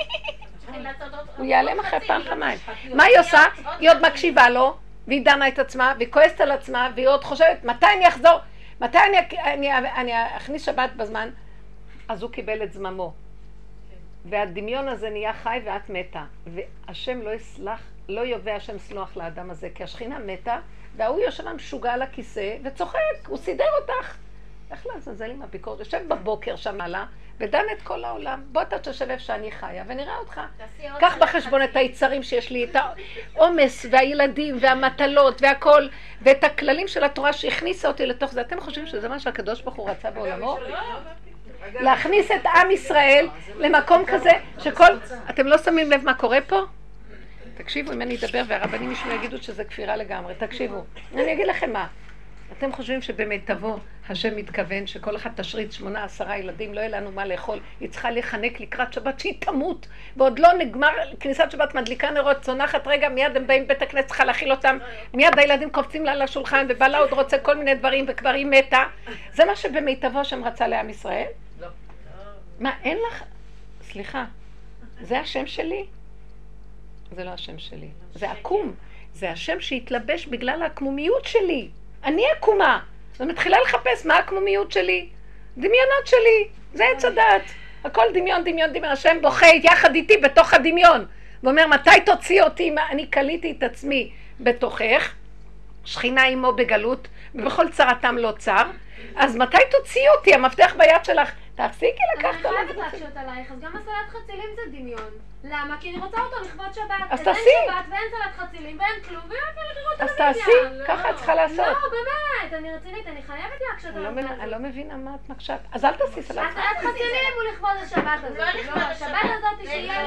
הוא ייעלם אחרי פעם חמיים. מה היא עושה? היא עוד מקשיבה לו, והיא דנה את עצמה, והיא כועסת על עצמה, והיא עוד חושבת, מתי אני אחזור? מתי אני אכניס שבת בזמן? אז הוא קיבל את זממו. והדמיון הזה נהיה חי ואת מתה. והשם לא יסלח, לא יובע השם סלוח לאדם הזה, כי השכינה מתה, והוא יושב משוגע על הכיסא וצוחק, הוא סידר אותך. איך לעזאזל עם הביקורת? יושב בבוקר שם עלה, ודן את כל העולם. בוא אתה תשב איפה שאני חיה, ונראה אותך. קח בחשבון את היצרים שיש לי, את העומס והילדים והמטלות והכל, ואת הכללים של התורה שהכניסה אותי לתוך זה. אתם חושבים שזה מה שהקדוש ברוך הוא רצה בעולמו? להכניס את עם ישראל למקום כזה שכל... אתם לא שמים לב מה קורה פה? תקשיבו, אם אני אדבר והרבנים מישהו יגידו שזה כפירה לגמרי, תקשיבו. אני אגיד לכם מה. אתם חושבים שבמיטבו השם מתכוון שכל אחד תשריט 8-10 ילדים, לא יהיה לנו מה לאכול, היא צריכה להיחנק לקראת שבת שהיא תמות, ועוד לא נגמר כניסת שבת, מדליקה נרות, צונחת רגע, מיד הם באים בית הכנסת, צריכה להכיל אותם, מיד הילדים קופצים לה לשולחן, ובעלה עוד רוצה כל מיני דברים, וכבר היא מתה. זה מה שבמיטבו השם רצה לעם ישראל? לא. מה, אין לך... סליחה, זה השם שלי? זה לא השם שלי, זה עקום, זה השם שהתלבש בגלל העקמומיות שלי. אני עקומה, ומתחילה לחפש מה העקמומיות שלי, דמיונות שלי, זה עץ הדעת, הכל דמיון, דמיון, דמיון, השם בוכה יחד איתי בתוך הדמיון, ואומר מתי תוציא אותי, אני קליתי את עצמי בתוכך, שכינה עמו בגלות, ובכל צרתם לא צר, אז מתי תוציא אותי, המפתח ביד שלך, תפסיקי לקחת אני חייבת להקשות עלייך, אז גם הסלט חצילים זה דמיון. למה? כי אני רוצה אותו לכבוד שבת. אז אין תעשי. שבת ואין סלט חצילים ואין כלום, ויופי לראות אז טלוויזיה. תעשי, ככה את צריכה לעשות. לא, באמת, אני רצינית, אני חייבת להקשות על זה. אני לא מבינה מה את מקשת. אז אל תעשי סלט. הסלט חצילים הוא לכבוד השבת הזאת. לא, השבת הזאת שיהיה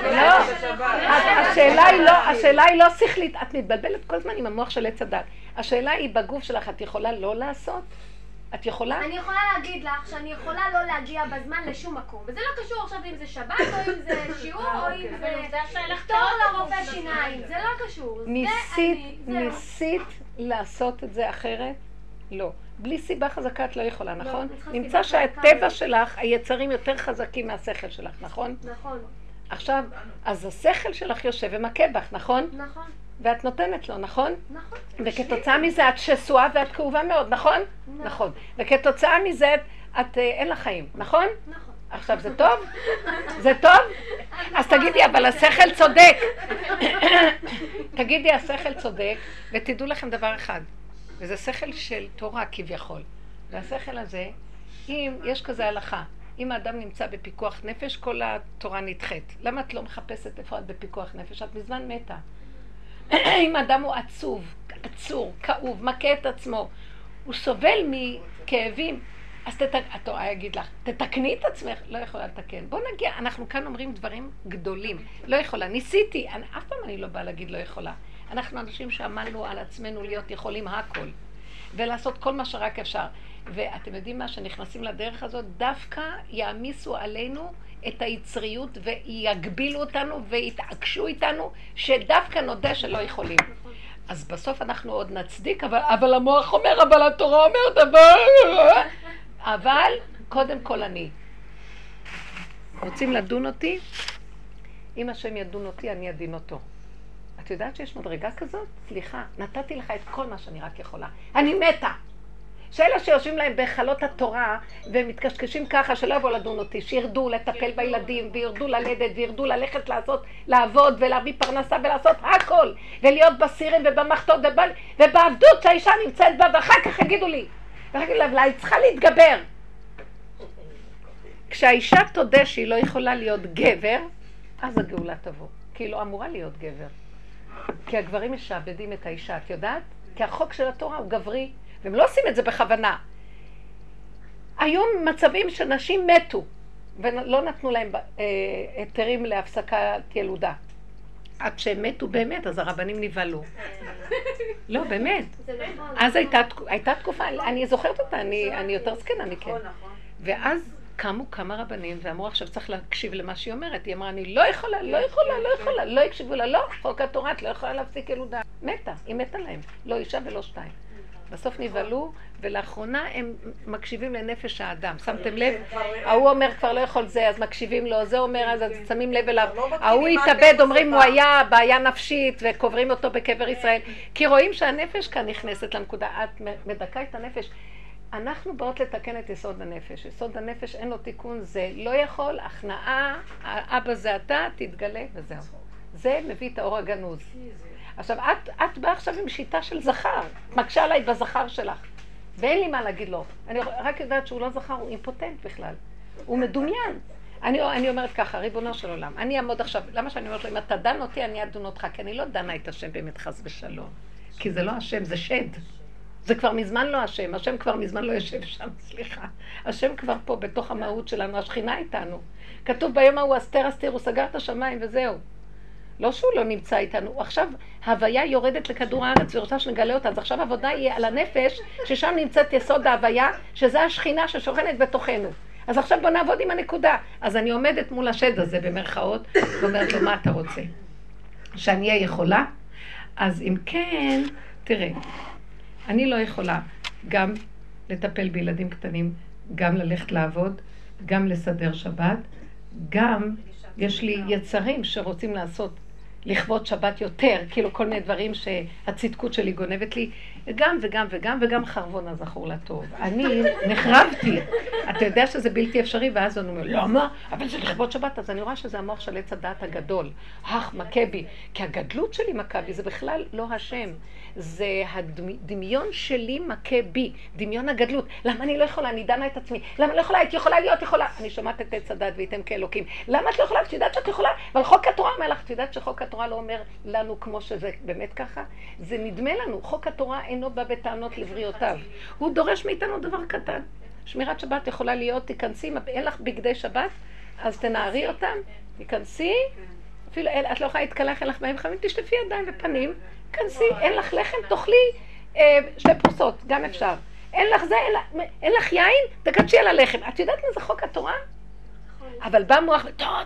לא, השאלה היא לא שכלית. את מתבלבלת כל הזמן עם המוח של עץ הדת. השאלה היא בגוף שלך, את יכולה לא לעשות? את יכולה? אני יכולה להגיד לך שאני יכולה לא להגיע בזמן לשום מקום. וזה לא קשור עכשיו אם זה שבת או אם זה שיעור או אם זה לחתור לרופא שיניים. זה לא קשור. ניסית לעשות את זה אחרת? לא. בלי סיבה חזקה את לא יכולה, נכון? נמצא שהטבע שלך, היצרים יותר חזקים מהשכל שלך, נכון? נכון. עכשיו, אז השכל שלך יושב ומכה בך, נכון? נכון. ואת נותנת לו, נכון? נכון. וכתוצאה מזה את שסועה ואת כאובה מאוד, נכון? נכון. וכתוצאה מזה את אין לך חיים, נכון? נכון. עכשיו זה טוב? זה טוב? אז תגידי, אבל השכל צודק. תגידי, השכל צודק, ותדעו לכם דבר אחד, וזה שכל של תורה כביכול. והשכל הזה, אם יש כזה הלכה, אם האדם נמצא בפיקוח נפש, כל התורה נדחית. למה את לא מחפשת איפה את בפיקוח נפש? את בזמן מתה. אם האדם הוא עצוב, עצור, כאוב, מכה את עצמו, הוא סובל מכאבים, אז התורה יגיד לך, תתקני את עצמך, לא יכולה לתקן. בוא נגיע, אנחנו כאן אומרים דברים גדולים, לא יכולה, ניסיתי, אף פעם אני לא באה להגיד לא יכולה. אנחנו אנשים שעמלנו על עצמנו להיות יכולים הכל, ולעשות כל מה שרק אפשר. ואתם יודעים מה, שנכנסים לדרך הזאת, דווקא יעמיסו עלינו את היצריות ויגבילו אותנו ויתעקשו איתנו, שדווקא נודה שלא יכולים. אז בסוף אנחנו עוד נצדיק, אבל המוח אומר, אבל התורה אומרת, אבל קודם כל אני. רוצים לדון אותי? אם השם ידון אותי, אני אדין אותו. את יודעת שיש מדרגה כזאת? סליחה, נתתי לך את כל מה שאני רק יכולה. אני מתה! שאלה שיושבים להם בהיכלות התורה ומתקשקשים ככה שלא יבואו לדון אותי, שירדו לטפל בילדים וירדו ללדת וירדו ללכת לעבוד ולהביא פרנסה ולעשות הכל ולהיות בסירים ובמחתות ובעבדות שהאישה נמצאת בה ואחר כך יגידו לי היא צריכה להתגבר. כשהאישה תודה שהיא לא יכולה להיות גבר, אז הגאולה תבוא, כי היא לא אמורה להיות גבר, כי הגברים משעבדים את האישה, את יודעת? כי החוק של התורה הוא גברי והם לא עושים את זה בכוונה. היום מצבים שנשים מתו ולא נתנו להם היתרים להפסקת ילודה. עד שהם מתו באמת, אז הרבנים נבהלו. לא, באמת. אז הייתה תקופה, אני זוכרת אותה, אני יותר זקנה מכן. ואז קמו כמה רבנים ואמרו עכשיו צריך להקשיב למה שהיא אומרת. היא אמרה, אני לא יכולה, לא הקשיבו לה, לא, חוק התורה, את לא יכולה להפסיק ילודה. מתה, היא מתה להם, לא אישה ולא שתיים. בסוף נבהלו, ולאחרונה הם מקשיבים לנפש האדם. שמתם לב? ההוא אומר כבר לא יכול זה, אז מקשיבים לו, זה אומר, אז שמים לב אליו. ההוא יתאבד, אומרים הוא היה בעיה נפשית, וקוברים אותו בקבר ישראל. כי רואים שהנפש כאן נכנסת לנקודה, את מדכא את הנפש. אנחנו באות לתקן את יסוד הנפש. יסוד הנפש אין לו תיקון, זה לא יכול, הכנעה, אבא זה אתה, תתגלה וזהו. זה מביא את האור הגנוז. עכשיו, את באה עכשיו עם שיטה של זכר, מקשה עליי בזכר שלך, ואין לי מה להגיד לו. אני רק יודעת שהוא לא זכר, הוא אימפוטנט בכלל. הוא מדומיין. אני אומרת ככה, ריבונו של עולם, אני אעמוד עכשיו, למה שאני אומרת לו, אם אתה דן אותי, אני אדון אותך, כי אני לא דנה את השם באמת חס ושלום. כי זה לא השם, זה שד. זה כבר מזמן לא השם, השם כבר מזמן לא יושב שם, סליחה. השם כבר פה בתוך המהות שלנו, השכינה איתנו. כתוב ביום ההוא, אסתר, הוא סגר את השמיים וזהו. לא שהוא לא נמצא איתנו, עכשיו ההוויה יורדת לכדור הארץ ורוצה שנגלה אותה, אז עכשיו העבודה יהיה על הנפש, ששם נמצאת יסוד ההוויה, שזה השכינה ששוכנת בתוכנו. אז עכשיו בוא נעבוד עם הנקודה. אז אני עומדת מול השד הזה במרכאות, ואומרת לו, מה אתה רוצה? שאני אהיה יכולה? אז אם כן, תראה, אני לא יכולה גם לטפל בילדים קטנים, גם ללכת לעבוד, גם לסדר שבת, גם יש לי יצרים שרוצים לעשות לכבוד שבת יותר, כאילו כל מיני דברים שהצדקות שלי גונבת לי, גם וגם וגם וגם חרבון הזכור לטוב. אני נחרבתי, אתה יודע שזה בלתי אפשרי, ואז אני אומר, למה? אבל זה לכבוד שבת, אז אני רואה שזה המוח של עץ הדעת הגדול, מכה בי, כי הגדלות שלי מכה בי, זה בכלל לא השם, זה הדמיון שלי מכה בי, דמיון הגדלות. למה אני לא יכולה? אני דנה את עצמי. למה לא יכולה? הייתי יכולה להיות יכולה. אני שומעת את עץ הדת וייתם כאלוקים. למה את לא יכולה? את יודעת שאת יכולה? אבל חוק התורה אומר לך, את יודעת שחוק התורה לא אומר לנו כמו שזה באמת ככה? זה נדמה לנו. חוק התורה אינו בא בטענות לבריאותיו. הוא דורש מאיתנו דבר קטן. שמירת שבת יכולה להיות, תיכנסי, אין לך בגדי שבת, אז תנערי אותם, תיכנסי, אפילו את לא יכולה להתקלח, אין לך מים חמים, תשטפי ידיים ופנים, תיכנסי, אין לך לחם, תאכלי שתי פרוסות, גם אפשר. אין לך זה, אין לך יין, תקדשי על הלחם. את יודעת מה זה חוק התורה? אבל בא מוח,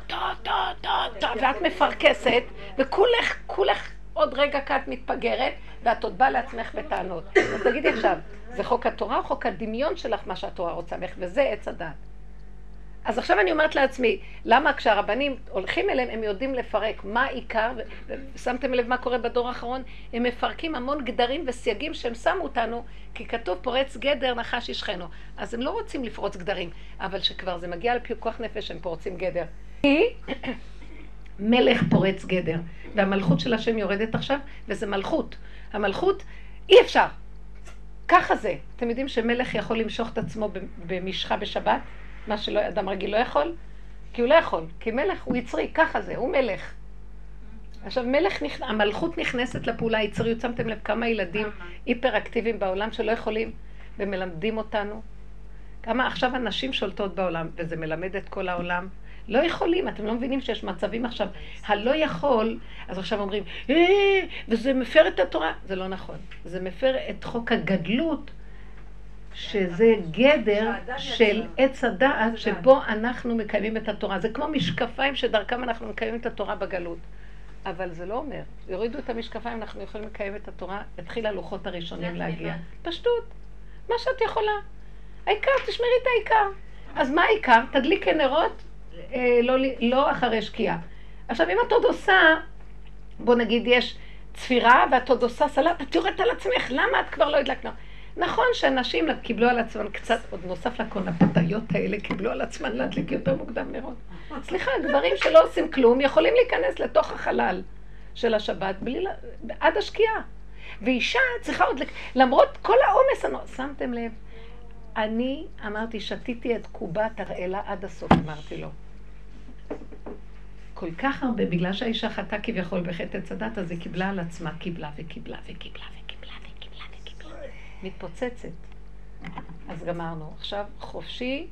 ואת מפרקסת, וכולך עוד רגע כת מתפגרת, ואת עוד באה לעצמך בטענות. אז תגידי עכשיו, זה חוק התורה או חוק הדמיון שלך מה שהתורה רוצה ממך, וזה עץ הדת. אז עכשיו אני אומרת לעצמי, למה כשהרבנים הולכים אליהם הם יודעים לפרק מה העיקר, ושמתם לב מה קורה בדור האחרון, הם מפרקים המון גדרים וסייגים שהם שמו אותנו, כי כתוב פורץ גדר נחש ישכנו. אז הם לא רוצים לפרוץ גדרים, אבל שכבר זה מגיע לפיקוח נפש הם פורצים גדר. כי מלך פורץ גדר, והמלכות של השם יורדת עכשיו, וזה מלכות. המלכות אי אפשר. ככה זה. אתם יודעים שמלך יכול למשוך את עצמו במשחה בשבת? מה שלא אדם רגיל לא יכול? כי הוא לא יכול. כי מלך הוא יצרי, ככה זה, הוא מלך. עכשיו המלכות נכנסת לפעולה היצריות. שמתם לב כמה ילדים היפראקטיביים בעולם שלא יכולים ומלמדים אותנו? כמה עכשיו הנשים שולטות בעולם, וזה מלמד את כל העולם. לא יכולים, אתם לא מבינים שיש מצבים עכשיו, הלא יכול, אז עכשיו אומרים, וזה מפר את התורה. זה לא נכון. זה מפר את חוק הגדלות, שזה גדר של עץ הדעת שבו אנחנו מקיימים את התורה. זה כמו משקפיים שדרכם אנחנו מקיימים את התורה בגלות. אבל זה לא אומר. יורידו את המשקפיים, אנחנו יכולים לקיים את התורה, התחיל הלוחות הראשונים להגיע. פשטות. מה שאת יכולה. העיקר, תשמרי את העיקר. אז מה העיקר? תדליקי נרות, לא אחרי שקיעה. עכשיו, אם את עוד עושה, בוא נגיד יש צפירה ואת עוד עושה סלט, את יורדת על עצמך. למה את כבר לא הדלקנו? נכון שאנשים קיבלו על עצמם קצת, עוד נוסף לקונפתיות האלה, קיבלו על עצמם להדליק יותר מוקדם נרות. סליחה, גברים שלא עושים כלום יכולים להיכנס לתוך החלל של השבת עד השקיעה. ואישה צריכה עוד, למרות כל העומס, שמתם לב, אני אמרתי, שתיתי את קובת הראלה עד הסוף, אמרתי לו. כל כך הרבה, בגלל שהאישה חטאה כביכול בחטא עץ הדת, אז היא קיבלה על עצמה, קיבלה וקיבלה וקיבלה וקיבלה וקיבלה וקיבלה. מתפוצצת. אז גמרנו. עכשיו חופשי,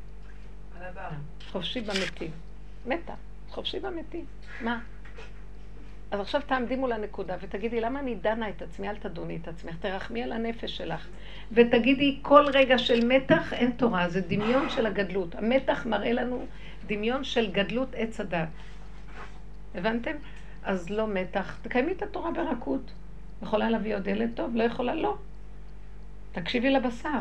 חופשי במתים. מתה, חופשי במתים. מה? אז עכשיו תעמדי מול הנקודה ותגידי, למה אני דנה את עצמי? אל תדוני את עצמך, תרחמי על הנפש שלך. ותגידי, כל רגע של מתח אין תורה, זה דמיון של הגדלות. המתח מראה לנו דמיון של גדלות עץ הדת. הבנתם? אז לא מתח. תקיימי את התורה ברכות. יכולה להביא עוד ילד טוב? לא יכולה? לא. תקשיבי לבשר.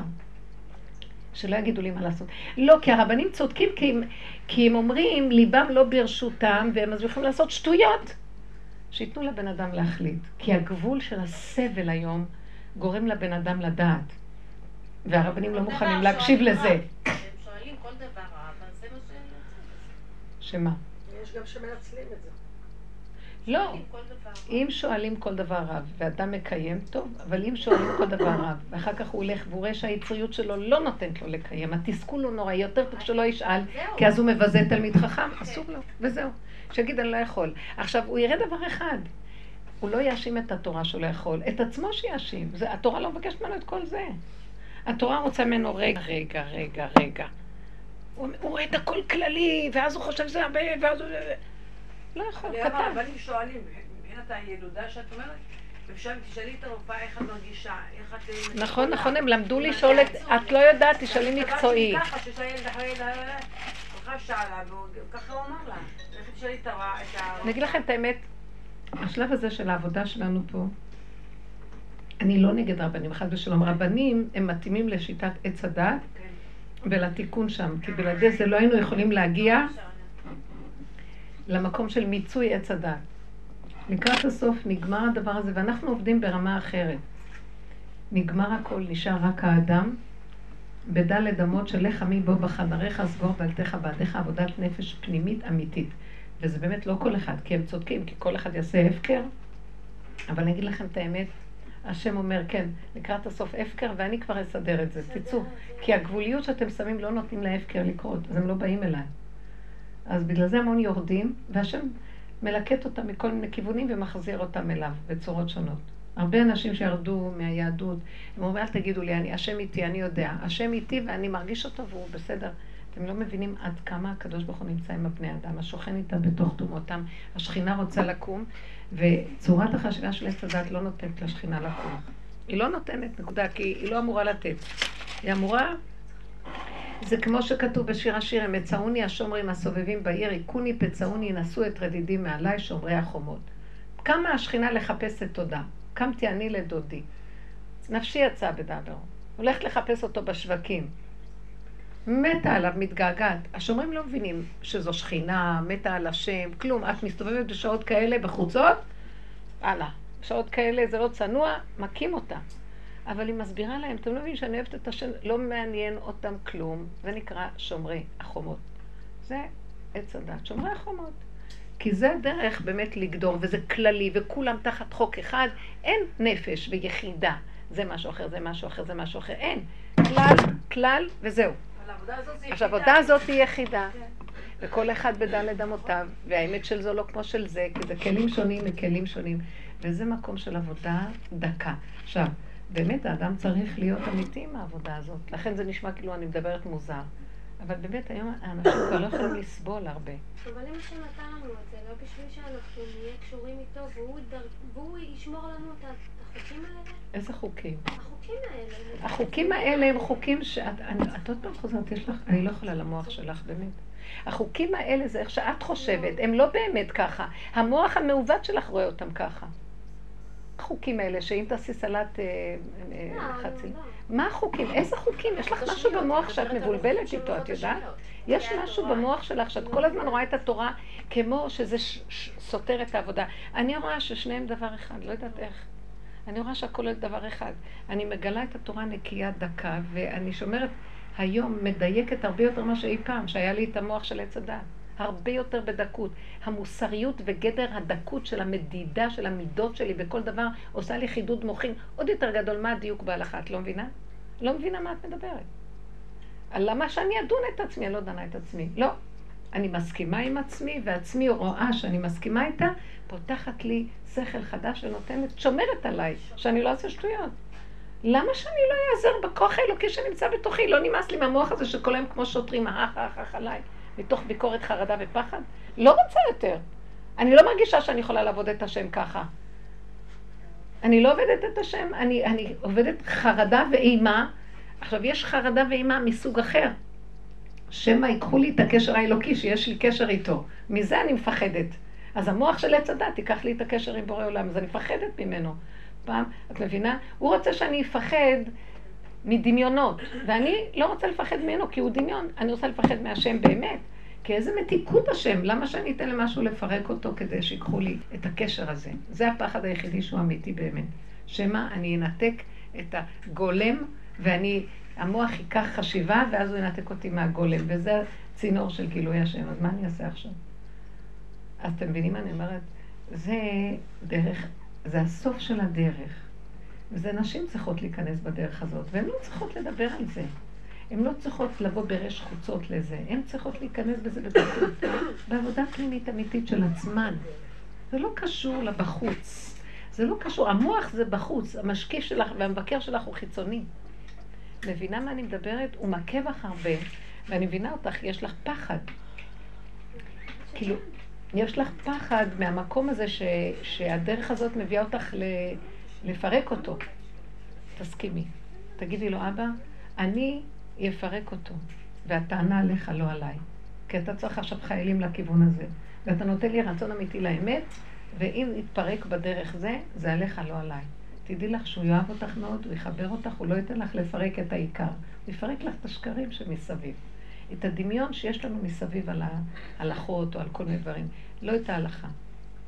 שלא יגידו לי מה לעשות. לא, כי הרבנים צודקים, כי הם אומרים, ליבם לא ברשותם, והם אז יכולים לעשות שטויות. שיתנו לבן אדם להחליט. כי הגבול של הסבל היום גורם לבן אדם לדעת. והרבנים לא מוכנים להקשיב לזה. הם שואלים כל דבר רע, אבל זה מה שהם יוצאים. שמה? יש גם שמנצלים את זה. לא, אם שואלים כל דבר רב, ואדם מקיים טוב, אבל אם שואלים כל דבר רב, ואחר כך הוא הולך והוא רואה שהיצריות שלו לא נותנת לו לקיים, התסכול הוא נורא, יותר טוב שלא ישאל, כי אז הוא מבזה תלמיד חכם, אסור לו, וזהו. שיגיד אני לא יכול. עכשיו, הוא יראה דבר אחד, הוא לא יאשים את התורה שלא יכול, את עצמו שיאשים. התורה לא מבקשת ממנו את כל זה. התורה רוצה ממנו רגע. הוא רואה את הכל כללי, ואז הוא חושב זה הרבה, ואז הוא... לא יכול, קטן. אבל אם שואלים, מבחינת הילודה שאת אומרת, אפשר תשאלי את הרופאה איך את מרגישה, איך את... נכון, הם למדו לשאול את לא יודעת, תשאלי מקצועי. ככה, ששאלת אחרי הולכה שאלה, וככה הוא אמר לה, איך תשאלי את הרופאה. אני אגיד לכם את האמת, השלב הזה של העבודה שלנו פה, אני לא נגד רבנים, חד ושלום, רבנים הם מתאימים לשיטת עץ הדת ולתיקון שם, כי בלעדי זה לא היינו יכולים להגיע למקום של מיצוי עץ הדת. לקראת הסוף נגמר הדבר הזה, ואנחנו עובדים ברמה אחרת. נגמר הכל, נשאר רק האדם, בדלת אמות של לך מי בו בחדריך, סגור דלתך בעדיך, עבודת נפש פנימית אמיתית. וזה באמת לא כל אחד, כי הם צודקים, כי כל אחד יעשה הפקר. אבל אני אגיד לכם את האמת, השם אומר, כן, לקראת הסוף הפקר, ואני כבר אסדר את זה, תצאו. כי הגבוליות שאתם שמים לא נותנים להפקר לקרות, אז הם לא באים אליי. אז בגלל זה המון יורדים, והשם מלקט אותם מכל מיני כיוונים ומחזיר אותם אליו בצורות שונות. הרבה אנשים שירדו מהיהדות, הם אומרים, אל תגידו לי, השם איתי, אני יודע. השם איתי ואני מרגיש אותו והוא בסדר. אתם לא מבינים עד כמה הקדוש ברוך הוא נמצא עם הבני אדם, השוכן איתם בתוך תומותם, השכינה רוצה לקום, וצורת החשיבה של עץ הדת לא נותנת לשכינה לקום. היא לא נותנת, נקודה, כי היא לא אמורה לתת. היא אמורה, זה כמו שכתוב בשיר השירים, מצאוני השומרים הסובבים בעיר, עיקוני פצאוני, נשאו את רדידי מעליי שומרי החומות. כמה השכינה לחפש את תודה. קמתי אני לדודי. נפשי יצאה בדבר. הולכת לחפש אותו בשווקים. מתה עליו, מתגעגעת. השומרים לא מבינים שזו שכינה, מתה על השם, כלום. את מסתובבת בשעות כאלה בחוצות, הלאה. בשעות כאלה זה לא צנוע, מקים אותה. אבל היא מסבירה להם, אתם לא מבינים שאני אוהבת את השם, לא מעניין אותם כלום. זה נקרא שומרי החומות. זה עץ הדת, שומרי החומות. כי זה הדרך באמת לגדור, וזה כללי, וכולם תחת חוק אחד, אין נפש ויחידה. זה משהו אחר, זה משהו אחר, זה משהו אחר. אין. כלל, וזהו. עכשיו, העבודה הזאת היא יחידה. וכל אחד בדלת אמותיו, והאמת של זו לא כמו של זה, כי זה כלים שונים מכלים שונים. וזה מקום של עבודה דקה. עכשיו, באמת האדם צריך להיות אמיתי עם העבודה הזאת. לכן זה נשמע כאילו אני מדברת מוזר. אבל באמת היום האנשים כבר לא יכולים לסבול הרבה. אבל אם השם נתן לנו את זה, לא בשביל שאנחנו נהיה קשורים איתו, והוא ישמור לנו את החוקים האלה? איזה חוקים? החוקים האלה. החוקים האלה הם חוקים את עוד פעם חוזרת, יש לך, אני לא יכולה למוח שלך באמת. החוקים האלה זה איך שאת חושבת, הם לא באמת ככה. המוח המעוות שלך רואה אותם ככה. החוקים האלה, שאם תעשי סלט חצי. מה החוקים? איזה חוקים? יש לך משהו במוח שאת מבולבלת איתו, את יודעת? יש משהו במוח שלך שאת כל הזמן רואה את התורה כמו שזה סותר את העבודה. אני רואה ששניהם דבר אחד, לא יודעת איך. אני רואה שהכל דבר אחד. אני מגלה את התורה נקייה דקה, ואני שומרת היום מדייקת הרבה יותר מה שאי פעם, שהיה לי את המוח של עץ הדת. הרבה יותר בדקות. המוסריות וגדר הדקות של המדידה של המידות שלי בכל דבר עושה לי חידוד מוחין עוד יותר גדול. מה הדיוק בהלכה? את לא מבינה? לא מבינה מה את מדברת. למה שאני אדון את עצמי? אני לא דנה את עצמי. לא. אני מסכימה עם עצמי, ועצמי רואה שאני מסכימה איתה, פותחת לי שכל חדש ונותנת, שומרת עליי, שאני לא אעשה שטויות. למה שאני לא אעזר בכוח האלוקי שנמצא בתוכי? לא נמאס לי מהמוח הזה שכל היום כמו שוטרים, עליי. מתוך ביקורת, חרדה ופחד? לא רוצה יותר. אני לא מרגישה שאני יכולה לעבוד את השם ככה. אני לא עובדת את השם, אני עובדת חרדה ואימה. עכשיו, יש חרדה ואימה מסוג אחר. שמא ייקחו לי את הקשר האלוקי שיש לי קשר איתו. מזה אני מפחדת. אז המוח של עץ הדת ייקח לי את הקשר עם בורא עולם, אז אני מפחדת ממנו. פעם, את מבינה? הוא רוצה שאני אפחד מדמיונות, ואני לא רוצה לפחד ממנו כי הוא דמיון, אני רוצה לפחד מהשם באמת, כי איזה מתיקות השם, למה שאני אתן למשהו לפרק אותו כדי שיקחו לי את הקשר הזה? זה הפחד היחידי שהוא אמיתי באמת. שמה אני אנתק את הגולם, המוח ייקח חשיבה, ואז הוא ינתק אותי מהגולם, וזה צינור של גילוי השם. אז מה אני אעשה עכשיו? אז אתם מבינים מה אני אומרת? זה דרך, זה הסוף של הדרך. וזה נשים צריכות להיכנס בדרך הזאת, והן לא צריכות לדבר על זה. הן לא צריכות לבוא ברש חוצות לזה. הן צריכות להיכנס בזה בדקות, בעבודה פנימית אמיתית של עצמן. זה לא קשור לבחוץ. זה לא קשור. המוח זה בחוץ. המשקיף שלך והמבקר שלך הוא חיצוני. מבינה מה אני מדברת? הוא מכה בך הרבה, ואני מבינה אותך, יש לך פחד. כאילו, יש לך פחד מהמקום הזה שהדרך הזאת מביאה אותך לפרק אותו. תסכימי. תגידי לו, אבא, אני אפרק אותו, והטענה עליך לא עליי. כי אתה צריך עכשיו חיילים לכיוון הזה. ואתה נותן לי רצון אמיתי לאמת, ואם יתפרק בדרך זה עליך לא עליי. תדעי לך שהוא יאהב אותך מאוד, הוא יחבר אותך, הוא לא ייתן לך לפרק את העיקר. הוא יפרק לך את השקרים שמסביב. את הדמיון שיש לנו מסביב על ההלכות או על כל מיני דברים. לא את ההלכה.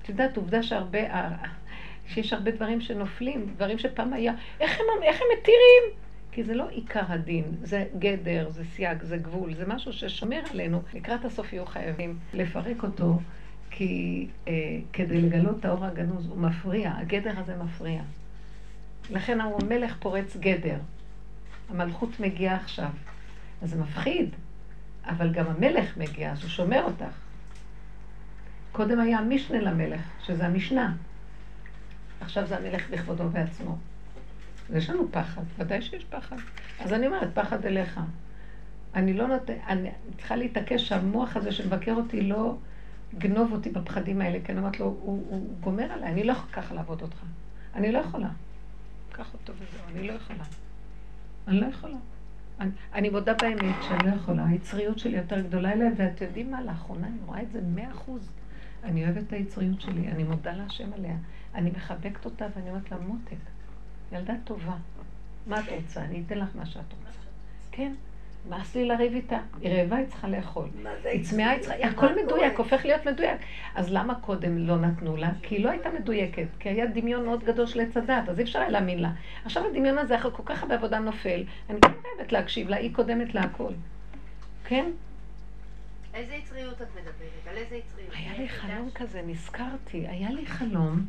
את יודעת, עובדה שיש הרבה דברים שנופלים, דברים שפעם היה, איך הם מתירים? כי זה לא עיקר הדין, זה גדר, זה סייג, זה גבול, זה משהו ששומר עלינו. לקראת הסוף יהיו חייבים לפרק אותו, כי כדי לגלות את האור הגנוז הוא מפריע, הגדר הזה מפריע. לכן המלך פורץ גדר, המלכות מגיעה עכשיו, אז זה מפחיד, אבל גם המלך מגיע, אז הוא שומר אותך. קודם היה המשנה למלך, שזה המשנה. עכשיו זה המלך בכבודו בעצמו. יש לנו פחד, ודאי שיש פחד. אז אני אומרת, פחד אליך. אני צריכה להתעקש שהמוח הזה שמבקר אותי לא גנוב אותי בפחדים האלה, כי אני אומרת לו, הוא גומר עליי, אני לא יכולה ככה לעבוד אותך. אני לא יכולה. קח אותו וזהו, אני לא יכולה. אני לא יכולה. אני מודה באמת שאני לא יכולה. היצריות שלי יותר גדולה אליי, ואת יודעים מה, לאחרונה אני רואה את זה 100%. אני אוהבת את היצריות שלי, אני מודה להשם עליה. אני מחבקת אותה ואני אומרת לה, מותק, ילדה טובה. מה את רוצה? אני אתן לך מה שאת רוצה. כן? מה עשי לריב איתה? היא רעבה, היא צריכה לאכול. היא צמאה, הכל מדויק, הופך להיות מדויק. אז למה קודם לא נתנו לה? כי היא לא הייתה מדויקת, כי היה דמיון מאוד גדול של עץ הדת, אז אי אפשר היה להאמין לה. עכשיו הדמיון הזה, אחרי כל כך הרבה עבודה נופל, אני כן חייבת להקשיב לה, היא קודמת לה הכל. כן? איזה יצריות את מדברת? על איזה יצריות? היה לי חלום כזה, נזכרתי, היה לי חלום.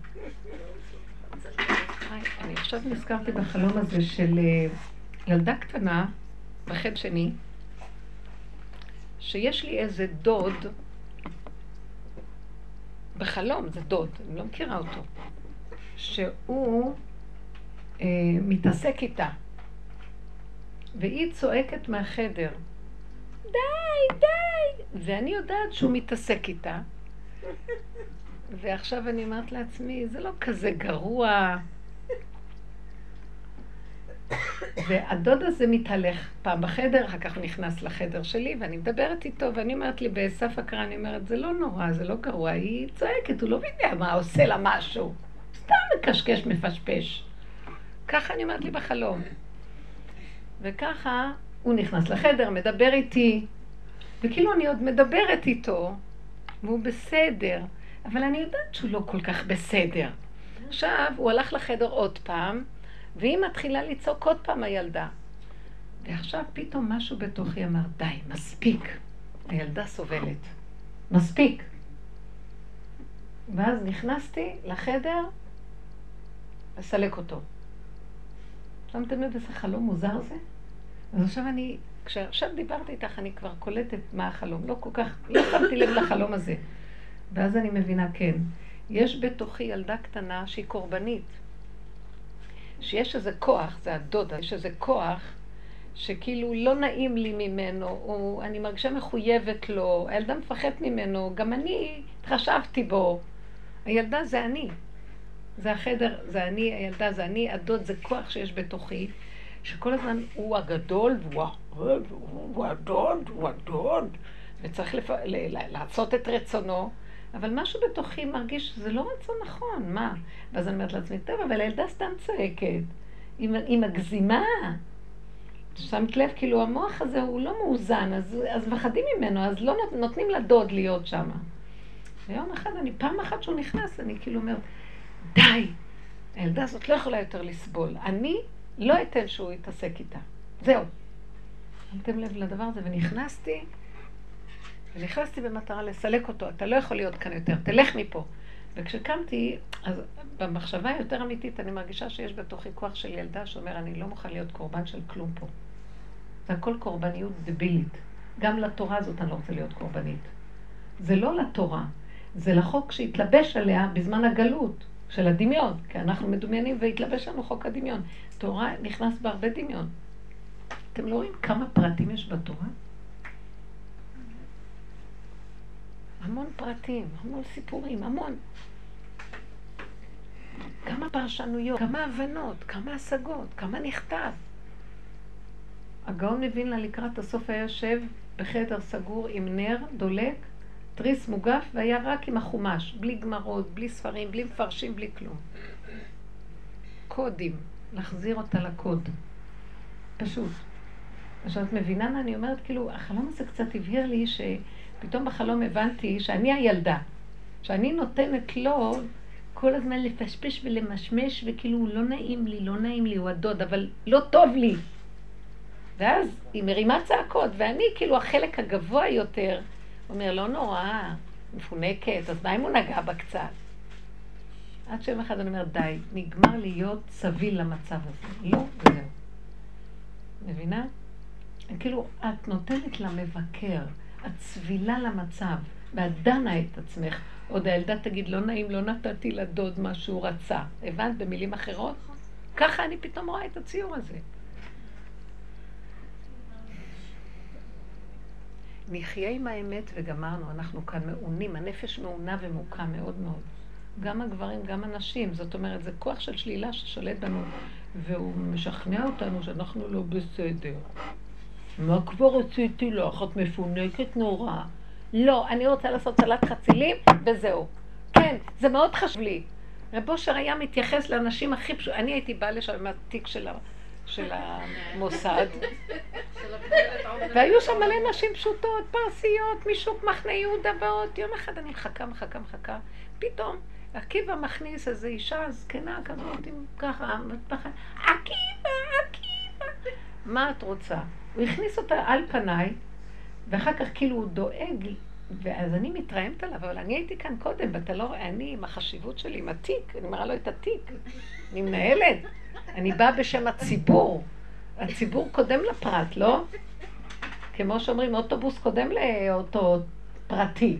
אני עכשיו נזכרתי בחלום הזה של ילדה קטנה, בחד שני, שיש לי איזה דוד, בחלום, זה דוד, אני לא מכירה אותו, שהוא מתעסק איתה, והיא צועקת מהחדר, די, די, ואני יודעת שהוא מתעסק איתה, ועכשיו אני אומרת לעצמי, זה לא כזה גרוע, והדוד הזה מתהלך פעם בחדר, אחר כך הוא נכנס לחדר שלי, ואני מדברת איתו, ואני אומרת לי בסף הקרא, אני אומרת, זה לא נורא, זה לא גרוע, היא צועקת, הוא לא יודע מה, עושה לה משהו, סתם מקשקש, מפשפש. ככה אני אומרת לי בחלום. וככה הוא נכנס לחדר, מדבר איתי, וכאילו אני עוד מדברת איתו, והוא בסדר, אבל אני יודעת שהוא לא כל כך בסדר. עכשיו הוא הלך לחדר עוד פעם, והיא מתחילה לצעוק עוד פעם הילדה. ועכשיו פתאום משהו בתוכי אמר, די, מספיק. הילדה סובלת. מספיק. ואז נכנסתי לחדר לסלק אותו. שמתם לב איזה חלום מוזר זה? אז עכשיו כשעכשיו דיברתי איתך, אני כבר קולטת מה החלום. לא כל כך, לא שמתי לב לחלום הזה. ואז אני מבינה, כן, יש בתוכי ילדה קטנה שהיא קורבנית. שיש איזה כוח, זה הדודה, יש איזה כוח שכאילו לא נעים לי ממנו, או אני מרגישה מחויבת לו, הילדה מפחדת ממנו, גם אני התחשבתי בו. הילדה זה אני, זה החדר, זה אני, הילדה זה אני, הדוד זה כוח שיש בתוכי, שכל הזמן הוא הגדול, הוא הדוד, וצריך לעשות את רצונו, אבל משהו בתוכי מרגיש שזה לא רצון נכון, מה? ואז אני אומרת לעצמי, טוב, אבל הילדה סתם צועקת, היא מגזימה. שמת לב, כאילו המוח הזה הוא לא מאוזן, אז מפחדים ממנו, אז לא נותנים לדוד להיות שם. ויום אחד, פעם אחת שהוא נכנס, אני כאילו אומרת, די, הילדה הזאת לא יכולה יותר לסבול. אני לא אתן שהוא יתעסק איתה. זהו. שמתם לב לדבר הזה, ונכנסתי במטרה לסלק אותו, אתה לא יכול להיות כאן יותר, תלך מפה. וכשקמתי, אז במחשבה יותר אמיתית, אני מרגישה שיש בתוכי כוח של ילדה שאומר, אני לא מוכן להיות קורבן של כלום פה. זה הכל קורבניות דבילית. גם לתורה הזאת אני לא רוצה להיות קורבנית. זה לא לתורה, זה לחוק שהתלבש עליה בזמן הגלות של הדמיון, כי אנחנו מדומיינים והתלבש לנו חוק הדמיון. תורה נכנס בהרבה דמיון. אתם לא רואים כמה פרטים יש בתורה? המון פרטים, המון סיפורים, המון. כמה פרשנויות, כמה הבנות, כמה השגות, כמה נכתב. הגאון מווילנה לקראת הסוף היה יושב בחדר סגור עם נר דולק, תריס מוגף, והיה רק עם החומש, בלי גמרות, בלי ספרים, בלי מפרשים, בלי כלום. קודים, להחזיר אותה לקוד. פשוט. עכשיו את מבינה מה אני אומרת? כאילו, החלום הזה קצת הבהיר לי שפתאום בחלום הבנתי שאני הילדה. שאני נותנת לו כל הזמן לפשפש ולמשמש, וכאילו הוא לא נעים לי, לא נעים לי, הוא הדוד, אבל לא טוב לי. ואז היא מרימה צעקות, ואני כאילו החלק הגבוה יותר, אומר, לא נורא, מפונקת, אז מה אם הוא נגע בה קצת? עד שיום אחד אני אומר, די, נגמר להיות סביל למצב הזה. לא, וזהו. מבינה? כאילו, את נותנת למבקר, את סבילה למצב, ואת דנה את עצמך. עוד הילדה תגיד, לא נעים, לא נתתי לדוד מה שהוא רצה. הבנת במילים אחרות? ככה אני פתאום רואה את הציור הזה. נחיה עם האמת וגמרנו, אנחנו כאן מעונים, הנפש מעונה ומוקה מאוד מאוד. גם הגברים, גם הנשים, זאת אומרת, זה כוח של שלילה ששולט בנו, והוא משכנע אותנו שאנחנו לא בסדר. מה כבר רציתי לך? את מפונקת נורא. לא, אני רוצה לעשות סלט חצילים, וזהו. כן, זה מאוד חשוב לי. רב אושר היה מתייחס לאנשים הכי פשוט. אני הייתי באה לשם עם התיק של המוסד, והיו שם מלא נשים פשוטות, פרסיות, משוק מחנה יהודה ועוד. יום אחד אני מחכה, פתאום עקיבא מכניס איזו אישה זקנה כזאת, עם ככה, עקיבא, מה את רוצה? הוא הכניס אותה על פניי, ואחר כך כאילו הוא דואג, ואז אני מתרעמת עליו, אבל אני הייתי כאן קודם, ואתה לא רואה, אני עם החשיבות שלי, עם התיק, אני מראה לו את התיק, אני מנהלת, אני באה בשם הציבור, הציבור קודם לפרט, לא? כמו שאומרים, אוטובוס קודם לאוטו פרטי.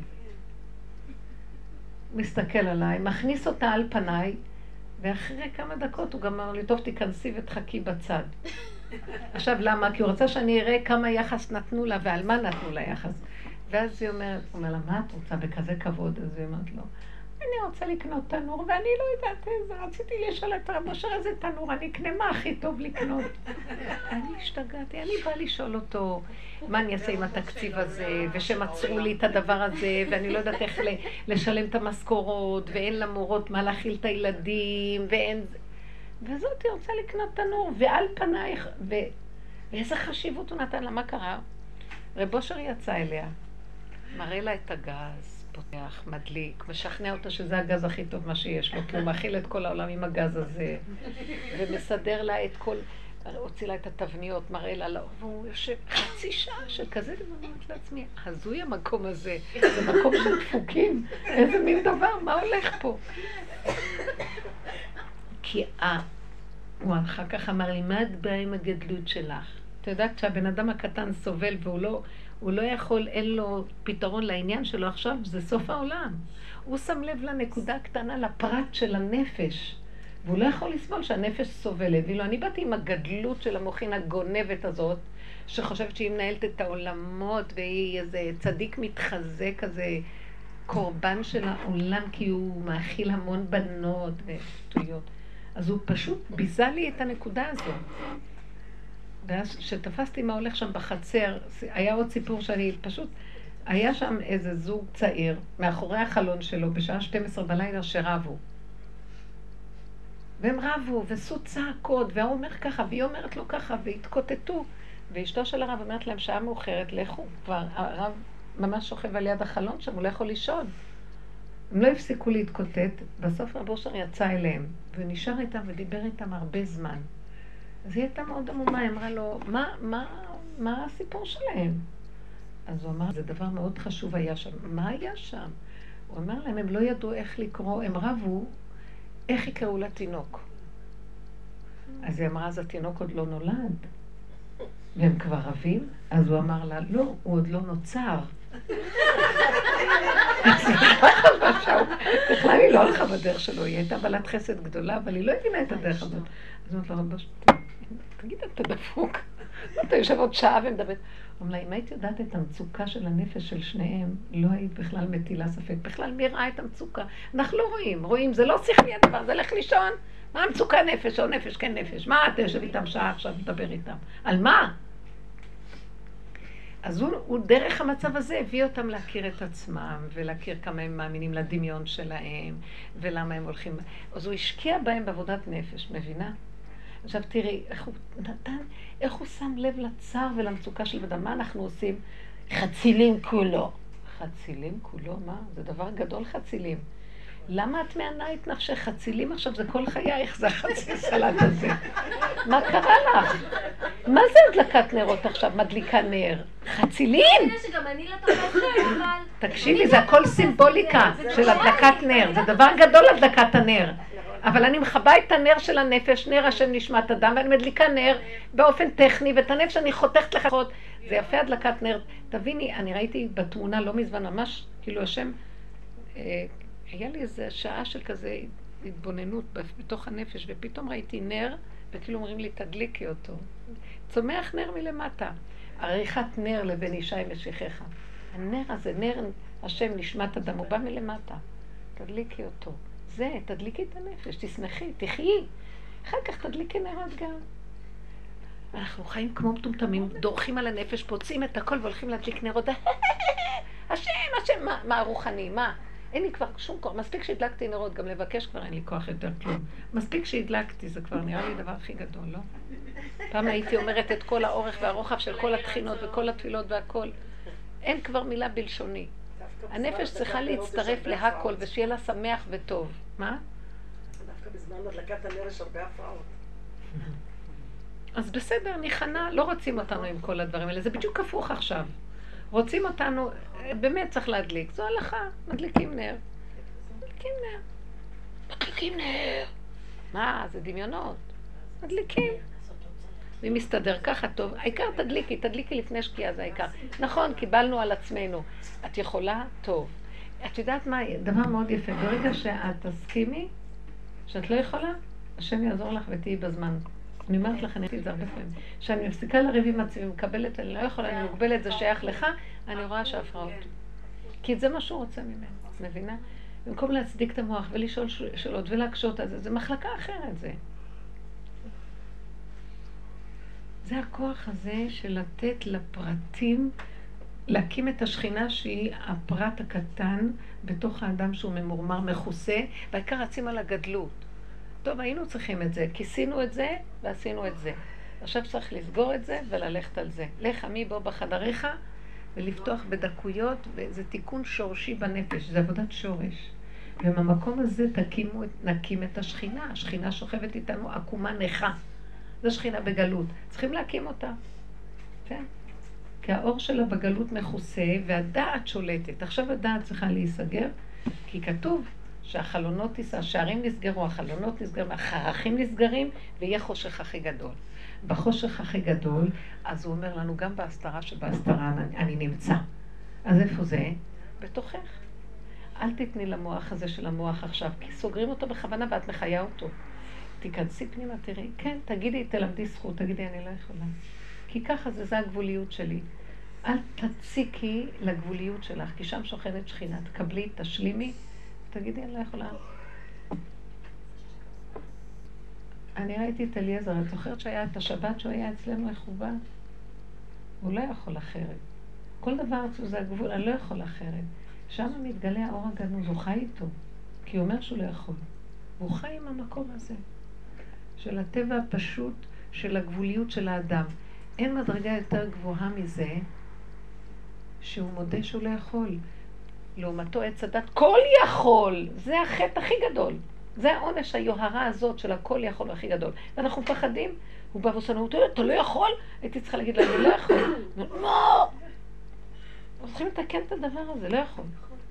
מסתכל עליי, מכניס אותה על פניי, ואחרי כמה דקות הוא גם אמר לי, טוב תיכנסי ותחכי בצד. עכשיו למה? כי הוא רצה שאני אראה כמה יחס נתנו לה ועל מה נתנו לה יחס. ואז היא אומר לה, מה את רוצה בכזה כבוד? אז היא אומרת לו, אני רוצה לקנות תנור ואני לא יודעת איזה, רציתי לשאול את רב אושר איזה תנור, אני אקנה מה הכי טוב לקנות. אני השתגעתי, אני באה לשאול אותו, מה אני אעשה עם התקציב הזה, ושמצאו לי את הדבר הזה, ואני לא יודעת איך לשלם את המשכורות, ואין למורות מה להכיל את הילדים, ואין... וזאת היא רוצה לקנות תנור, ועל פנייך, ואיזה חשיבות הוא נתן לה, מה קרה? רב אושר יצא אליה, מראה לה את הגז, פותח, מדליק, משכנע אותה שזה הגז הכי טוב מה שיש לו, כי הוא מאכיל את כל העולם עם הגז הזה, ומסדר לה את כל, הוציא לה את התבניות, מראה לה, והוא יושב חצי שעה של כזה דבר, אמרת לעצמי, הזוי המקום הזה, זה מקום של דפוקים, איזה מין דבר, מה הולך פה? כי הוא אחר כך אמר לי, מה את באה עם הגדלות שלך? אתה יודעת שהבן אדם הקטן סובל והוא לא יכול, אין לו פתרון לעניין שלו עכשיו, זה סוף העולם. הוא שם לב לנקודה הקטנה, לפרט של הנפש, והוא לא יכול לסבול שהנפש סובלת. ואילו אני באתי עם הגדלות של המוחין הגונבת הזאת, שחושבת שהיא מנהלת את העולמות, והיא איזה צדיק מתחזק, כזה קורבן של העולם, כי הוא מאכיל המון בנות ושטויות. אז הוא פשוט ביזה לי את הנקודה הזו. ואז שתפסתי מה הולך שם בחצר, היה עוד סיפור שאני פשוט, היה שם איזה זוג צעיר, מאחורי החלון שלו, בשעה 12 בלילה שרבו. והם רבו, ועשו צעקות, והוא אומר ככה, והיא אומרת לו ככה, והתקוטטו. ואשתו של הרב אומרת להם, שעה מאוחרת, לכו. כבר הרב ממש שוכב על יד החלון שם, הוא לא יכול לישון. הם לא הפסיקו להתקוטט, בסוף רב אושר יצא אליהם, ונשאר איתם ודיבר איתם הרבה זמן. אז היא הייתה מאוד עמומה, היא אמרה לו, מה הסיפור שלהם? אז הוא אמר, זה דבר מאוד חשוב היה שם. מה היה שם? הוא אמר להם, הם לא ידעו איך לקרוא, הם רבו, איך יקראו לתינוק. אז היא אמרה, אז התינוק עוד לא נולד. והם כבר רבים? אז הוא אמר לה, לא, הוא עוד לא נוצר. בכלל היא לא הלכה בדרך שלו, היא הייתה בעלת חסד גדולה, אבל היא לא הבינה את הדרך הזאת. אז אומרת לו, רבו, תגיד, אתה דפוק. אתה יושב עוד שעה ומדברת. אומרת לה, אם היית יודעת את המצוקה של הנפש של שניהם, לא היית בכלל מטילה ספק. בכלל מי ראה את המצוקה? אנחנו לא רואים, זה לא שכלי הדבר, זה לך לישון. מה המצוקה נפש או נפש כן נפש? מה אתה יושב איתם שעה עכשיו מדבר איתם? על מה? אז הוא דרך המצב הזה הביא אותם להכיר את עצמם, ולהכיר כמה הם מאמינים לדמיון שלהם, ולמה הם הולכים. אז הוא השקיע בהם בעבודת נפש, מבינה? עכשיו תראי, איך הוא שם לב לצער ולמצוקה של בדם. מה אנחנו עושים? חצילים כולו. חצילים כולו, מה? זה דבר גדול חצילים. למה את מענה את נפשך? חצילים עכשיו זה כל חייך, זה החציל סלט הזה. מה קרה לך? מה זה הדלקת נרות עכשיו? מדליקה נר. חצילים? שגם אני לא תופסת, אבל... תקשיבי, זה הכל סימבוליקה של הדלקת נר. זה דבר גדול הדלקת הנר. אבל אני מחבה את הנר של הנפש, נר השם נשמת אדם, ואני מדליקה נר באופן טכני, ואת הנפש אני חותכת לחכות. זה יפה הדלקת נר. תביני, אני ראיתי בתמונה לא מזמן ממש, כאילו השם... היה לי איזו שעה של כזה התבוננות בתוך הנפש, ופתאום ראיתי נר, וכאילו אומרים לי, תדליקי אותו. צומח נר מלמטה. עריכת נר לבן אישה עם משיחך. הנר הזה, נר השם נשמת אדם, הוא בא מלמטה. תדליקי אותו. זה, תדליקי את הנפש, תשמחי, תחיי. אחר כך תדליקי נרות גם. אנחנו חיים כמו מטומטמים, דורכים על הנפש, פוצעים את הכל והולכים להדליק נרות. השם, מה הרוחני, מה? אין לי כבר שום כוח, מספיק שהדלקתי נרות, גם לבקש כבר אין לי כוח יותר כלום. מספיק שהדלקתי, זה כבר נראה לי הדבר הכי גדול, לא? פעם הייתי אומרת את כל האורך והרוחב של כל התחינות וכל התפילות והכל. אין כבר מילה בלשוני. הנפש צריכה להצטרף להכל ושיהיה לה שמח וטוב. מה? דווקא בזמן הדלקת הנר יש הרבה הפרעות. אז בסדר, ניחנה, לא רוצים אותנו עם כל הדברים האלה, זה בדיוק הפוך עכשיו. רוצים אותנו, באמת צריך להדליק, זו הלכה, מדליקים נר. מדליקים נר. מה, זה דמיונות. מדליקים. ואם מסתדר ככה טוב, העיקר תדליקי לפני שקיעה, זה העיקר. נכון, קיבלנו על עצמנו. את יכולה? טוב. את יודעת מה, דבר מאוד יפה, ברגע שאת תסכימי, שאת לא יכולה, השם יעזור לך ותהיי בזמן. אני אומרת לך, אני עשיתי את זה הרבה פעמים. כשאני מפסיקה לריב עם עצמי, מקבלת, אני לא יכולה, אני מוגבלת, זה שייך לך, אני רואה שהפרעות. כי זה מה שהוא רוצה ממנו, מבינה? במקום להצדיק את המוח ולשאול שאלות ולהקשות על זה, זה מחלקה אחרת זה. זה הכוח הזה של לתת לפרטים, להקים את השכינה שהיא הפרט הקטן בתוך האדם שהוא ממורמר, מכוסה, והעיקר רצים על הגדלות. טוב, היינו צריכים את זה, כיסינו את זה ועשינו את זה. עכשיו צריך לסגור את זה וללכת על זה. לך עמי בו בחדריך ולפתוח בדקויות, וזה תיקון שורשי בנפש, זה עבודת שורש. ובמקום הזה נקים את השכינה. השכינה שוכבת איתנו עקומה נכה. זו שכינה בגלות. צריכים להקים אותה. כן? כי האור שלה בגלות מכוסה והדעת שולטת. עכשיו הדעת צריכה להיסגר, כי כתוב שהחלונות ייסע, השערים נסגרו, החלונות נסגרים, החרכים נסגרים, ויהיה חושך הכי גדול. בחושך הכי גדול, אז הוא אומר לנו, גם בהסתרה שבהסתרה אני נמצא. אז איפה זה? בתוכך. אל תתני למוח הזה של המוח עכשיו, כי סוגרים אותו בכוונה ואת מחיה אותו. תיכנסי פנימה, תראי, כן, תגידי, תלמדי זכות, תגידי, אני לא יכולה. כי ככה זה הגבוליות שלי. אל תציקי לגבוליות שלך, כי שם שוכנת שכינה, תקבלי, תשלימי, תגידי, אני לא יכולה. אני ראיתי את אליעזר, את זוכרת שהיה את השבת שהוא היה אצלנו לחובה? הוא לא יכול אחרת. כל דבר זה הגבול, אני לא יכול אחרת. שם מתגלה האור הגנוז, הוא חי איתו, כי הוא אומר שהוא לא יכול. והוא חי עם המקום הזה, של הטבע הפשוט, של הגבוליות של האדם. אין מדרגה יותר גבוהה מזה, שהוא מודה שהוא לא יכול. לעומתו עץ הדת, כל יכול! זה החטא הכי גדול. זה העונש היוהרה הזאת של הכל יכול הכי גדול. ואנחנו מפחדים, הוא בא ועושה, אתה לא יכול? הייתי צריכה להגיד לה, אני לא יכול. לא! צריכים לתקן את הדבר הזה, לא יכול.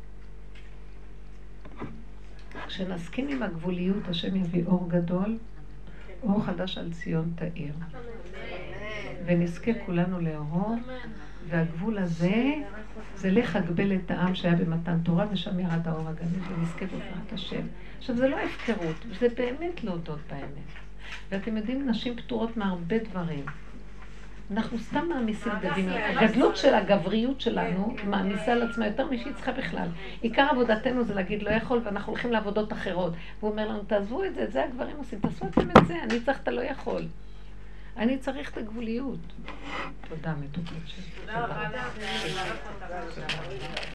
כשנסכים עם הגבוליות, השם יביא אור גדול, אור חדש על ציון תאיר. ונזכה כולנו לאורו, והגבול הזה, זה לחגבל את העם שהיה במתן תורה, ושם ירד האור הגנוז, ונזכה בפרט השם. עכשיו, זה לא הפקרות, זה באמת להודות באמת. ואתם יודעים, נשים פטורות מהרבה דברים. אנחנו סתם מעמיסים בדמיון. הגדלות של הגבריות שלנו מעמיסה על עצמה יותר משהיא צריכה בכלל. עיקר עבודתנו זה להגיד לא יכול, ואנחנו הולכים לעבודות אחרות. והוא אומר לנו, תעזבו את זה, זה הגברים עושים, תעשו אתם את זה, אני צריך את הלא יכול. אני צריך את הגבוליות. תודה מתוקות שלי. תודה רבה.